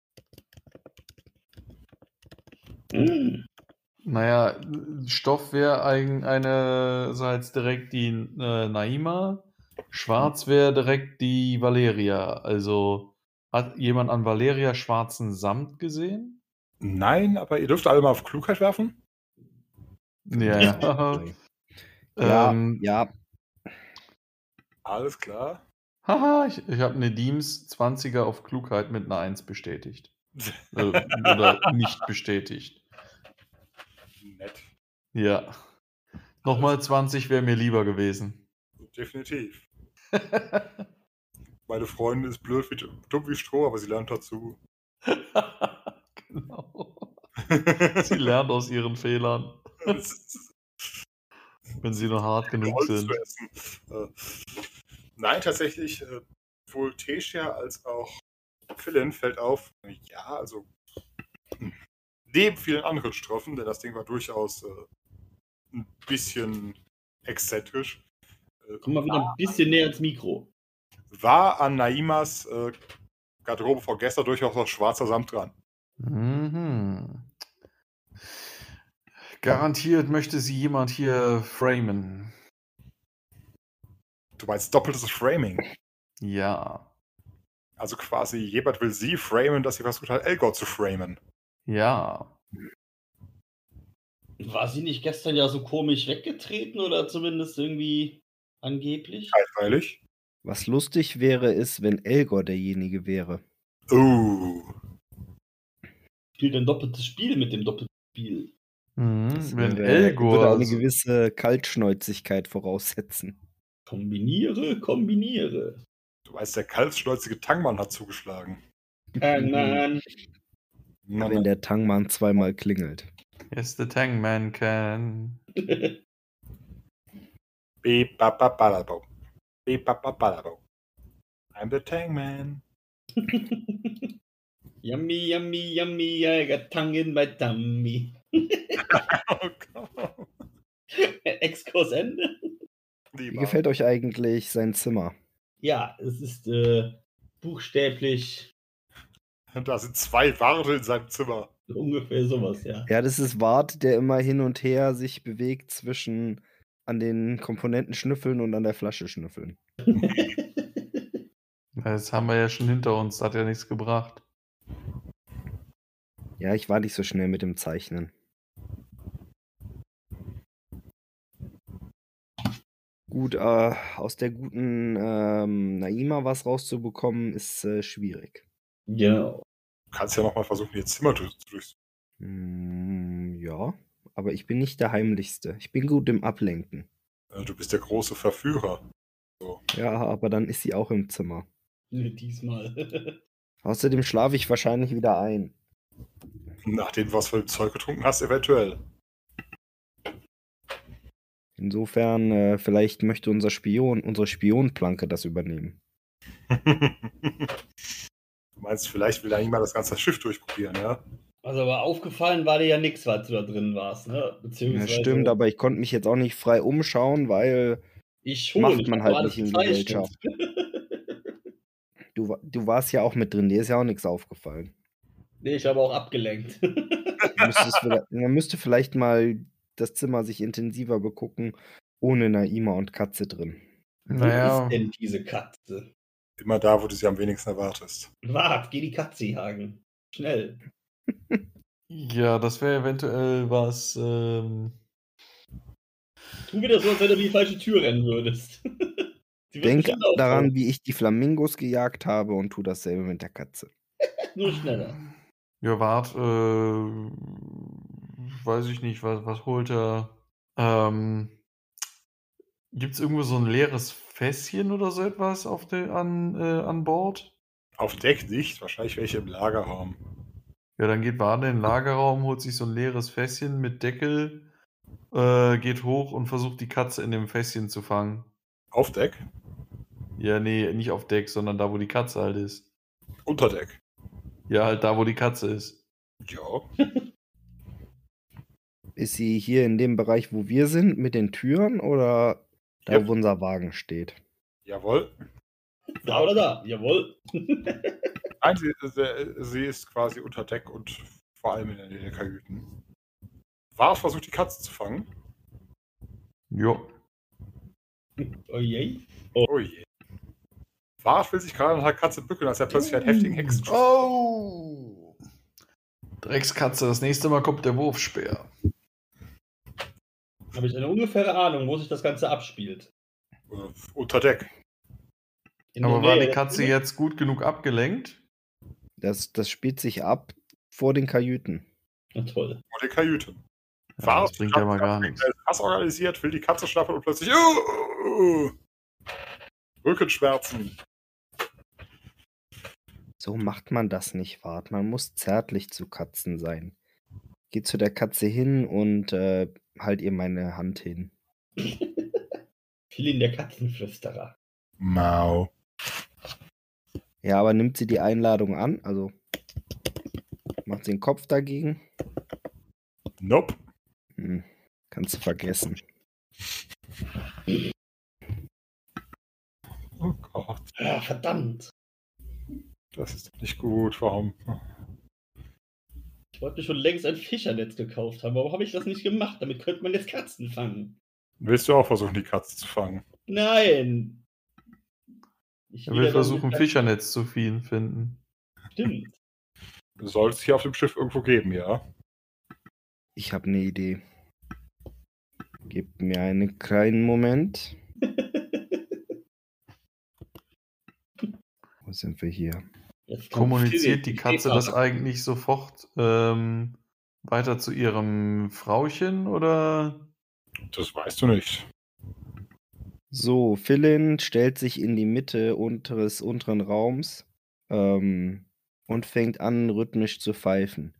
Hm. Naja, Stoff wäre ein, einerseits direkt die äh, Naima, schwarz wäre direkt die Valeria. Also hat jemand an Valeria schwarzen Samt gesehen? Nein, aber ihr dürft alle mal auf Klugheit werfen. Ja, ja. Ja, ähm, ja. Alles klar. Haha, ich, ich habe Nedims zwanziger auf Klugheit mit einer eins bestätigt. Äh, oder nicht bestätigt. Nett. Ja. Nochmal zwanzig wäre mir lieber gewesen. Definitiv. Meine Freundin ist blöd wie dumm wie Stroh, aber sie lernt dazu. Genau. Sie lernt aus ihren Fehlern, wenn sie nur hart genug Holz sind. zu essen. Äh, Nein, tatsächlich, äh, sowohl Tessia als auch Philin fällt auf, ja, also hm, neben vielen anderen Stoffen, denn das Ding war durchaus äh, ein bisschen exzentrisch. Äh, Komm mal wieder ein bisschen näher ins Mikro. War an Naimas äh, Garderobe von gestern durchaus noch schwarzer Samt dran. Mhm. Garantiert möchte sie jemand hier framen. Du meinst doppeltes Framing. Ja. Also quasi jemand will sie framen, dass sie versucht hat, Elgor zu framen. Ja. War sie nicht gestern ja so komisch weggetreten oder zumindest irgendwie angeblich? Freilich. Was lustig wäre, ist, wenn Elgor derjenige wäre. Oh. Spielt ein doppeltes Spiel mit dem doppelten Spiel. Mhm. Das Wenn wäre- Elgor. würde auch eine also- gewisse Kaltschnäuzigkeit voraussetzen. Kombiniere, kombiniere. Du weißt, der kaltschnäuzige Tangmann hat zugeschlagen. Hangman. Na, Wenn na. der Tangmann zweimal klingelt. Yes, the Tangman can. Beep, bap, bap, badabo. Beep, bap, bap, badabo. I'm the Tangman. Yummy, yummy, yummy, I got tongue in my tummy. Oh Gott. Exkurs Ende. Wie gefällt euch eigentlich sein Zimmer? Ja, es ist äh, buchstäblich Da sind zwei Warde in seinem Zimmer. ungefähr sowas, ja. Ja, das ist Wart, der immer hin und her sich bewegt zwischen an den Komponenten schnüffeln und an der Flasche schnüffeln. Das haben wir ja schon hinter uns, das hat ja nichts gebracht. Ja, ich war nicht so schnell mit dem Zeichnen. Gut, äh, aus der guten ähm, Naima was rauszubekommen, ist äh, schwierig. Genau. Du kannst ja nochmal versuchen, ihr Zimmer durch, durch. Hm, ja, aber ich bin nicht der Heimlichste. Ich bin gut im Ablenken. Äh, Du bist der große Verführer. Ja, aber dann ist sie auch im Zimmer. Diesmal. Außerdem schlafe ich wahrscheinlich wieder ein. Nachdem du was von dem Zeug getrunken hast, eventuell. Insofern, äh, vielleicht möchte unser Spion, unsere Spionplanke das übernehmen. Du meinst, vielleicht will da jemand das ganze Schiff durchprobieren, ja? Also aber aufgefallen war dir ja nichts, als du da drin warst, ne? Ja, Beziehungsweise stimmt, aber ich konnte mich jetzt auch nicht frei umschauen, weil ich schon. macht ich man hab halt doch alles nicht in gezeichnet. du, wa- du warst ja auch mit drin, dir ist ja auch nichts aufgefallen. Nee, ich habe auch abgelenkt. Du müsstest vielleicht, man müsste vielleicht mal das Zimmer sich intensiver begucken, ohne Naima und Katze drin. Wo Naja. ist denn diese Katze? Immer da, wo du sie am wenigsten erwartest. Wart, geh die Katze jagen. Schnell. Ja, das wäre eventuell was. Ähm, Tu wieder so, als wenn du in die falsche Tür rennen würdest. Sie wird Denk bestimmt auftauchen. daran, wie ich die Flamingos gejagt habe und tu dasselbe mit der Katze. Nur schneller. Ja, wart, äh, weiß ich nicht, was, was holt er? Ähm, Gibt es irgendwo so ein leeres Fässchen oder so etwas auf der, an, äh, an Bord? Auf Deck nicht, wahrscheinlich welche im Lagerraum. Ja, dann geht Wade in den Lagerraum, holt sich so ein leeres Fässchen mit Deckel, äh, geht hoch und versucht die Katze in dem Fässchen zu fangen. Auf Deck? Ja, nee, nicht auf Deck, sondern da, wo die Katze halt ist. Unter Deck. Ja, halt da, wo die Katze ist. Ja. Ist sie hier in dem Bereich, wo wir sind, mit den Türen oder da, Yep. wo unser Wagen steht? Jawohl. Da oder da? Jawohl. Nein, sie, sie, sie ist quasi unter Deck und vor allem in der Nähe der Kajüten. War versucht, die Katze zu fangen. Jo. Oh je. Oh je. War will sich gerade nach der Katze bücken, als er plötzlich einen heftigen Hexenschuss. Oh! Dreckskatze, das nächste Mal kommt der Wurfspeer. Habe ich eine ungefähre Ahnung, wo sich das Ganze abspielt. Äh, unter Deck. In Aber der war Nähe die der Katze Tür? jetzt gut genug abgelenkt? Das, das spielt sich ab vor den Kajüten. Na toll. Vor der Kajüte. Ja, War das bringt ja mal gar nichts. Pass organisiert, will die Katze schnappen und plötzlich. Uh, Rückenschmerzen. So macht man das nicht, Wart. Man muss zärtlich zu Katzen sein. Geh zu der Katze hin und äh, halt ihr meine Hand hin. Philin der Katzenflüsterer. Mau. Ja, aber nimmt sie die Einladung an? Also macht sie den Kopf dagegen? Nope. Hm. Kannst Kannst du vergessen. Oh Gott, Ah, verdammt. das ist doch nicht gut. Warum? Ich wollte schon längst ein Fischernetz gekauft haben. Warum habe ich das nicht gemacht? Damit könnte man jetzt Katzen fangen. Willst du auch versuchen, die Katze zu fangen? Nein. Ich Er will will ja dann versuchen, mit- Fischernetz zu viel finden. Stimmt. Soll es hier auf dem Schiff irgendwo geben, ja? Ich habe eine Idee. Gib mir einen kleinen Moment. Wo sind wir hier? Jetzt kommt Kommuniziert die Philipp, Katze das Seefahrer. eigentlich sofort ähm, weiter zu ihrem Frauchen oder? Das weißt du nicht. So, Philin stellt sich in die Mitte unteres unteren Raums ähm, und fängt an, rhythmisch zu pfeifen.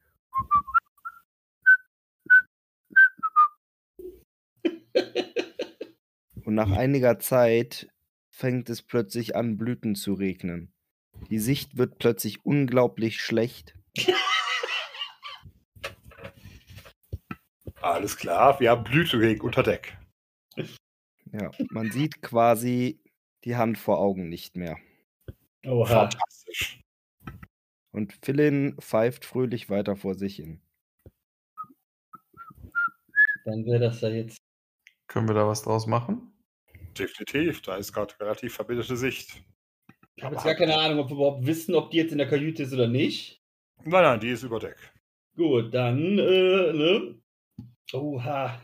Und nach einiger Zeit fängt es plötzlich an, Blüten zu regnen. Die Sicht wird plötzlich unglaublich schlecht. Alles klar, wir haben Blüteregen unter Deck. Ja, man sieht quasi die Hand vor Augen nicht mehr. Oha. Fantastisch. Und Philin pfeift fröhlich weiter vor sich hin. Dann wäre das ja jetzt. Können wir da was draus machen? Definitiv, da ist gerade relativ verbindete Sicht. Ich habe jetzt gar keine Ahnung, ob wir überhaupt wissen, ob die jetzt in der Kajüte ist oder nicht. Nein, nein, die ist über Deck. Gut, dann, äh, ne? Oha.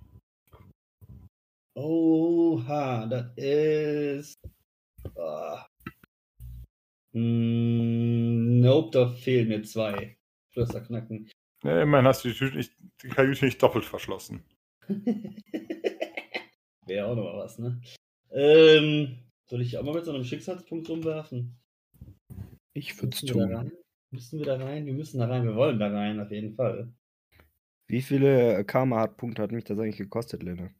Oha, das ist. Ah. Hm, nope, da fehlen mir zwei. Schlösser knacken. Ja, immerhin hast du die, Tüte nicht, die Kajüte nicht doppelt verschlossen. Wäre auch noch mal was, ne? Ähm, soll ich auch mal mit so einem Schicksalspunkt rumwerfen? Ich würde es Müssen wir da tun. rein? Müssen wir da rein? Wir müssen da rein. Wir wollen da rein, auf jeden Fall. Wie viele Karma-Punkte hat mich das eigentlich gekostet, Lenne?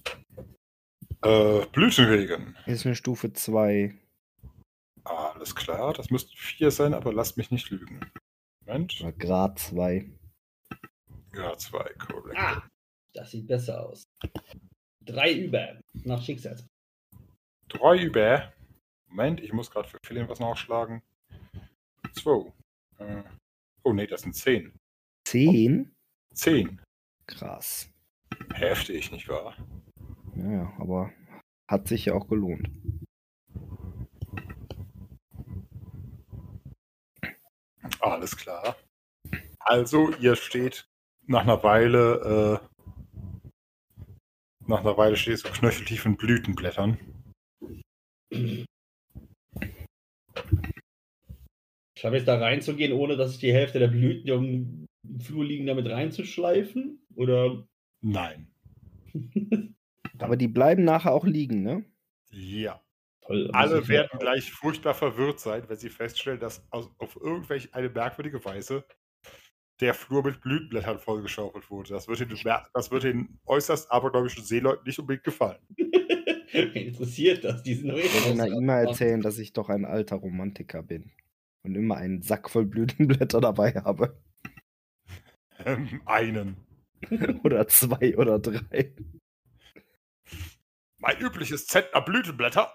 Äh, Blütenregen. Ist eine Stufe zwei. Alles klar, das müssten vier sein, aber lasst mich nicht lügen. Moment. Oder Grad zwei. Ja, zwei, korrekt. Ah, das sieht besser aus. Drei über nach Schicksalspunkt. Drei über. Moment, ich muss gerade für Philin was nachschlagen. Zwei. Äh, oh nee, das sind zehn. Zehn? Zehn. Krass. Heftig, nicht wahr? Naja, aber hat sich ja auch gelohnt. Alles klar. Also, ihr steht nach einer Weile, äh, nach einer Weile steht so knöcheltief in Blütenblättern. Schaffe ich es da reinzugehen, ohne dass ich die Hälfte der Blüten, die im Flur liegen, damit reinzuschleifen? Oder? Nein. Aber die bleiben nachher auch liegen, ne? Ja. Toll. da muss Alle ich- werden gleich furchtbar verwirrt sein, wenn sie feststellen, dass aus, auf irgendwelche eine merkwürdige Weise der Flur mit Blütenblättern vollgeschaufelt wurde. Das wird den, das wird den äußerst abergläubischen Seeleuten nicht unbedingt gefallen. Wen interessiert das? Die sind doch eh Ich will raus. immer erzählen, dass ich doch ein alter Romantiker bin. Und immer einen Sack voll Blütenblätter dabei habe. Ähm, einen. Oder zwei oder drei. Mein übliches Zentner Blütenblätter.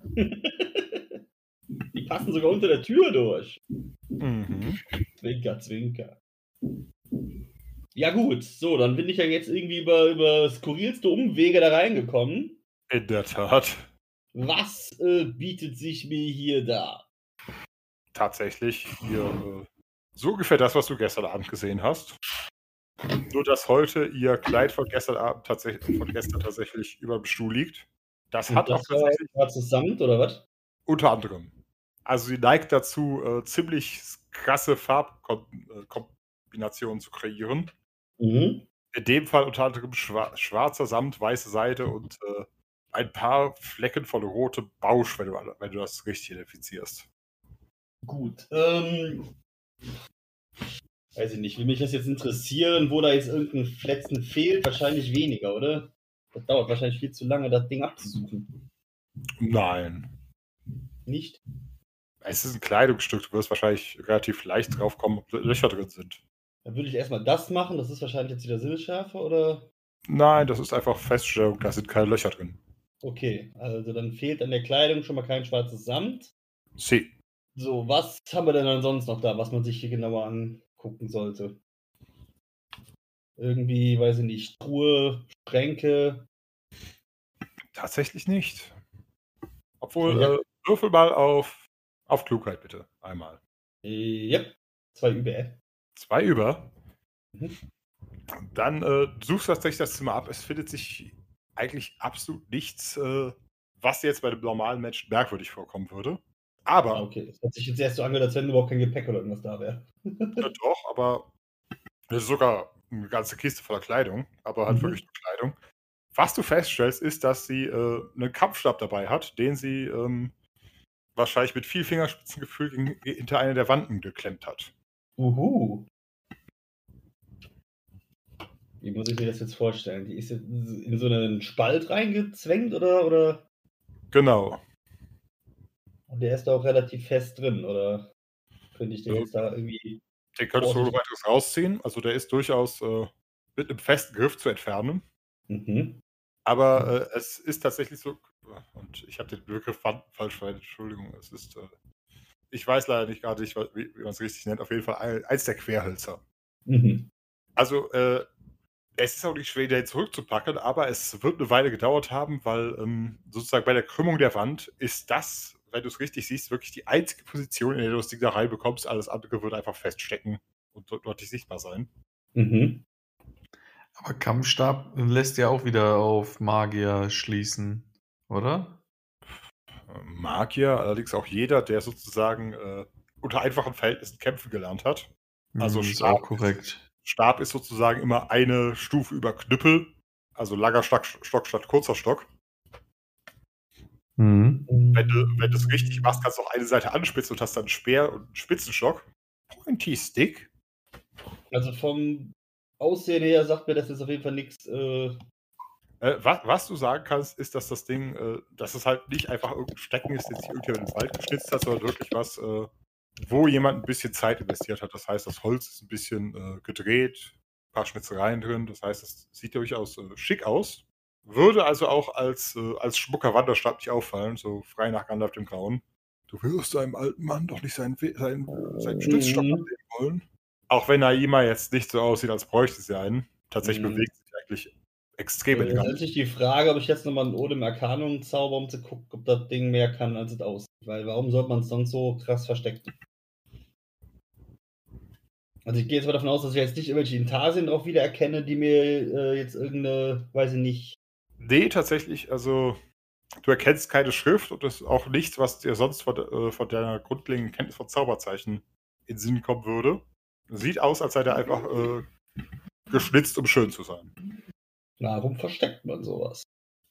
Die passen sogar unter der Tür durch. Mhm. Zwinker, zwinker. Ja gut, so, dann bin ich ja jetzt irgendwie über, über skurrilste Umwege da reingekommen. In der Tat. Was äh, bietet sich mir hier da? Tatsächlich ihr, äh, so ungefähr das, was du gestern Abend gesehen hast. Nur, dass heute ihr Kleid von gestern Abend tatsächlich, von gestern tatsächlich über dem Stuhl liegt. Das hat auch das war tatsächlich schwarzes Samt, oder was? unter anderem. Also sie neigt dazu, äh, ziemlich krasse Farbkombinationen zu kreieren. Mhm. In dem Fall unter anderem schwa schwarzer Samt, weiße Seide und äh, ein paar Flecken von rotem Bausch, wenn du, wenn du das richtig identifizierst. Gut. Ähm, weiß ich nicht, will mich das jetzt interessieren, wo da jetzt irgendein Fletzen fehlt? Wahrscheinlich weniger, oder? Das dauert wahrscheinlich viel zu lange, das Ding abzusuchen. Nein. Nicht? Es ist ein Kleidungsstück, du wirst wahrscheinlich relativ leicht drauf kommen, ob Löcher drin sind. Dann würde ich erstmal das machen, das ist wahrscheinlich jetzt wieder Sinnesschärfe, oder? Nein, das ist einfach Feststellung, da sind keine Löcher drin. Okay, also dann fehlt an der Kleidung schon mal kein schwarzes Samt. Sie. So, was haben wir denn dann sonst noch da, was man sich hier genauer angucken sollte? Irgendwie, weiß ich nicht, Truhe, Schränke. Tatsächlich nicht. Obwohl, Ja. äh, würfel mal auf, auf Klugheit bitte. Einmal. Äh, Yep, zwei über. Zwei über. Mhm. Dann äh, du suchst tatsächlich das Zimmer ab. Es findet sich eigentlich absolut nichts, äh, was dir jetzt bei dem normalen Menschen merkwürdig vorkommen würde. Aber, Ah, okay, das hat sich jetzt erst so angehört, als wenn überhaupt kein Gepäck oder irgendwas da wäre. ja doch, aber das ist sogar eine ganze Kiste voller Kleidung, aber halt Mhm. wirklich nur Kleidung. Was du feststellst, ist, dass sie äh, einen Kampfstab dabei hat, den sie ähm, wahrscheinlich mit viel Fingerspitzengefühl gegen- hinter eine der Wanden geklemmt hat. Uhu. Wie muss ich mir das jetzt vorstellen? Die ist jetzt in so einen Spalt reingezwängt oder, oder? Genau. Und der ist da auch relativ fest drin, oder könnte ich den Also- jetzt da irgendwie. Den könntest du ohne Vorsichtig. weiteres rausziehen. Also der ist durchaus äh, mit einem festen Griff zu entfernen. Mhm. Aber äh, es ist tatsächlich so, und ich habe den Begriff fa- falsch verwendet, Entschuldigung, es ist, äh, ich weiß leider nicht gerade, nicht, wie, wie man es richtig nennt, auf jeden Fall ein- eins der Querhölzer. Mhm. Also äh, es ist auch nicht schwer, den zurückzupacken, aber es wird eine Weile gedauert haben, weil ähm, sozusagen bei der Krümmung der Wand ist das, wenn du es richtig siehst, wirklich die einzige Position, in der du das Ding da reinbekommst. Alles andere wird einfach feststecken und dort dort nicht sichtbar sein. Mhm. Aber Kampfstab lässt ja auch wieder auf Magier schließen, oder? Magier, allerdings auch jeder, der sozusagen äh, unter einfachen Verhältnissen kämpfen gelernt hat. Also Hm, ist Stab auch korrekt. Stab ist sozusagen immer eine Stufe über Knüppel, also langer Stock, Stock statt kurzer Stock. Mhm. Wenn du, wenn du es richtig machst, kannst du auch eine Seite anspitzen und hast dann einen Speer und einen Spitzenstock. Pointy Stick. Also vom Aussehen her sagt mir das jetzt auf jeden Fall nichts. Äh, Äh, was, was du sagen kannst, ist, dass das Ding, äh, dass es halt nicht einfach irgendein Stecken ist, den sich irgendjemand im Wald geschnitzt hat, sondern wirklich was, äh, wo jemand ein bisschen Zeit investiert hat. Das heißt, das Holz ist ein bisschen äh, gedreht, ein paar Schnitzereien drin. Das heißt, es sieht durchaus äh, schick aus. Würde also auch als, äh, als schmucker Wanderstab nicht auffallen, so frei nach Gandalf dem Grauen. Du wirst einem alten Mann doch nicht seinen, We- seinen, seinen Stützstock Mhm. abnehmen wollen. Auch wenn Naima jetzt nicht so aussieht, als bräuchte sie einen. Tatsächlich Mhm. bewegt sie sich eigentlich extrem Jetzt ist elegant. natürlich die Frage, ob ich jetzt nochmal ein Odem Arcanum zauber, um zu gucken, ob das Ding mehr kann, als es aussieht. Weil warum sollte man es sonst so krass verstecken? Also ich gehe jetzt mal davon aus, dass ich jetzt nicht irgendwelche Intarsien drauf wiedererkenne, die mir äh, jetzt irgendeine, weiß ich nicht. Nee, tatsächlich, also du erkennst keine Schrift und das ist auch nichts, was dir sonst von, äh, von deiner grundlegenden Kenntnis von Zauberzeichen in den Sinn kommen würde. Sieht aus, als sei der einfach äh, geschnitzt, um schön zu sein. Warum versteckt man sowas?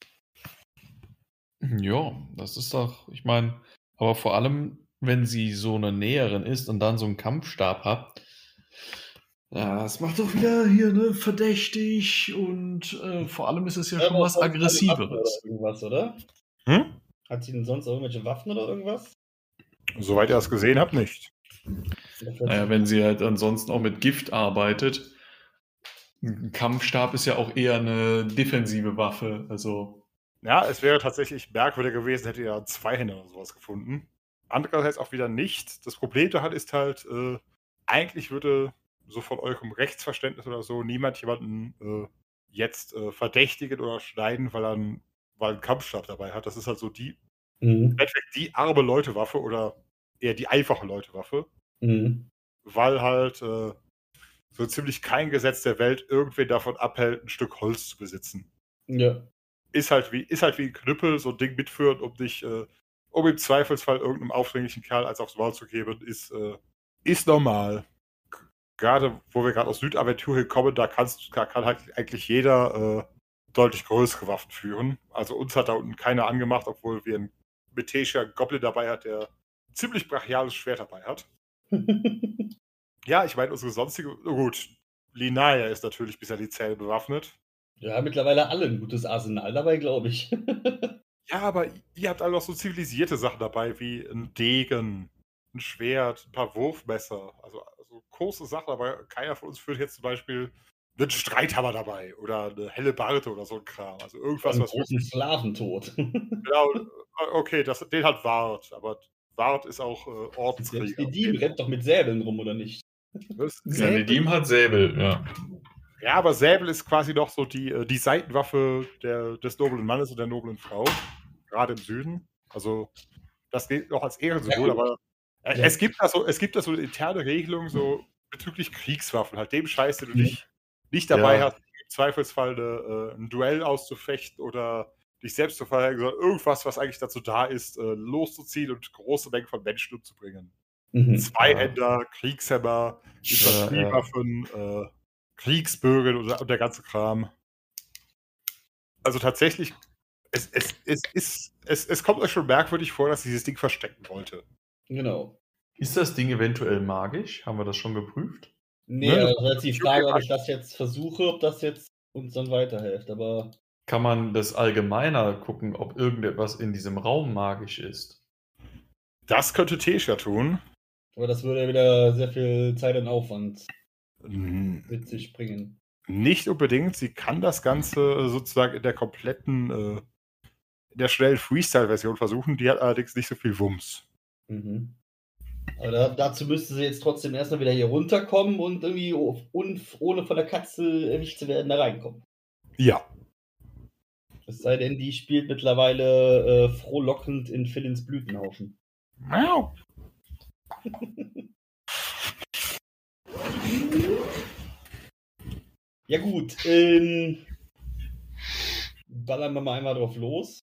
Ja, das ist doch, ich meine, aber vor allem, wenn sie so eine Näherin ist und dann so einen Kampfstab hat, ja, das macht doch wieder hier, ne, verdächtig und äh, vor allem ist es ja schon aber was sonst keine Waffen Aggressiveres. Oder irgendwas, oder? Hm? Hat sie denn sonst irgendwelche Waffen oder irgendwas? Soweit ihr das gesehen habt, nicht. Naja, wenn sie halt ansonsten auch mit Gift arbeitet. Ein Kampfstab ist ja auch eher eine defensive Waffe, also. Ja, es wäre tatsächlich merkwürdig gewesen, hätte ihr zwei Hände oder sowas gefunden. Andererseits auch wieder nicht. Das Problem daran ist halt, äh, eigentlich würde so von eurem Rechtsverständnis oder so niemand jemanden äh, jetzt äh, verdächtigen oder schneiden, weil er einen, weil einen Kampfstab dabei hat. Das ist halt so die, im Mhm. Endeffekt die arme Leutewaffe oder eher die einfache Leutewaffe, Mhm. weil halt äh, so ziemlich kein Gesetz der Welt irgendwen davon abhält, ein Stück Holz zu besitzen. Ja. Ist halt wie, ist halt wie ein Knüppel, so ein Ding mitführen, um dich, äh, um im Zweifelsfall irgendeinem aufdringlichen Kerl als aufs Maul zu geben, ist, äh, ist normal. G- Gerade wo wir gerade aus Südaventurien kommen, da, kannst, da kann halt eigentlich jeder äh, deutlich größere Waffen führen. Also uns hat da unten keiner angemacht, obwohl wir einen Meteischer Goblin dabei hat, der ein ziemlich brachiales Schwert dabei hat. Ja, ich meine, unsere sonstige, oh gut, Linaya ist natürlich bis an die Zähne bewaffnet. Ja, mittlerweile alle ein gutes Arsenal dabei, glaube ich. Ja, aber ihr habt alle noch so zivilisierte Sachen dabei, wie ein Degen, ein Schwert, ein paar Wurfmesser. Also, also große Sachen, aber keiner von uns führt jetzt zum Beispiel einen Streithammer dabei oder eine helle Barte oder so ein Kram. Also irgendwas, Einen was großen Sklaventod. genau, okay, das, den hat Ward, aber Ward ist auch äh, Selbst Ordenskrieger. Nedim rennt doch mit Säbeln rum, oder nicht? Was? Ja, Nedim hat Säbel, ja. Ja, aber Säbel ist quasi noch so die, äh, die Seitenwaffe der, des noblen Mannes und der noblen Frau, gerade im Süden. Also das gilt noch als Ehrensymbol, Ja, gut. aber äh, Ja. es gibt da so, es gibt da so eine interne Regelung so bezüglich Kriegswaffen, halt dem Scheiß, den du dich nicht dabei Ja. hast, im Zweifelsfall eine, äh, ein Duell auszufechten oder dich selbst zu verteidigen, sondern irgendwas, was eigentlich dazu da ist, äh, loszuziehen und große Mengen von Menschen umzubringen. Mhm. Zweihänder, Kriegshämmer, Ja, Infanteriewaffen, äh, Kriegsbögen und, und der ganze Kram. Also tatsächlich, es, es, es, ist, es, es kommt euch schon merkwürdig vor, dass dieses Ding verstecken wollte. Genau. Ist das Ding eventuell magisch? Haben wir das schon geprüft? Nee, Ne, also jetzt die Frage, ob ich das jetzt versuche, ob das jetzt uns dann weiterhilft, aber Kann man das allgemeiner gucken, ob irgendetwas in diesem Raum magisch ist? Das könnte Tesha tun. aber das würde ja wieder sehr viel Zeit und Aufwand Hm, mit sich bringen. Nicht unbedingt. Sie kann das Ganze sozusagen in der kompletten, äh, in der schnellen Freestyle-Version versuchen. Die hat allerdings nicht so viel Wumms. Mhm. Aber da, dazu müsste sie jetzt trotzdem erstmal wieder hier runterkommen und irgendwie oh- un, ohne von der Katze erwischt zu werden, da reinkommen. Ja. Es sei denn, die spielt mittlerweile äh, frohlockend in Philins Blütenhaufen. Miau. Ja gut, ähm, ballern wir mal einmal drauf los.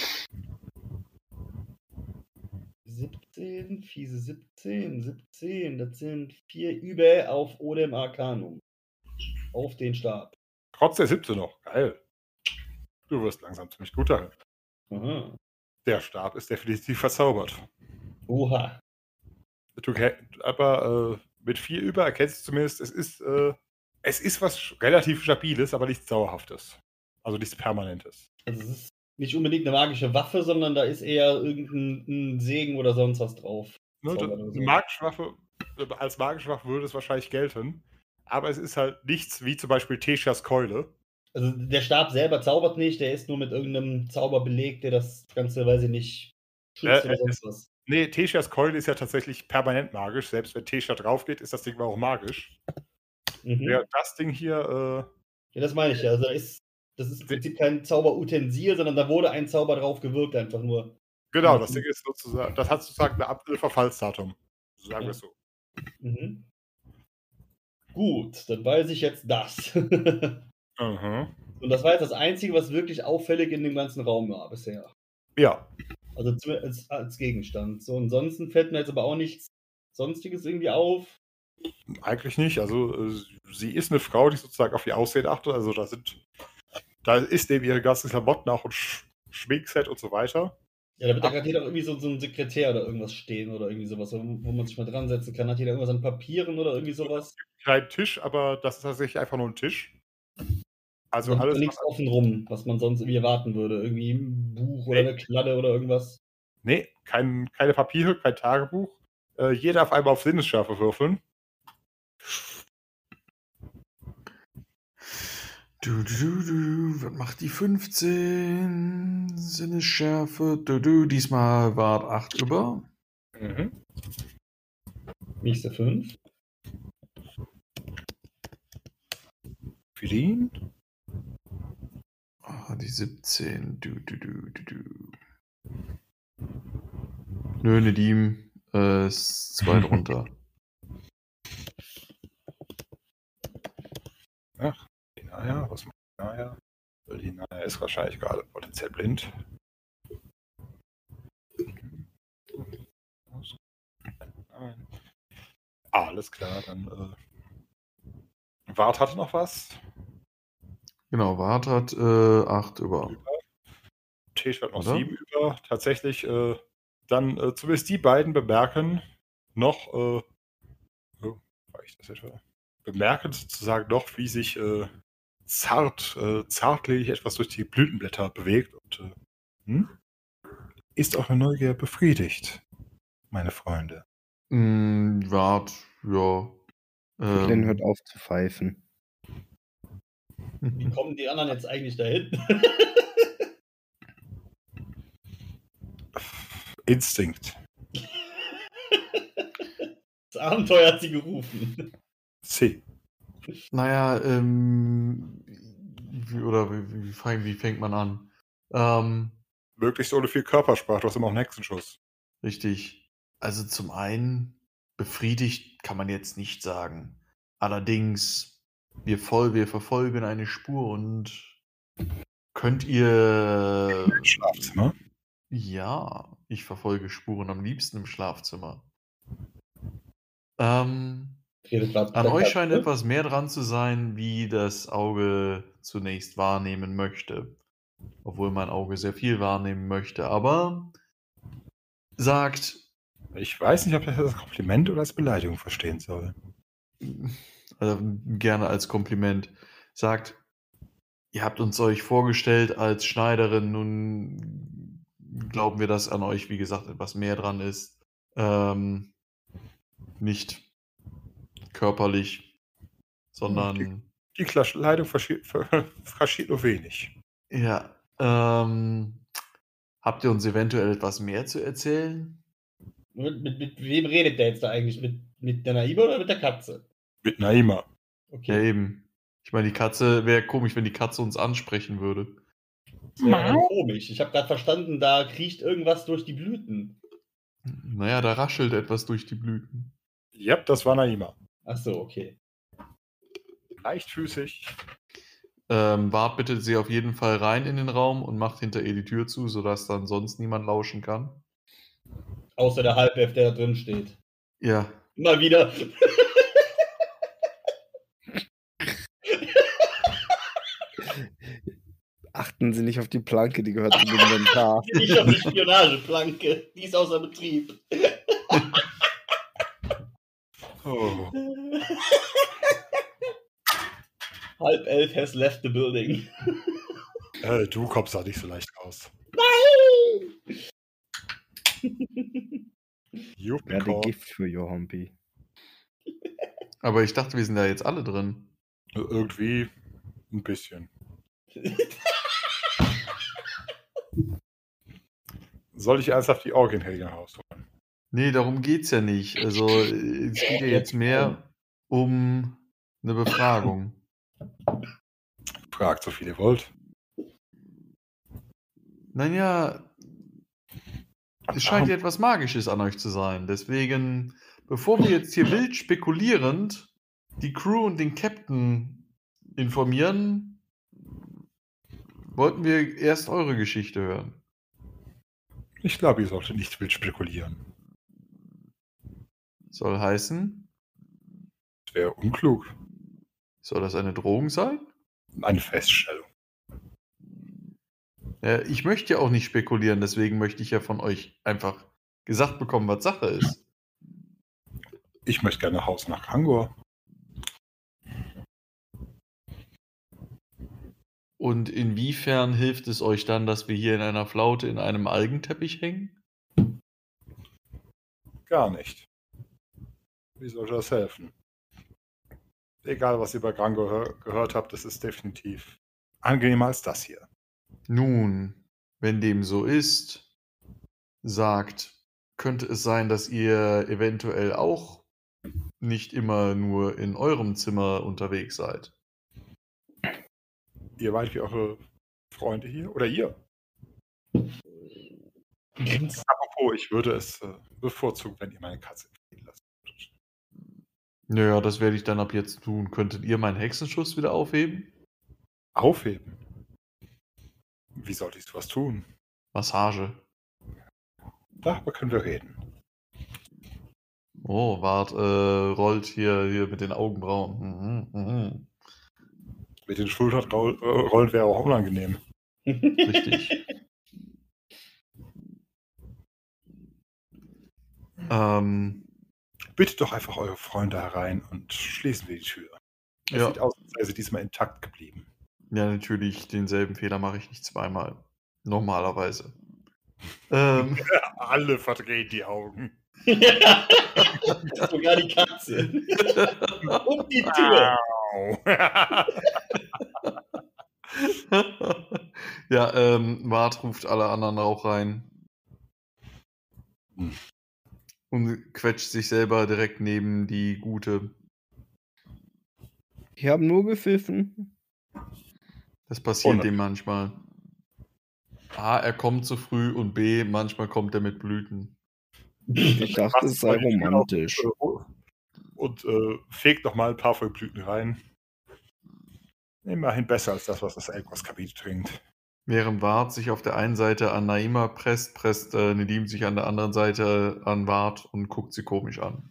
siebzehn, fiese siebzehn, siebzehn, das sind vier über auf Odem Arcanum. Auf den Stab. Trotz der siebte noch. Geil. Du wirst langsam ziemlich gut darin. Aha. Der Stab ist definitiv verzaubert. Oha. Du, ke- aber äh, mit vier über erkennst du zumindest, es ist, äh, es ist was sch- relativ Stabiles, aber nichts Dauerhaftes. Also nichts Permanentes. Also es ist nicht unbedingt eine magische Waffe, sondern da ist eher irgendein ein Segen oder sonst was drauf. Ne, Zauber das- oder so. eine magische Waffe, äh, als magische Waffe würde es wahrscheinlich gelten. Aber es ist halt nichts wie zum Beispiel Teshas Keule. Also der Stab selber zaubert nicht, der ist nur mit irgendeinem Zauber belegt, der das Ganze, weiß ich nicht, schützt Äh, oder äh, sonst was. Nee, Teshas Keule ist ja tatsächlich permanent magisch. Selbst wenn Tesha drauf geht, ist das Ding auch magisch. Mhm. Ja, das Ding hier, Ja, das meine ich ja. Also da ist, das ist im Prinzip kein Zauberutensil, sondern da wurde ein Zauber drauf gewirkt, einfach nur. äh, genau, Mhm. das Ding ist sozusagen, das hat sozusagen eine Ab- ein Verfallsdatum. Sagen wir es so. Mhm. Gut, dann weiß ich jetzt das. Mhm. Und das war jetzt das Einzige, was wirklich auffällig in dem ganzen Raum war bisher. Ja, Also zum- als, als Gegenstand. So, ansonsten fällt mir jetzt aber auch nichts Sonstiges irgendwie auf. eigentlich nicht. Also äh, sie ist eine Frau, die sozusagen auf ihr Aussehen achtet. Also da sind, da ist neben ihre ganzen Klamotten auch ein Sch Schminkset und so weiter. Ja, da wird da gerade hier doch irgendwie so, so ein Sekretär oder irgendwas stehen oder irgendwie sowas, wo, wo man sich mal dran setzen kann. Hat hier da irgendwas an Papieren oder irgendwie sowas? Kleinen Tisch, aber das ist tatsächlich einfach nur ein Tisch. Also Da liegt alles, nichts offen rum, was man sonst irgendwie erwarten würde. Irgendwie ein Buch oder Nee. eine Kladde oder irgendwas. nee, kein, keine Papiere, kein Tagebuch. Äh, jeder darf einmal auf Sinnesschärfe würfeln. Du, du, du, du, was macht die fünfzehn? Sinnesschärfe. Du, du, diesmal war acht über. Mhm. Nächste fünf. Philin? Ah, die siebzehn. Du, du, du, du, du. Nö, Nedim. Äh, ist zwei drunter. Naja, was macht die Naya? Die Naya ist wahrscheinlich gerade potenziell blind. Nein. Alles klar, dann. Äh... Wart hatte noch was. Genau, Wart hat äh, acht über. Tisch hat noch Oder? sieben über. Tatsächlich, äh, dann äh, zumindest die beiden bemerken noch, äh, oh, war ich das etwa? Bemerken sozusagen noch, wie sich äh, zart, äh, zartlich etwas durch die Blütenblätter bewegt und äh, hm? Ist eure Neugier befriedigt, meine Freunde. Mm, Wart, ja. Flynn Ähm, hört auf zu pfeifen. Wie kommen die anderen jetzt eigentlich dahin? Instinkt. Das Abenteuer hat sie gerufen. C. Naja, ähm, wie, oder wie, wie, fang- wie fängt man an? Ähm, Möglichst ohne viel Körpersprache, du hast immer auch einen Hexenschuss. richtig. Also zum einen, befriedigt kann man jetzt nicht sagen. Allerdings, wir, voll, wir verfolgen eine Spur und könnt ihr... Schlafzimmer. Ja, ich verfolge Spuren am liebsten im Schlafzimmer. Ähm, Redet grad mit an der euch Katze. scheint etwas mehr dran zu sein, wie das Auge zunächst wahrnehmen möchte. Obwohl mein Auge sehr viel wahrnehmen möchte, aber sagt, Ich weiß nicht, ob ich das als Kompliment oder als Beleidigung verstehen soll. also gerne als Kompliment, sagt, ihr habt uns euch vorgestellt als Schneiderin, nun glauben wir, dass an euch, wie gesagt, etwas mehr dran ist. Ähm, nicht körperlich, sondern Die Kleidung verschied, verschied nur wenig. ja. Ähm, habt ihr uns eventuell etwas mehr zu erzählen? Mit, mit, mit wem redet der jetzt da eigentlich? Mit, mit der Naima oder mit der Katze? Mit Naima. Ja, Okay. eben. Ich meine, die Katze, wäre komisch, wenn die Katze uns ansprechen würde. Sehr komisch. Ich habe gerade verstanden, da kriecht irgendwas durch die Blüten. Naja, da raschelt etwas durch die Blüten. Ja, das war Naima. Ach so, okay. Leichtfüßig. Ähm, Wart bittet sie auf jeden Fall rein in den Raum und macht hinter ihr die Tür zu, sodass dann sonst niemand lauschen kann. Außer der Halbelf, der da drin steht. Ja. Mal wieder. Achten Sie nicht auf die Planke, die gehört zum Inventar. Nicht auf die Spionageplanke. Die ist außer Betrieb. Oh. Halbelf has left the building. Äh, du kommst da nicht so leicht raus. Juppie. Werde Gift für Johompi. Aber ich dachte, wir sind da jetzt alle drin. Irgendwie ein bisschen. Soll ich ernsthaft die Orgienhelge rausholen? Nee, darum geht's ja nicht. Also, äh, es geht ja jetzt mehr um eine Befragung. Fragt so viel ihr wollt. Naja, es scheint ja etwas Magisches an euch zu sein. Deswegen, bevor wir jetzt hier wild spekulierend die Crew und den Captain informieren, wollten wir erst eure Geschichte hören. Ich glaube, ihr solltet nicht wild spekulieren. Soll heißen, Das wäre unklug. soll das eine Drohung sein? Eine Feststellung. Ja, ich möchte ja auch nicht spekulieren, deswegen möchte ich ja von euch einfach gesagt bekommen, was Sache ist. Ich möchte gerne nach Hause nach Kangor. Und inwiefern hilft es euch dann, dass wir hier in einer Flaute in einem Algenteppich hängen? Gar nicht. Wie sollte das helfen? Egal, was ihr bei Kangor hör gehört habt, es ist definitiv angenehmer als das hier. Nun, wenn dem so ist, sagt, könnte es sein, dass ihr eventuell auch nicht immer nur in eurem Zimmer unterwegs seid. Ihr meint wie eure Freunde hier? Oder ihr? Apropos, ich würde es äh, bevorzugen, wenn ihr meine Katze entfliehen lasst. Naja, das werde ich dann ab jetzt tun. Könntet ihr meinen Hexenschuss wieder aufheben? Aufheben? Wie sollte ich sowas tun? Massage. Darüber können wir reden. Oh, Wart, äh, rollt hier, hier mit den Augenbrauen. Mhm, mhm. Mit den Schultern roll, äh, rollen wäre auch unangenehm. Richtig. ähm, Bittet doch einfach eure Freunde herein und schließen wir die Tür. Es Ja. sieht aus, als wäre sie diesmal intakt geblieben. ja, natürlich, denselben Fehler mache ich nicht zweimal. Normalerweise. Ähm, Alle verdrehen die Augen. Sogar die Katze. Und die Tür. Au. Ja, ähm, Wart ruft alle anderen auch rein. Hm. Und quetscht sich selber direkt neben die Gute. Die haben nur gepfiffen. Das passiert Oh, dem manchmal. A, er kommt zu früh und B, manchmal kommt er mit Blüten. Ich dachte, es sei Macht die Tür auf, romantisch. äh, Und äh, fegt noch mal ein paar Vollblüten rein. Immerhin besser als das, was das Elkos-Kabinett trinkt. Während Wart sich auf der einen Seite an Naima presst, presst äh, Nedim sich an der anderen Seite an Wart und guckt sie komisch an.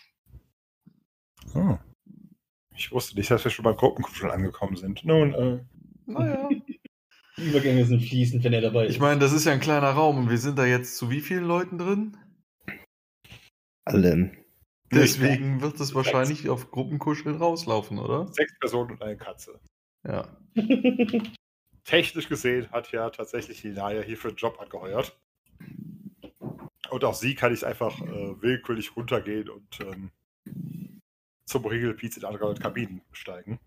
Oh. Ich wusste nicht, dass wir schon beim Gruppenkuscheln angekommen sind. Nun, äh, Naja. Die Übergänge sind fließend, wenn er dabei ist. Ich meine, das ist ja ein kleiner Raum und wir sind da jetzt zu wie vielen Leuten drin? Allen. Deswegen wird es wahrscheinlich auf Gruppenkuscheln rauslaufen, oder? sechs Personen und eine Katze. Ja. Technisch gesehen hat ja tatsächlich die Naya hier für einen Job angeheuert. Und auch sie kann ich einfach äh, willkürlich runtergehen und ähm, zum Regelpiez in andere Kabinen steigen.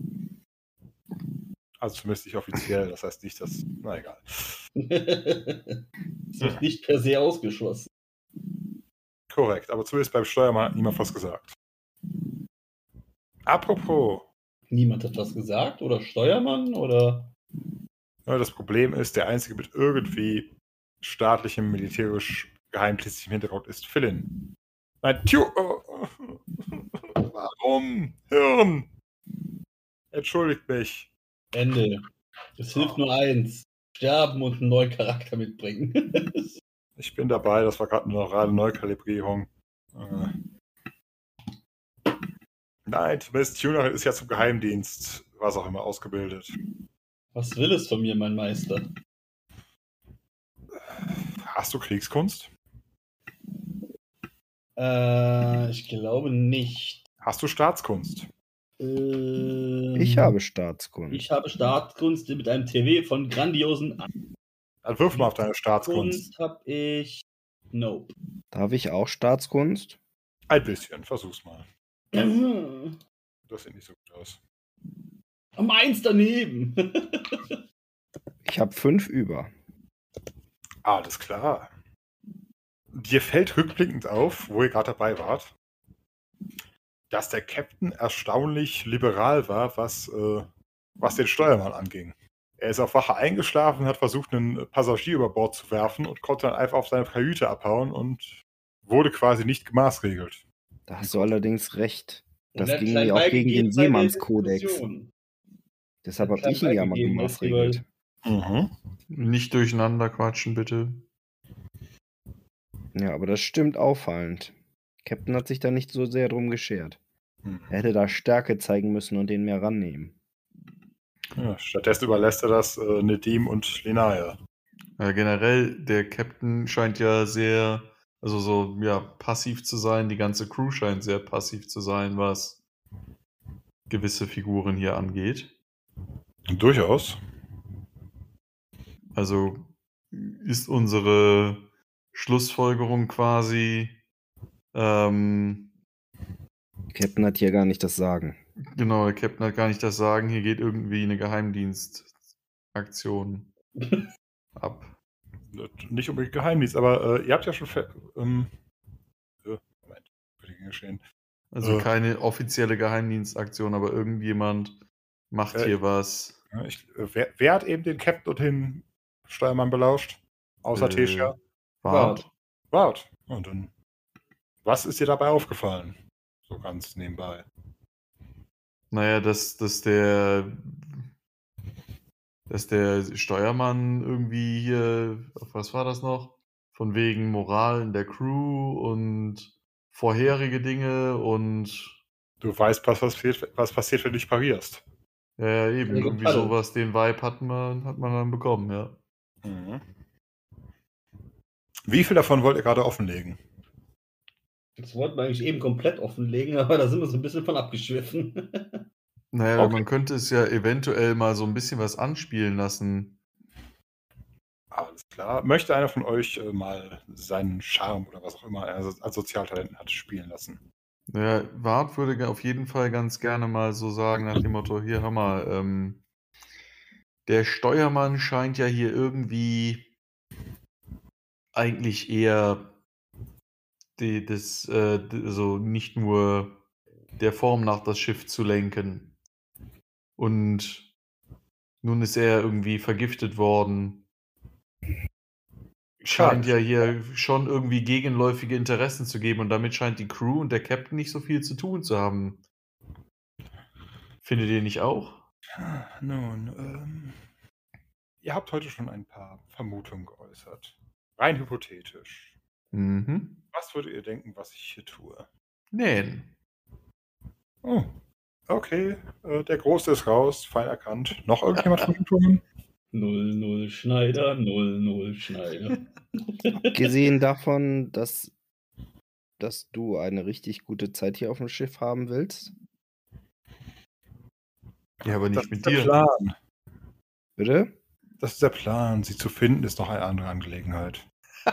Also zumindest nicht offiziell, das heißt nicht, dass... Na egal. Das wird nicht per se ausgeschlossen. Korrekt, aber zumindest beim Steuermann hat niemand was gesagt. Apropos, Niemand hat was gesagt? Oder Steuermann? Oder? ja, das Problem ist, der Einzige mit irgendwie staatlichem, militärisch geheimdienstlichem Hintergrund ist Philin. Nein, Tju, oh, warum? Hirn! Entschuldigt mich. Ende. Es hilft nur eins. Sterben und einen neuen Charakter mitbringen. Ich bin dabei, das war gerade eine reine Neukalibrierung. Äh. Nein, zumindest Tuner ist ja zum Geheimdienst, was auch immer, ausgebildet. Was will es von mir, mein Meister? Hast du Kriegskunst? Äh, ich glaube nicht. Hast du Staatskunst? Ähm, Ich habe Staatskunst. Ich habe Staatskunst mit einem T W von grandiosen Dann wirf mal auf deine Staatskunst. Kunst habe ich. Nope. Darf ich auch Staatskunst? Ein bisschen, versuch's mal. Mhm. Das sieht nicht so gut aus. Meins daneben. Ich habe fünf über. Alles klar. Dir fällt rückblickend auf, wo ihr gerade dabei wart, dass der Captain erstaunlich liberal war, was, äh, was den Steuermann anging. Er ist auf Wache eingeschlafen, hat versucht, einen Passagier über Bord zu werfen und konnte dann einfach auf seine Kajüte abhauen und wurde quasi nicht gemaßregelt. Da hast du allerdings recht. Und Das er hat ging klein ja auch gegen den beigegeben bei der Seemannskodex. Diskussion. Deshalb Hat habe ich ihn klein ja mal beigegeben, als die gemaßregelt. Mhm. Nicht durcheinander quatschen, bitte. Ja, aber das stimmt auffallend. Captain hat sich da nicht so sehr drum geschert. Mhm. Er hätte da Stärke zeigen müssen und den mehr rannehmen. Ja, stattdessen überlässt er das äh, Nedim und Linaya. Ja, generell, der Captain scheint ja sehr, also so, ja, passiv zu sein. Die ganze Crew scheint sehr passiv zu sein, was gewisse Figuren hier angeht. Durchaus. Also ist unsere Schlussfolgerung quasi, ähm, Captain hat hier gar nicht das Sagen. genau, der Captain hat gar nicht das Sagen, hier geht irgendwie eine Geheimdienstaktion ab. Nicht unbedingt Geheimdienst, aber äh, ihr habt ja schon... Fe- ähm, äh, Moment, würde geschehen. Also Äh. keine offizielle Geheimdienstaktion, aber irgendjemand macht Äh, hier was. Ja, ich, äh, wer, wer hat eben den Captain und den Steuermann belauscht? Außer Äh, Tesha? Wart. Wart. Und dann, was ist dir dabei aufgefallen? So ganz nebenbei. Naja, dass, dass der dass der Steuermann irgendwie hier, was war das noch? Von wegen Moral in der Crew und vorherige Dinge und Du weißt, was passiert, was passiert, wenn du dich parierst. ja, ja, eben, Ja, irgendwie Paddel. sowas, den Vibe hat man, hat man dann bekommen, ja. Mhm. Wie viel davon wollt ihr gerade offenlegen? Das wollten wir eigentlich eben komplett offenlegen, aber da sind wir so ein bisschen von abgeschwiffen. Naja, Okay. man könnte es ja eventuell mal so ein bisschen was anspielen lassen. Alles klar. Möchte einer von euch äh, mal seinen Charme oder was auch immer er so- als Sozialtalenten hat spielen lassen? Ja, Wart würde ge- auf jeden Fall ganz gerne mal so sagen, nach dem Motto, hier, hör mal, ähm, Der Steuermann scheint ja hier irgendwie eigentlich eher die, das, äh, d- also nicht nur der Form nach das Schiff zu lenken. Und nun ist er irgendwie vergiftet worden. Scheint ja hier schon irgendwie gegenläufige Interessen zu geben und damit scheint die Crew und der Captain nicht so viel zu tun zu haben. Findet ihr nicht auch? Nun, ähm, ihr habt heute schon ein paar Vermutungen geäußert. Rein hypothetisch. Mhm. Was würdet ihr denken, was ich hier tue? Nähen. Oh, okay. Äh, der Große ist raus, fein erkannt. Noch irgendjemand Vermutungen? null null Schneider, null null Schneider. Abgesehen davon, dass, dass du eine richtig gute Zeit hier auf dem Schiff haben willst. Ja, aber Das nicht mit ist der dir. Plan. Bitte? Das ist der Plan. Sie zu finden, ist noch eine andere Angelegenheit.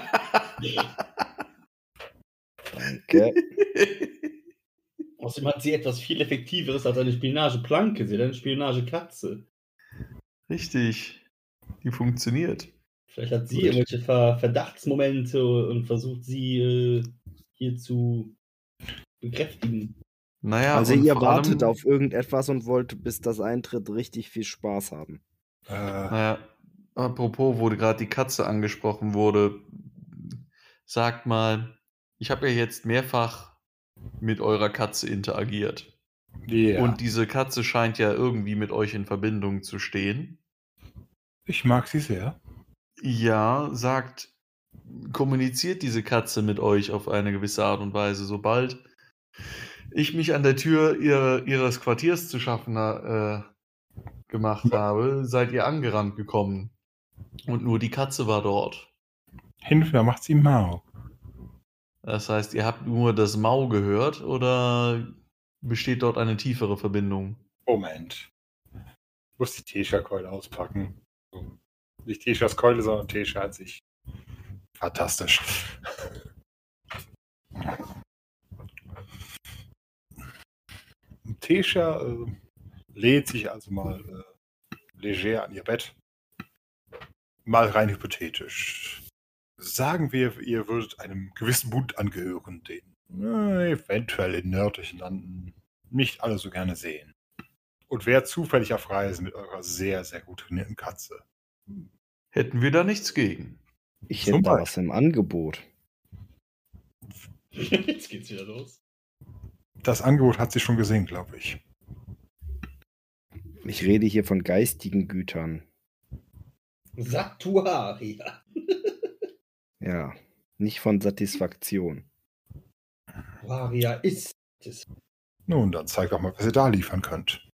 Danke. Außerdem hat sie etwas viel Effektiveres als eine Spionageplanke. Sie hat eine Spionagekatze. Richtig. Die funktioniert. Vielleicht hat sie Gut. irgendwelche Ver Verdachtsmomente und versucht sie äh, hier zu bekräftigen. Naja, Also und ihr vor wartet allem, auf irgendetwas und wollt, bis das eintritt, richtig viel Spaß haben. Äh, Naja, apropos, wo gerade die Katze angesprochen wurde, sagt mal, ich habe ja jetzt mehrfach mit eurer Katze interagiert. ja. Und diese Katze scheint ja irgendwie mit euch in Verbindung zu stehen. Ich mag sie sehr. Ja, sagt, kommuniziert diese Katze mit euch auf eine gewisse Art und Weise. Sobald ich mich an der Tür ihre, ihres Quartiers zu schaffen äh, gemacht habe, seid ihr angerannt gekommen. Und nur die Katze war dort. Hinwehr macht sie mau. Das heißt, ihr habt nur das Mau gehört oder besteht dort eine tiefere Verbindung? Moment. Ich muss die Tesha-Keule auspacken. So. Nicht Teshas Keule, sondern Tesha an sich. Fantastisch. Tesha äh, lehnt sich also mal äh, leger an ihr Bett. Mal rein hypothetisch. Sagen wir, ihr würdet einem gewissen Bund angehören, den äh, eventuell in nördlichen Landen nicht alle so gerne sehen. Und wer zufällig auf Reisen mit eurer sehr, sehr gut trainierten Katze. Hätten wir da nichts gegen. Ich Zum hätte da Beispiel. was im Angebot. Jetzt geht's wieder los. Das Angebot hat sie schon gesehen, glaube ich. Ich rede hier von geistigen Gütern. Satuaria. Ja, nicht von Satisfaktion. Satuaria ist es. Nun, dann zeigt doch mal, was ihr da liefern könnt.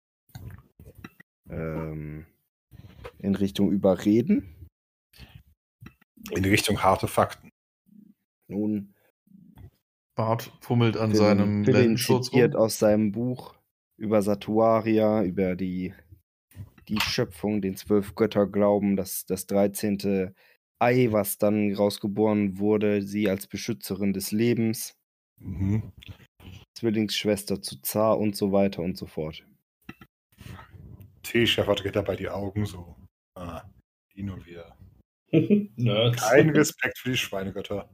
Ähm, in Richtung Überreden. In Richtung harte Fakten. Nun, Bart fummelt an Philin- seinem Philin Lendenschutz zitiert rum. aus seinem Buch über Satuaria, über die, die Schöpfung, den Zwölf-Götter-Glauben, das, das dreizehnte Ei, was dann rausgeboren wurde, sie als Beschützerin des Lebens, Mhm. Zwillingsschwester zu Zar und so weiter und so fort. T-Chef verdreht dabei die Augen so. Ah, die nun wieder. Nerds. Kein Respekt für die Schweinegötter.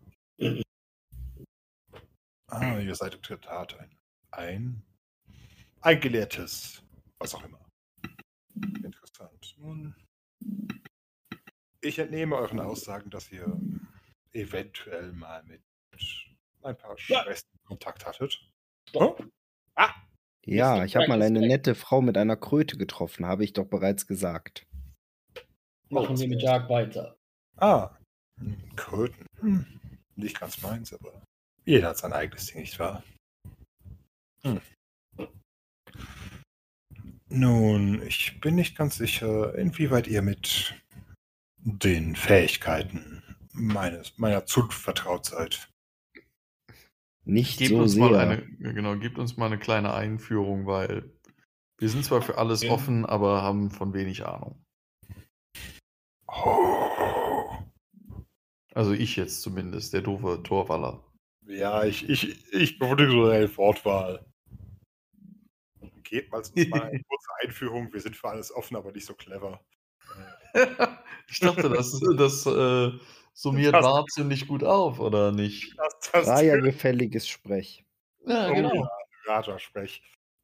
Ah, ihr seid in der Tat ein, ein, ein gelehrtes, was auch immer. Interessant. Nun, ich entnehme euren Aussagen, dass ihr eventuell mal mit ein paar Ja. Schwestern Kontakt hattet. Stopp. Ah, Ja, Mister ich habe mal eine Frankenstein. nette Frau mit einer Kröte getroffen, habe ich doch bereits gesagt. Machen wir mit Jagd weiter. Ah, hm, Kröten. Hm, nicht ganz meins, aber jeder hat sein eigenes Ding, nicht wahr? Hm. Nun, ich bin nicht ganz sicher, inwieweit ihr mit den Fähigkeiten meines, meiner Zunft vertraut seid. Nicht Gebt so uns sehr. mal eine, genau, gebt uns mal eine kleine Einführung, weil wir sind zwar für alles Ja. offen, aber haben von wenig Ahnung. Oh. Also ich jetzt zumindest, der doofe Torwaller. Ja, ich, ich, ich bewundere so eine Wortwahl. Gebt mal uns mal eine kurze Einführung. Wir sind für alles offen, aber nicht so clever. Äh, Ich dachte, das, das äh, summiert Das- Bart ziemlich gut auf, oder nicht? Das, das Raya gefälliges Sprech. Ja, Oh genau. ja, Raja-Sprech.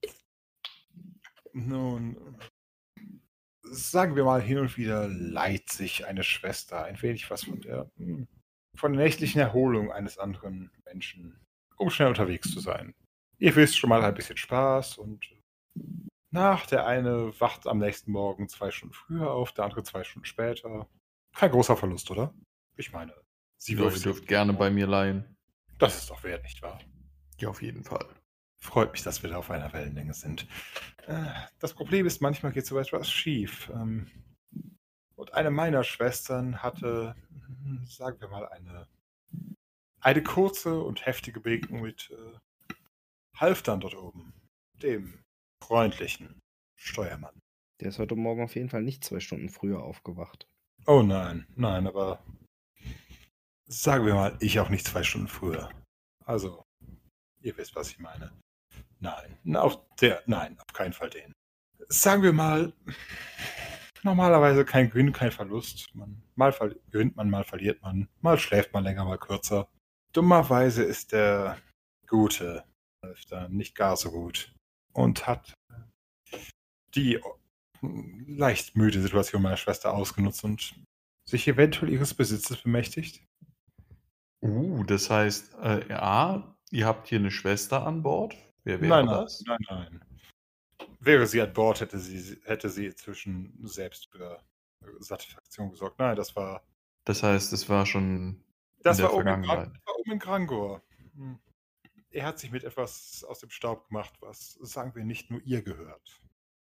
Nun, sagen wir mal, hin und wieder leiht sich eine Schwester ein wenig was von der, hm, von der nächtlichen Erholung eines anderen Menschen, um schnell unterwegs zu sein. Ihr wisst schon mal ein bisschen Spaß und nach der eine wacht am nächsten Morgen zwei Stunden früher auf, der andere zwei Stunden später. Kein großer Verlust, oder? Ich meine, sie Ja, ihr wirft dürft gerne bei mir leihen. Das ist doch wert, nicht wahr? Ja, auf jeden Fall. Freut mich, dass wir da auf einer Wellenlänge sind. Äh, Das Problem ist, manchmal geht so etwas schief. Ähm, Und eine meiner Schwestern hatte, hm, sagen wir mal, eine, eine kurze und heftige Begegnung mit äh, Halfdan dort oben, dem freundlichen Steuermann. Der ist heute Morgen auf jeden Fall nicht zwei Stunden früher aufgewacht. Oh nein, nein, aber sagen wir mal, ich auch nicht zwei Stunden früher. Also, ihr wisst, was ich meine. Nein, na, auf der, nein, auf keinen Fall den. Sagen wir mal, normalerweise kein Gewinn, kein Verlust. Man, mal ver- gewinnt man, mal verliert man, mal schläft man länger, mal kürzer. Dummerweise ist der gute Halfdan nicht gar so gut und hat die hm, leicht müde Situation meiner Schwester ausgenutzt und sich eventuell ihres Besitzes bemächtigt. Uh, das heißt, äh, ja, ihr habt hier eine Schwester an Bord. Wer wäre Nein, nein, das? nein, nein. Wäre sie an Bord, hätte sie, hätte sie inzwischen selbst für Satisfaktion gesorgt. Nein, das war, Das heißt, es war schon das in der war, oben in, Gran- Vergangenheit. das war oben in Grangor. Hm. Er hat sich mit etwas aus dem Staub gemacht, was, sagen wir, nicht nur ihr gehört.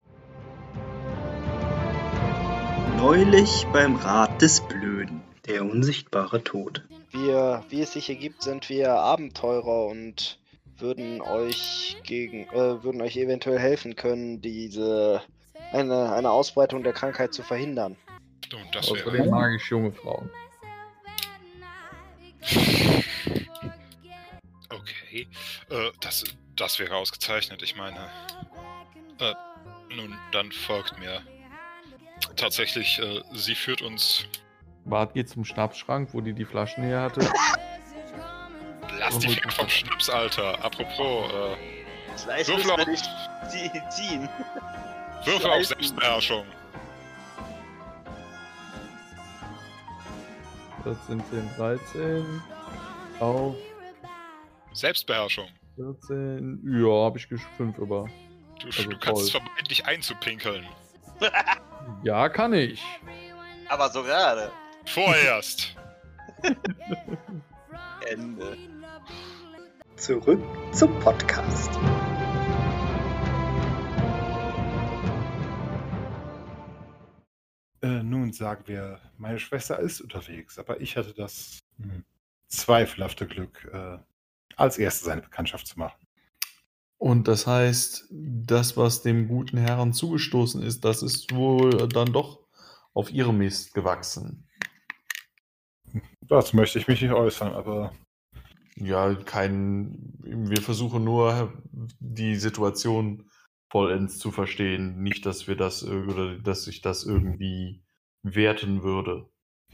Neulich beim Rat des Blöden. Der unsichtbare Tod. Wir, wie es sich ergibt, sind wir Abenteurer und würden euch gegen, äh, würden euch eventuell helfen können, diese eine, eine Ausbreitung der Krankheit zu verhindern. Nun, das Außerdem wäre. mag ich junge Frauen. Okay. Äh, das, das wäre ausgezeichnet. Ich meine. Äh, nun, dann folgt mir. Tatsächlich, äh, sie führt uns. Bart geht zum Schnapsschrank, wo die die Flaschen her hatte. Lass die Finger vom Schnaps, Alter. Apropos, äh, Vielleicht So müssen viel wir auf- nicht zie- ziehen. Würfe auf Scheißen. Selbstbeherrschung. vierzehn, zehn, dreizehn. Auf Selbstbeherrschung. vierzehn. Ja, habe ich fünf über. Du, Also du kannst es voll. vermeiden, dich einzupinkeln. Ja, kann ich. Aber so gerade. Vorerst. Ende. Zurück zum Podcast. Äh, nun sagen wir, meine Schwester ist unterwegs, aber ich hatte das hm, zweifelhafte Glück, äh, als Erste seine Bekanntschaft zu machen. Und das heißt, das, was dem guten Herrn zugestoßen ist, das ist wohl dann doch auf ihrem Mist gewachsen. Dazu möchte ich mich nicht äußern, aber Ja, kein. Wir versuchen nur, die Situation vollends zu verstehen. Nicht, dass wir das ir- oder dass sich das irgendwie werten würde.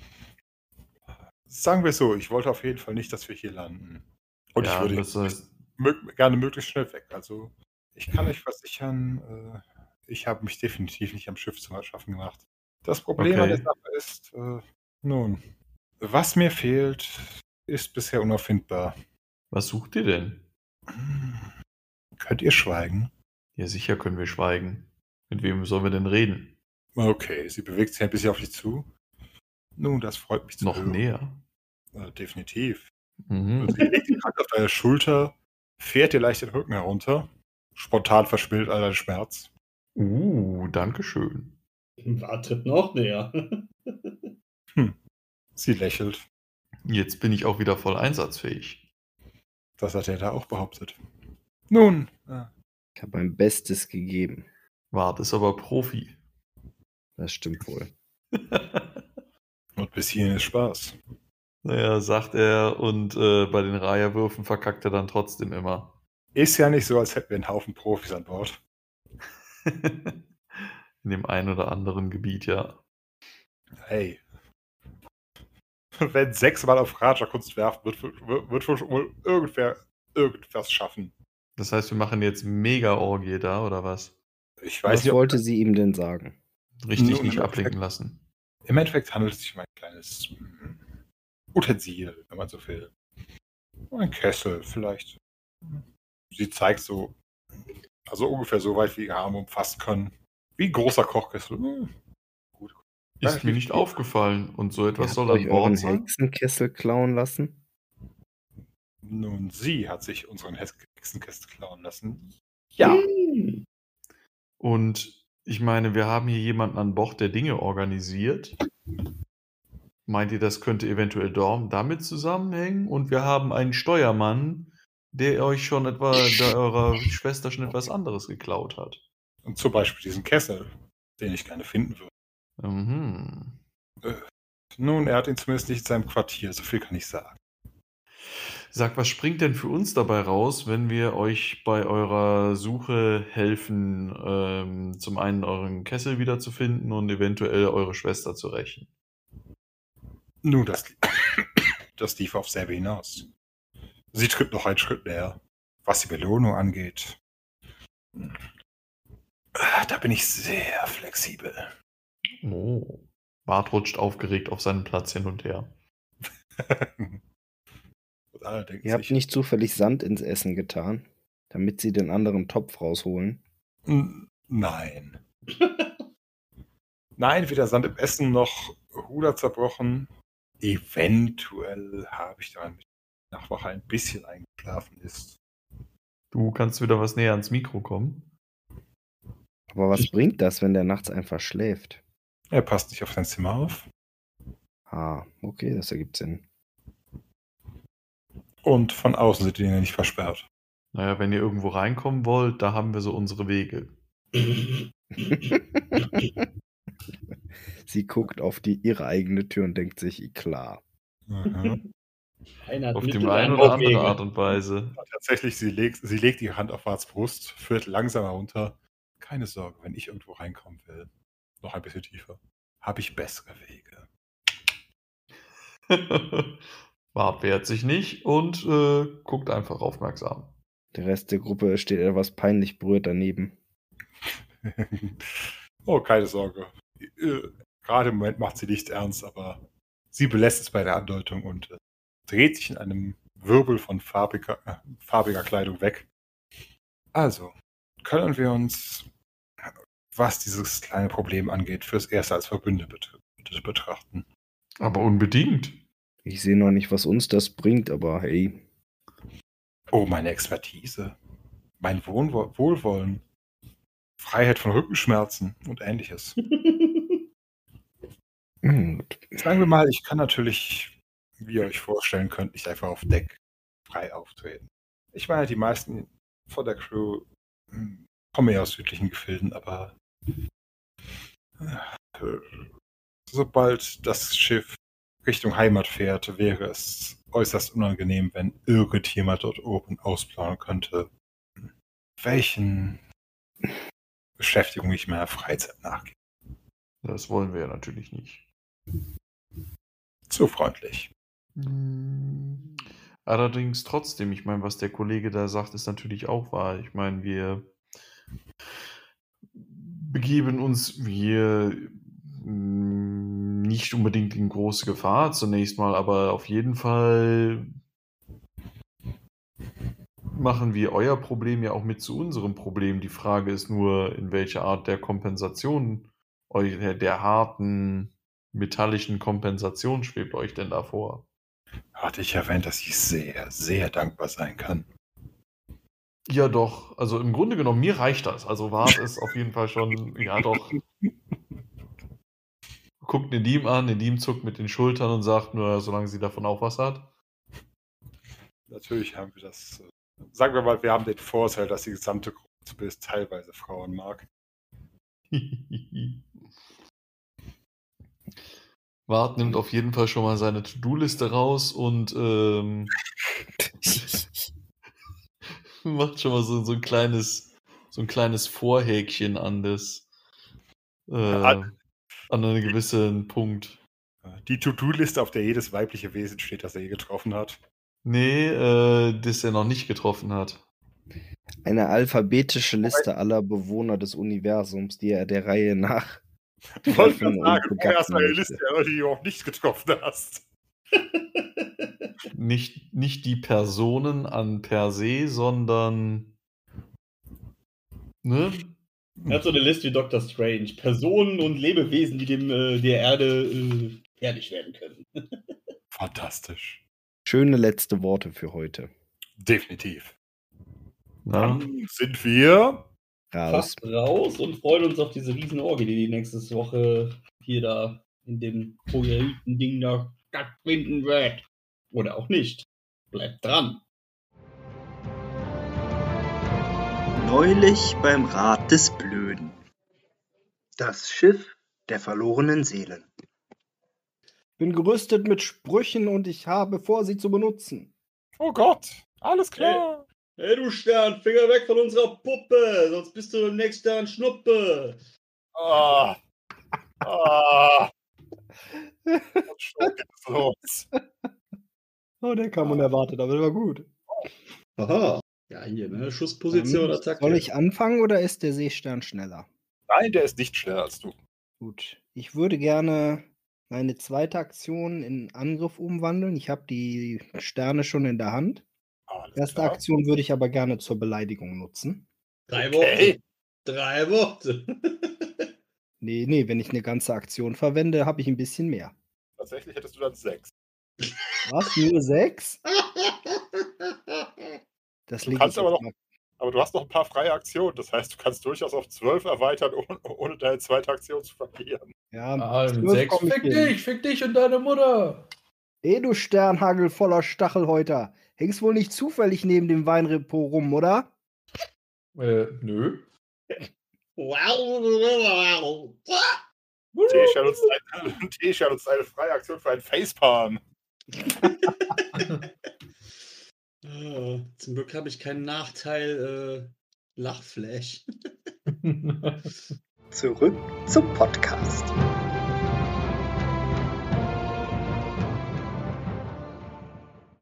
sagen wir es so, ich wollte auf jeden Fall nicht, dass wir hier landen. Und ja, ich würde das heißt, mö- gerne möglichst schnell weg. Also ich kann euch versichern, äh, ich habe mich definitiv nicht am Schiff zu schaffen gemacht. Das Problem an Okay. der Sache ist, äh, nun, was mir fehlt, ist bisher unauffindbar. was sucht ihr denn? Könnt ihr schweigen? Ja, sicher können wir schweigen. Mit wem sollen wir denn reden? Okay, sie bewegt sich ein bisschen auf dich zu. Nun, das freut mich zu Noch hören. näher. Äh, definitiv. Mhm. Sie legt die Hand auf deine Schulter, fährt dir leicht den Rücken herunter. Spontan verschwindet all dein Schmerz. Uh, danke schön. Wartet noch näher. Sie lächelt. Jetzt bin ich auch wieder voll einsatzfähig. Das hat er da auch behauptet. Nun, äh, Ich habe mein Bestes gegeben. Wart ist aber Profi. Das stimmt wohl. und bis hierhin ist Spaß. Naja, sagt er, und äh, bei den Reiherwürfen verkackt er dann trotzdem immer. Ist ja nicht so, als hätten wir einen Haufen Profis an Bord. In dem einen oder anderen Gebiet, ja. Hey. Wenn sechsmal auf Raja-Kunst werfen, wird, wird, wird wohl irgendwer irgendwas schaffen. Das heißt, wir machen jetzt Mega-Orgie da, oder was? Ich weiß Was nicht, ob wollte sie ihm denn sagen? Richtig Nun, nicht im ablenken Endeffekt- lassen. Im Endeffekt handelt es sich um ein kleines mm, Utensil, wenn man so will. Ein Kessel vielleicht. Sie zeigt so, also ungefähr so weit, wie ihre Arme umfassen können. Wie ein großer Kochkessel. Hm, gut. Ist mir nicht aufgefallen. Und so etwas Ihr soll habt an euch euren Bord sein? Hexenkessel klauen lassen? Nun, sie hat sich unseren Hexenkessel klauen lassen. Ja. Und ich meine, wir haben hier jemanden an Bord, der Dinge organisiert. Meint ihr, das könnte eventuell Dorm damit zusammenhängen? Und wir haben einen Steuermann, der euch schon etwa, der eurer Schwester schon etwas anderes geklaut hat. Und zum Beispiel diesen Kessel, den ich gerne finden würde. Mhm. Nun, er hat ihn zumindest nicht in seinem Quartier, so viel kann ich sagen. Sag, was springt denn für uns dabei raus, wenn wir euch bei eurer Suche helfen, ähm, zum einen euren Kessel wiederzufinden und eventuell eure Schwester zu rächen? Nun, das, das lief auf selbe hinaus. Sie tritt noch einen Schritt näher. Was die Belohnung angeht, da bin ich sehr flexibel. Oh. Bart rutscht aufgeregt auf seinen Platz hin und her. Und alle denken Ihr habt sich, nicht zufällig Sand ins Essen getan, damit sie den anderen Topf rausholen? "N- Nein. Nein, weder Sand im Essen noch Ruder zerbrochen. Eventuell habe ich daran mit der Nachtwache ein bisschen eingeschlafen ist. Du kannst wieder was näher ans Mikro kommen. Aber was bringt das, wenn der nachts einfach schläft? Er passt nicht auf sein Zimmer auf. Ah, okay, das ergibt Sinn. Und von außen sind die Dinge nicht versperrt. Naja, wenn ihr irgendwo reinkommen wollt, da haben wir so unsere Wege. Sie guckt auf die ihre eigene Tür und denkt sich, klar. Mhm. Einer hat Auf Mittel, dem der einen andere oder andere Wege. Art und Weise. Tatsächlich, sie legt, sie legt die Hand auf Warts Brust, führt langsam herunter. Keine Sorge, wenn ich irgendwo reinkommen will, noch ein bisschen tiefer, habe ich bessere Wege. Bart wehrt sich nicht und äh, guckt einfach aufmerksam. Der Rest der Gruppe steht etwas peinlich berührt daneben. Oh, keine Sorge. Äh, Gerade im Moment macht sie nicht ernst, aber sie belässt es bei der Andeutung und äh, dreht sich in einem Wirbel von farbiger, äh, farbiger Kleidung weg. Also, können wir uns, was dieses kleine Problem angeht, fürs Erste als Verbündete bet- betrachten. Aber unbedingt. Ich sehe noch nicht, was uns das bringt, aber hey. Oh, meine Expertise, mein Wohnwo- Wohlwollen, Freiheit von Rückenschmerzen und ähnliches. Hm, gut. Sagen wir mal, ich kann natürlich, wie ihr euch vorstellen könnt, nicht einfach auf Deck frei auftreten. Ich meine, die meisten von der Crew hm, kommen eher aus südlichen Gefilden, aber äh, sobald das Schiff Richtung Heimat fährt, wäre es äußerst unangenehm, wenn irgendjemand dort oben ausplanen könnte, welchen Beschäftigung ich meiner Freizeit nachgehe. Das wollen wir ja natürlich nicht. Zu freundlich. Mm. Allerdings trotzdem, ich meine, was der Kollege da sagt, ist natürlich auch wahr. Ich meine, wir begeben uns hier mm, nicht unbedingt in große Gefahr zunächst mal, aber auf jeden Fall machen wir euer Problem ja auch mit zu unserem Problem. Die Frage ist nur, in welcher Art der Kompensation, euch- der, der harten, metallischen Kompensation schwebt euch denn da vor? Hatte ich erwähnt, dass ich sehr, sehr dankbar sein kann. Ja, doch. Also im Grunde genommen, mir reicht das. Also Wart ist auf jeden Fall schon, ja doch. Guckt Nedim an, Nedim zuckt mit den Schultern und sagt nur, solange sie davon auch was hat. Natürlich haben wir das, äh, sagen wir mal, wir haben den Vorteil, dass die gesamte Gruppe zumindest teilweise Frauen mag. Wart nimmt auf jeden Fall schon mal seine To-Do-Liste raus und ähm, macht schon mal so, so ein kleines, so ein kleines Vorhäkchen an das. Äh, Ja, an einen gewissen Punkt. Die To-Do-Liste, auf der jedes weibliche Wesen steht, das er je getroffen hat. Nee, äh, das er noch nicht getroffen hat. Eine alphabetische Liste aller Bewohner des Universums, die er der Reihe nach Du wolltest treffen gerade und sagen, du hast begatten eine möchte. Liste, aber die du auch nicht getroffen hast. Nicht, nicht die Personen an per se, sondern. Ne? Er hat so eine Liste wie Doctor Strange. Personen und Lebewesen, die dem äh, der Erde äh, ehrlich werden können. Fantastisch. Schöne letzte Worte für heute. Definitiv. Ja. Dann sind wir Raus. Fast raus und freuen uns auf diese riesen Orgie, die die nächste Woche hier da in dem Projekten-Ding da stattfinden wird. Oder auch nicht. Bleibt dran. Neulich beim Rat des Blöden. Das Schiff der verlorenen Seelen. Bin gerüstet mit Sprüchen und ich habe vor, sie zu benutzen. Oh Gott, alles klar. Hey du Stern, Finger weg von unserer Puppe, sonst bist du demnächst da ein Schnuppe. Ah. Ah. Und schon geht's los. Oh, der kam unerwartet, aber der war gut. Aha. Ja, hier, ne? Schussposition, Ähm, Attacke. soll ich anfangen oder ist der Seestern schneller? Nein, der ist nicht schneller als du. Gut. Ich würde gerne meine zweite Aktion in Angriff umwandeln. Ich habe die Sterne schon in der Hand. Alles Erste klar. Aktion würde ich aber gerne zur Beleidigung nutzen. Drei Okay. Worte. Drei Worte. Nee, nee, wenn ich eine ganze Aktion verwende, habe ich ein bisschen mehr. Tatsächlich hättest du dann sechs. Was? Nur sechs? Das Du lege kannst ich aber jetzt noch- mal. Aber du hast noch ein paar freie Aktionen. Das heißt, du kannst durchaus auf zwölf erweitern, ohne, ohne deine zweite Aktion zu verlieren. Ja, Ah, zwölf sechs. komm ich Fick hin. dich, fick dich und deine Mutter. Eh, du Sternhagel voller Stachelhäuter. Hängst wohl nicht zufällig neben dem Weinrepo rum, oder? Äh, nö. Wow. T-Shirt nutzt, ein, T-Shirt nutzt eine freie Aktion für einen Facepalm. Ah, zum Glück habe ich keinen Nachteil äh, Lachflash. Zurück zum Podcast.